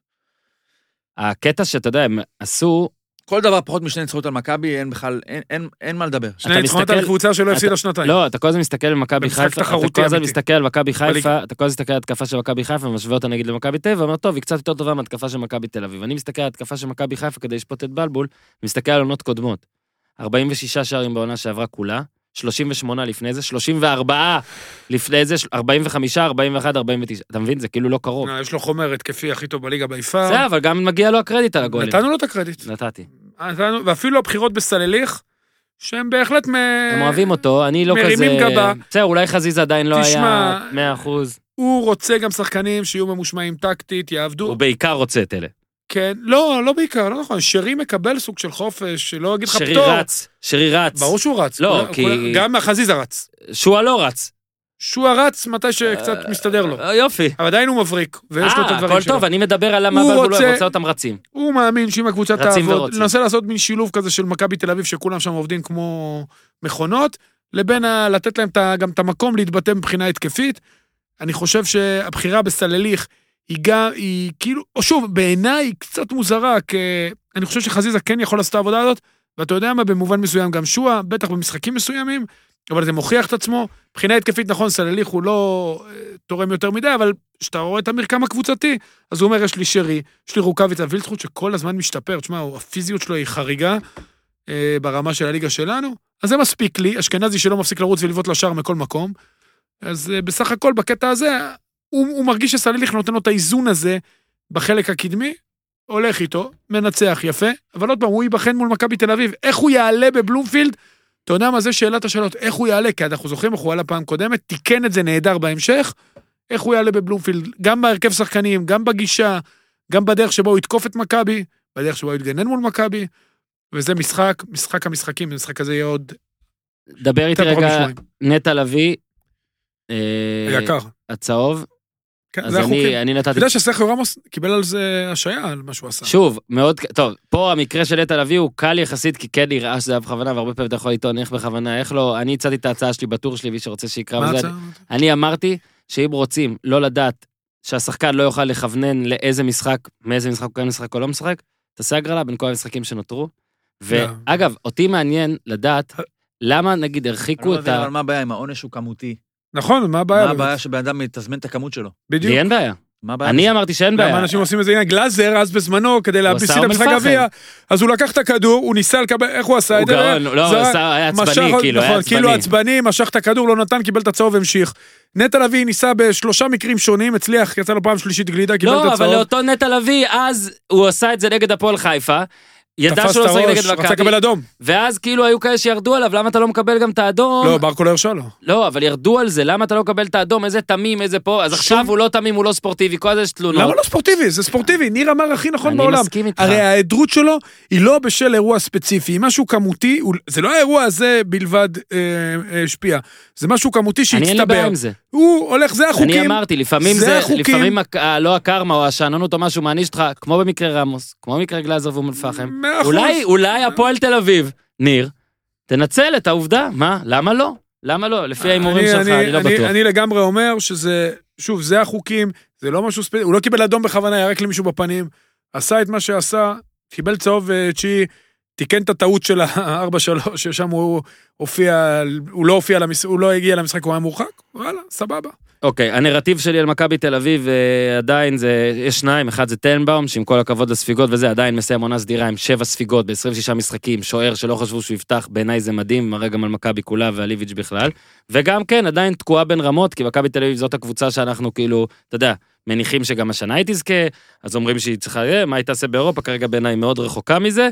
הקטע שאתה יודע, הם עשו... כל דבר פחות מ2 ניצחונות על מכבי, אין בכלל, אין מה לדבר. 2 ניצחונות על קבוצה שלא הפסידה שנתיים. לא, אתה כל הזמן מסתכל על מכבי במשחק חיפה, תחרותי אתה כל הזמן אמיתי. מסתכל על מכבי חיפה, אתה כל הזמן מסתכל על התקפה של מכבי חיפה, ומשווה אותה נגיד למכבי תל אביב, ואומר, טוב, היא קצת יותר טובה מהתקפה של מכבי תל אביב. אני מסתכל על התקפה של מכבי חיפה כדי לשפוט את בלבול, ומסתכל על עונות קודמות. 46 שערים בעונה שעברה כולה, 38 לפני זה, 34 לפני זה, 45, 41, 49. אתה מבין? זה כאילו לא קרוב. יש לו חומר התקפי הכי טוב בליגה ביפר. זה, אבל גם מגיע לו הקרדיט על הגולים. נתנו לו את הקרדיט. נתתי. ואפילו הבחירות בסלליך, שהם בהחלט הם אוהבים אותו, אני לא כזה... מרימים גבה. בסדר, אולי חזיזה עדיין לא היה 100%. הוא רוצה גם שחקנים שיהיו ממושמעים טקטית, יעבדו. הוא בעיקר רוצה את אלה. כן, לא בעיקר, לא נכון. שרי מקבל סוג של חופש, שלא אגיד לך פטור. שרי רץ. ברור שהוא רץ. לא, כי... גם חזיזה רץ. שועה לא רץ. שועה רץ מתי שקצת מסתדר לו. יופי. אבל עדיין הוא מבריק, ויש לו את הדברים שלו. הכל טוב, אני מדבר על למה הוא לא רוצה אותם רצים. הוא מאמין שאם הקבוצה תעבוד, ננסה לעשות מין שילוב כזה של מכבי תל אביב, שכולם שם עובדים כמו מכונות, לבין לתת להם גם את המקום להתבטא מבחינה התקפית. אני חושב שהבחירה בסלליך היא כאילו, או שוב, בעיניי היא קצת מוזרה, כי אני חושב שחזיזה כן יכול לעשות את העבודה הזאת, ואתה יודע מה, במובן מסוים גם שועה, בטח במשחקים מסוימים, אבל זה מוכיח את עצמו. מבחינה התקפית, נכון, סלליך הוא לא תורם יותר מדי, אבל כשאתה רואה את המרקם הקבוצתי, אז הוא אומר, יש לי שרי, יש לי רוקאביצה, וילצחוט שכל הזמן משתפר, תשמע, הפיזיות שלו היא חריגה ברמה של הליגה שלנו, אז זה מספיק לי, אשכנזי שלא מפסיק לרוץ ולבעוט לשער מכל מקום, אז בסך הכל בקטע הזה, הוא מרגיש שסלליך נותן לו את האיזון הזה בחלק הקדמי, הולך איתו, מנצח יפה, אבל עוד פעם, הוא ייבחן מול מכבי תל אביב, איך הוא יעלה בבלומפילד, אתה יודע מה זה שאלת השאלות, איך הוא יעלה, כי אנחנו זוכרים איך הוא עלה פעם קודמת, תיקן את זה נהדר בהמשך, איך הוא יעלה בבלומפילד, גם בהרכב שחקנים, גם בגישה, גם בדרך שבו הוא יתקוף את מכבי, בדרך שבו הוא יתגנן מול מכבי, וזה משחק המשחקים, המשחק הזה יהיה עוד... דבר איתי רגע, נטע לביא, יקר. הצהוב, אז אני נתתי... אתה יודע שסרחיו רמוס קיבל על זה השעיה, על מה שהוא עשה. שוב, מאוד... טוב, פה המקרה של נטע לביא הוא קל יחסית, כי כן נראה שזה היה בכוונה, והרבה פעמים אתה יכול לטעון איך בכוונה, איך לא. אני הצעתי את ההצעה שלי בטור שלי, מי שרוצה שיקרא מה בזה. אני אמרתי שאם רוצים לא לדעת שהשחקן לא יוכל לכוונן לאיזה משחק, מאיזה משחק הוא כן משחק או לא משחק, תעשה הגרלה בין כל המשחקים שנותרו. ואגב, אותי מעניין לדעת למה נגיד הרחיקו את ה... אבל מה הבעיה אם העונש הוא כמותי? נכון, מה הבעיה? מה הבעיה שבן אדם מתזמן את הכמות שלו? בדיוק. לי אין בעיה. מה הבעיה? אני אמרתי שאין בעיה. למה אנשים עושים את זה? הנה, גלאזר, אז בזמנו, כדי להביס את המשחק גביע, אז הוא לקח את הכדור, הוא ניסה לקבל, איך הוא עשה את זה? הוא גאון, לא, היה עצבני, כאילו, היה עצבני. כאילו עצבני, משך את הכדור, לא נתן, קיבל את הצהוב, המשיך. נטע לביא ניסה ב3 מקרים שונים, הצליח, יצא לו פעם שלישית גלידה, קיבל את הצהוב. לא, אבל לאותו נטע לביא, אז הוא עשה את זה נגד הפועל חיפה, ידע שהוא לא שחק נגד מכבי. רצה לקבל אדום. ואז כאילו היו כאלה שירדו עליו, למה אתה לא מקבל גם את האדום? לא, ברקו לא הרשה לו. לא, אבל ירדו על זה, למה אתה לא מקבל את האדום? איזה תמים, איזה פה? אז עכשיו הוא לא תמים, הוא לא ספורטיבי, כל זה יש תלונות. למה לא ספורטיבי? זה ספורטיבי, ניר אמר הכי נכון בעולם. אני מסכים איתך. הרי ההיעדרות שלו היא לא בשל אירוע ספציפי, היא משהו כמותי, זה לא האירוע הזה בלבד השפיע, זה משהו כמותי שהצטבר. אני אין לי בעיה עם זה. הוא הולך, זה החוקים. אני אמרתי, לפעמים לא הקרמה או השעננות או משהו מעניש אותך, כמו במקרה רמוס, כמו במקרה גלאזר ואום אל-פחם. אולי הפועל תל אביב, ניר, תנצל את העובדה, מה? למה לא? למה לא? לפי ההימורים שלך, אני לא בטוח. אני לגמרי אומר שזה, שוב, זה החוקים, זה לא משהו ספציפי, הוא לא קיבל אדום בכוונה, ירק למישהו בפנים, עשה את מה שעשה, קיבל צהוב תשיעי, תיקן את הטעות של ה-4-3, ששם הוא הופיע, הוא לא הגיע למשחק, הוא היה מורחק, וואלה, סבבה. אוקיי, הנרטיב שלי על מכבי תל אביב, עדיין יש שניים, אחד זה טנבאום, שעם כל הכבוד לספיגות וזה, עדיין מסיים עונה סדירה עם 7 ספיגות ב-26 משחקים, שוער שלא חשבו שהוא יפתח, בעיניי זה מדהים, מראה גם על מכבי כולה ועל ליביץ' בכלל, וגם כן, עדיין תקועה בין רמות, כי מכבי תל אביב זאת הקבוצה שאנחנו כאילו, אתה יודע, מניחים שגם השנה היא תזכה, אז אומרים שהיא צריכה, מה היא תעשה באירופה, כרגע בעיניי מאוד רחוקה מזה,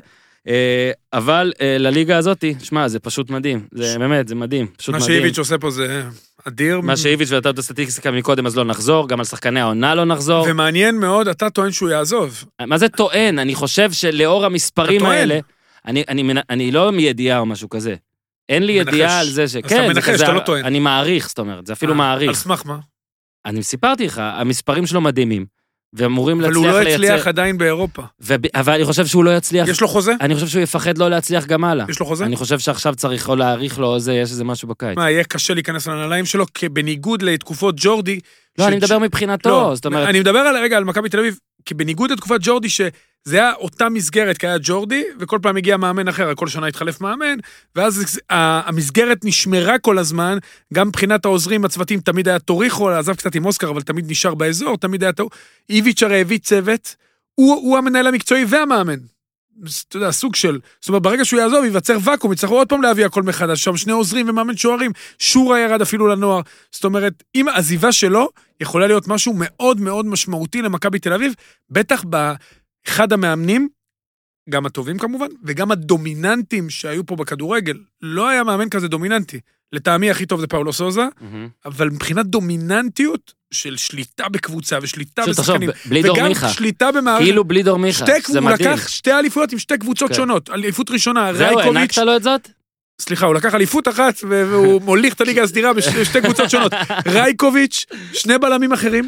אבל לליגה הזאת, שמע, זה פשוט מדהים, זה באמת, זה מדהים, פשוט מדהים. מה שאיביץ' עושה פה זה אדיר. מה שאיביץ' ואתה את הסטטיסטיקה מקודם, אז לא נחזור, גם על שחקני העונה לא נחזור. ומעניין מאוד, אתה טוען שהוא יעזוב. מה זה טוען? אני חושב שלאור המספרים האלה, אני לא מידיעה או משהו כזה. אין לי ידיעה על זה ש... כן, אני מעריך, זאת אומרת, זה אפילו מעריך. על סמך מה? אני סיפרתי לך, המספרים שלו מדהימים. ואמורים אבל להצליח הוא לא לייצר... הצליח עדיין באירופה. אבל אני חושב שהוא לא יצליח... יש לו חוזה? אני חושב שהוא יפחד לא להצליח גם הלאה. יש לו חוזה? אני חושב שעכשיו צריך או להעריך לו, יש איזה משהו בקיץ. מה, יהיה קשה להיכנס לנעליים שלו, בניגוד לתקופות ג'ורדי... לא, אני מדבר מבחינתו, לא, זאת אומרת... אני מדבר רגע על מכבי תל אביב, כי בניגוד לתקופת ג'ורדי, שזה היה אותה מסגרת, כי היה ג'ורדי, וכל פעם הגיע מאמן אחר, כל שנה התחלף מאמן, ואז המסגרת נשמרה כל הזמן, גם מבחינת העוזרים, הצוותים, תמיד היה טוריחו, עזב קצת עם אוסקר, אבל תמיד נשאר באזור, תמיד היה איביץ' הרי הביא צוות, הוא המנהל המקצועי והמאמן. אתה יודע, סוג של, זאת אומרת, ברגע שהוא יעזוב, ייווצר וקום, יצטרכו עוד פעם להביא הכל מחדש, שם שני עוזרים ומאמן שוערים, שורה ירד אפילו לנוער, זאת אומרת, אם העזיבה שלו, יכולה להיות משהו מאוד מאוד משמעותי למכבי תל אביב, בטח באחד המאמנים, גם הטובים כמובן, וגם הדומיננטים שהיו פה בכדורגל, לא היה מאמן כזה דומיננטי, לטעמי הכי טוב זה פאולו סוזה, אבל מבחינת דומיננטיות של שליטה בקבוצה ושליטה בשחקנים, וגם שליטה במערכת, כאילו בלי דור מיכה, זה מדהים. הוא לקח שתי אליפויות עם שתי קבוצות שונות, אליפות ראשונה, זהו, הענקת לו את זאת? סליחה, הוא לקח אליפות אחת, והוא מוליך את הליגה הסדירה בשתי קבוצות שונות, רייקוביץ', שני בלמים אחרים,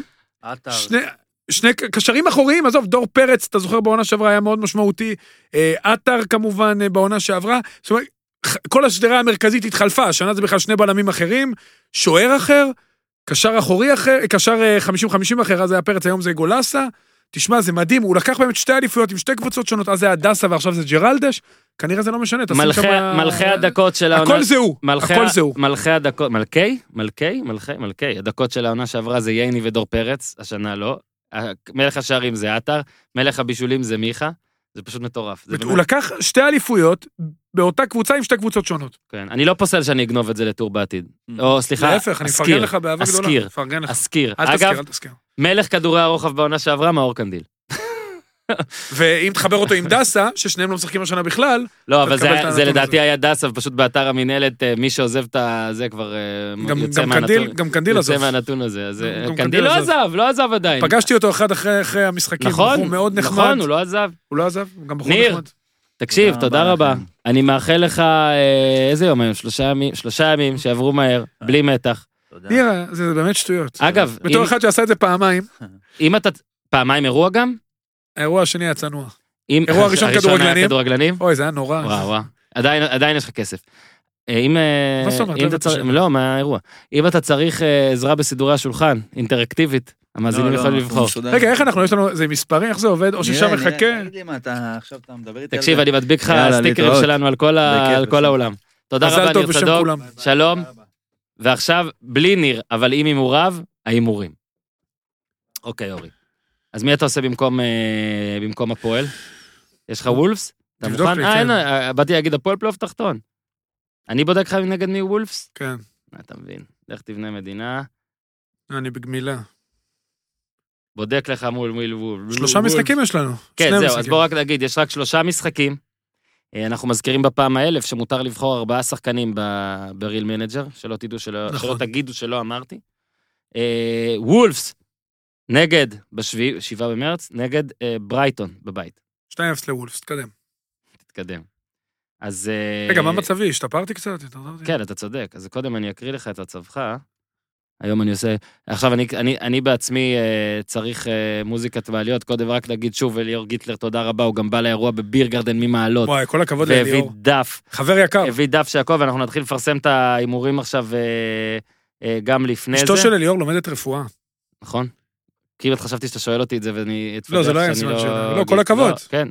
שני קשרים אחוריים, עזוב, דור פרץ, אתה זוכר בעונה שעברה, היה מאוד משמעותי, אתר כמובן בעונה שעברה, זאת אומרת, כל השדרה המרכזית התחלפה, השנה זה בכלל שני בלמים אחרים, שוער אחר, קשר אחורי אחר, קשר 50-50 אחר, אז היה פרץ, היום זה גולסה, תשמע, זה מדהים, הוא לקח באמת שתי אליפויות עם שתי קבוצות שונות, אז זה הדסה ועכשיו זה ג'רלדש, כנראה זה לא משנה, מלכי הדקות של העונה... הכל זהו, הכל זהו. מלכי הדקות, מלכי, הדקות של העונה שעברה זה ייני ודור פרץ, השנה לא, מלך השערים זה אתר, מלך הבישולים זה מיכה, זה פשוט מטורף. הוא לקח שתי אליפויות באותה קבוצה עם שתי קבוצות שונות. כן, אני לא פוסל שאני אגנוב את זה לטור בעתיד. או סליחה, להפך, אני מפרגן לך באהבה גדולה. אזכיר. אגב, מלך כדורי הרוחב בעונה שעברה, מאור קנדיל. ואם תחבר אותו עם דסה, ששניהם לא משחקים השנה בכלל... לא, אבל זה לדעתי היה דסה, ופשוט באתר המינהלת, מי שעוזב את זה כבר יוצא מהנתון. גם קנדיל עזב. יוצא מהנתון הזה. קנדיל לא עזב עדיין. פגשתי אותו אחרי המשחקים. נכון, מאוד נחמד. נכון, הוא לא עזב. הוא לא עזב, גם בחור נחמד. ניר, תקשיב, תודה רבה. אני מאחל לך, איזה יום היום? 3 ימים שעברו מהר, בלי מתח. ניר, זה באמת שטויות. אגב, בתור אחד שעשה את זה פעמיים. אם אתה... פעמיים אירוע גם? האירוע השני היה צנוע. אירוע ראשון כדורגלנים. אוי, זה היה נורא. וואו. עדיין יש לך כסף. מה זאת אומרת? לא, מה האירוע? אם אתה צריך עזרה בסידורי השולחן, אינטראקטיבית, המאזינים יכולים לבחור. רגע, איך אנחנו, יש לנו, זה מספרים, איך זה עובד? או ששם מחכה? עכשיו אתה מדבר איתי על זה. תקשיב, אני מדביק לך סטיקרים שלנו על כל העולם. תודה רבה, ניר צדוק. שלום. ועכשיו, בלי ניר, אבל אם הימוריו, ההימורים. אוקיי, אורי. אז מי אתה עושה במקום הפועל? יש לך וולפס? אתה מוכן? באתי להגיד הפועל פלייאוף תחתון. אני בודק לך נגד מי וולפס? כן. אתה מבין. לך תבנה מדינה. אני בגמילה. בודק לך מול וולפס. 3 משחקים יש לנו. כן, זהו, אז בוא רק נגיד, יש רק 3 משחקים. אנחנו מזכירים בפעם האלף שמותר לבחור 4 שחקנים בריל מנג'ר, שלא תגידו שלא אמרתי. וולפס. נגד, ב7 במרץ, נגד ברייטון בבית. 2-0 לוולפס, תתקדם. אז... רגע, מה מצבי? השתפרתי קצת? כן, אתה צודק. אז קודם אני אקריא לך את הצבך. היום אני עושה... עכשיו, אני בעצמי צריך מוזיקת בעליות. קודם רק להגיד שוב, אליאור גיטלר, תודה רבה, הוא גם בא לאירוע בבירגרדן ממעלות. וואי, כל הכבוד לאליאור. והביא דף. חבר יקר. הביא דף שיעקב, ואנחנו נתחיל לפרסם את ההימורים עכשיו גם לפני זה. אשתו של אליאור לומדת רפואה. נכון? כאילו חשבתי שאתה שואל אותי את זה ואני לא, זה לא היה סימן שאלה. לא, כל הכבוד. כן,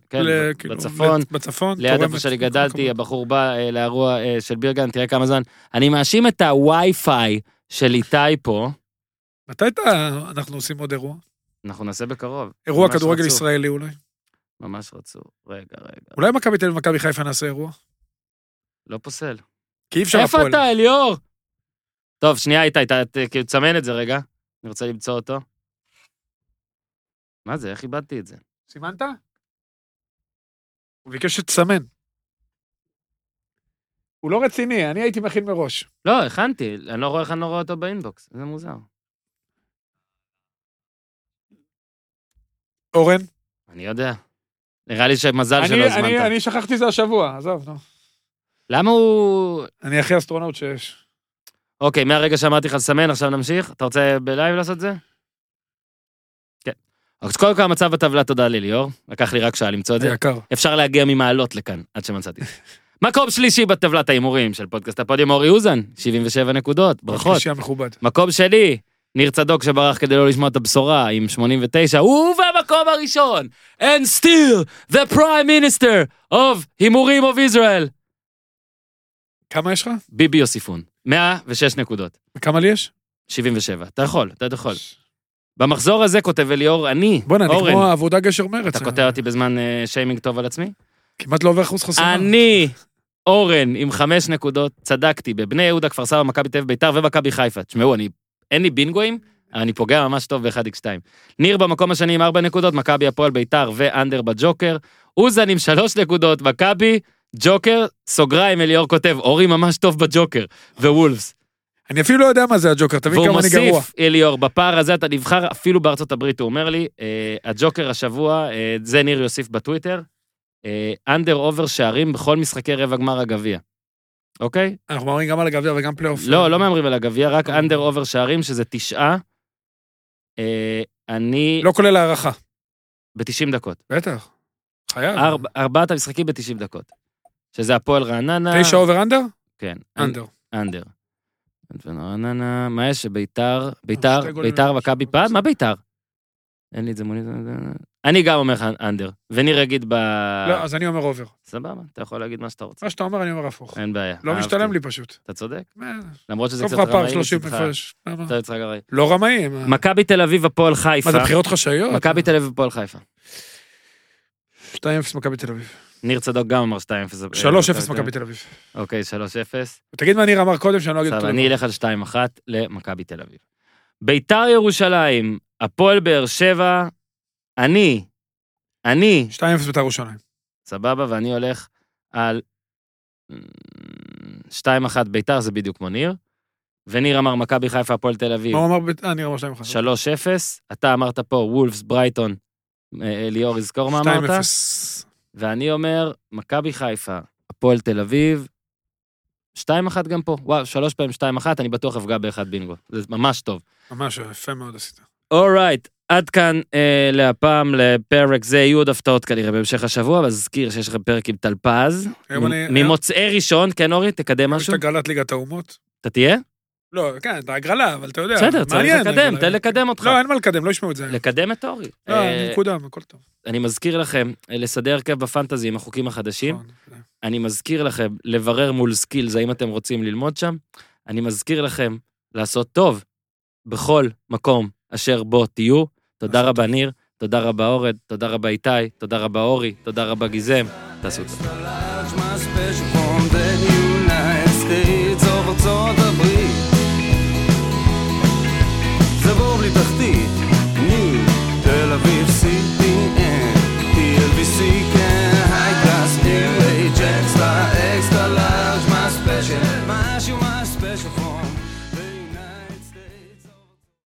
בצפון. ליד איפה שאני גדלתי, הבחור בא לאירוע של בירגן, תראה כמה זמן. אני מאשים את הווי-פיי של איתי פה. מתי אנחנו עושים עוד אירוע? אנחנו נעשה בקרוב. אירוע כדורגל ישראלי אולי. ממש רצו. רגע. אולי מכבי תל אביב ומכבי חיפה נעשה אירוע? לא פוסל. כי אי אפשר איפה אתה, אליאור? טוב, שנייה איתי, תצמן את זה רגע. אני רוצה למצוא אותו. מה זה? איך איבדתי את זה? סימנת? הוא ביקש שתסמן. הוא לא רציני, אני הייתי מכין מראש. לא, הכנתי. אני לא רואה איך אני לא רואה אותו באינבוקס. זה מוזר. אורן? אני יודע. נראה לי שמזל שלא הזמנת. אני שכחתי זה השבוע, עזוב, נו. למה הוא... אני הכי אסטרונאוט שיש. אוקיי, מהרגע שאמרתי לך לסמן, עכשיו נמשיך. אתה רוצה בלייב לעשות זה? כן. אז קודם כל המצב בטבלה, תודה לליאור, לקח לי רק שעה למצוא את זה. יקר. אפשר להגיע ממעלות לכאן, עד שמצאתי. מקום שלישי בטבלת ההימורים של פודקאסט הפודיום אורי אוזן, 77 נקודות, ברכות. שלישי המכובד. מקום שני, ניר צדוק שברח כדי לא לשמוע את הבשורה, עם 89, ובמקום הראשון, and still the prime minister of הימורים of Israel. כמה יש לך? ביבי יוסיפון, 106 נקודות, כמה לי יש? 77, אתה יכול. במחזור הזה כותב אליאור, אני, בוא נע, אני אורן, כמו עבודה גשר מרץ. אתה קוטע אותי בזמן שיימינג טוב על עצמי? כמעט לא עובר אחוז חסומה. אני, אורן, עם 5 נקודות, צדקתי בבני יהודה, כפר סבא, מכבי תל אביב, ביתר ומכבי חיפה. תשמעו, אין לי בינגויים, אבל אני פוגע ממש טוב ב-1x2. ניר במקום השני עם 4 נקודות, מכבי הפועל ביתר ואנדר בג'וקר. אוזן עם 3 נקודות, מכבי, ג'וקר, סוגריים, אליאור כותב, אורי ממש טוב בג'וקר, ווולפס. אני אפילו לא יודע מה זה הג'וקר, תבין כמה אני גרוע. והוא מוסיף, אליאור, בפער הזה אתה נבחר אפילו בארצות הברית, הוא אומר לי, הג'וקר השבוע, זה ניר יוסיף בטוויטר, אנדר אובר שערים בכל משחקי רבע גמר הגביע. אוקיי? אנחנו מאמרים גם על הגביע וגם פלייאוף. לא מאמרים על הגביע, רק אנדר אובר שערים, שזה 9. אני... לא כולל הערכה. ב-90 דקות. בטח. חייב. 4 המשחקים ב-90 דקות. שזה הפועל רעננה... 9 אובר אנדר? כן. אנדר. רעננה, מה יש? ביתר, מכבי פעם? מה ביתר? אין לי את זה מולי... אני גם אומר לך אנדר, וניר יגיד ב... לא, אז אני אומר אובר. סבבה, אתה יכול להגיד מה שאתה רוצה. מה שאתה אומר, אני אומר הפוך. אין בעיה. לא משתלם לי פשוט. אתה צודק. למרות שזה קצת סוף הפעם רמאי. 30 הפרש. אתה יצחק הרי. לא רמאי. מכבי תל אביב הפועל חיפה. מה זה בחירות חשאיות? מכבי תל אביב הפועל חיפה. 2-0 מכבי תל אביב. ניר צדוק גם אמר 2-0. 3-0 מכבי תל אביב. אוקיי, 3-0. תגיד מה ניר אמר קודם שאני לא אגיד אותו. אני אלך על 2-1 למכבי תל אביב. ביתר ירושלים, הפועל באר שבע, אני. 2-0 ביתר ירושלים. סבבה, ואני הולך על 2-1 ביתר, זה בדיוק כמו ניר. וניר אמר מכבי חיפה, הפועל תל אביב. מה הוא אמר? ניר אמר 2-1. 3-0. אתה אמרת פה, וולפס, ברייטון, ליאור, יזכור מה אמרת? 2-0. ואני אומר, מכבי חיפה, הפועל תל אביב, 2-1 גם פה. וואו, 3 פעמים 2-1, אני בטוח אפגע באחד בינגו. זה ממש טוב. ממש, יפה מאוד עשית. אורייט, עד כאן להפעם, לפרק זה, יהיו עוד הפתעות כנראה בהמשך השבוע, אבל אזכיר שיש לכם פרק עם טלפז, ממוצאי ראשון, כן אורי, תקדם משהו? יש את הגרלת ליגת האומות. אתה תהיה? לא, כן, את ההגרלה, אבל אתה יודע. בסדר, צריך לקדם, תן לקדם אותך. לא, אין מה לקדם, לא ישמעו את זה. לקדם את אורי. לא, אני מקודם, הכל טוב. אני מזכיר לכם, לסדר הרכב בפנטזי עם החוקים החדשים. אני מזכיר לכם, לברר מול סקילס, האם אתם רוצים ללמוד שם. אני מזכיר לכם, לעשות טוב, בכל מקום אשר בו תהיו. תודה רבה ניר, תודה רבה אורד, תודה רבה איתי, תודה רבה אורי, תודה רבה גיזם. תעשו טוב.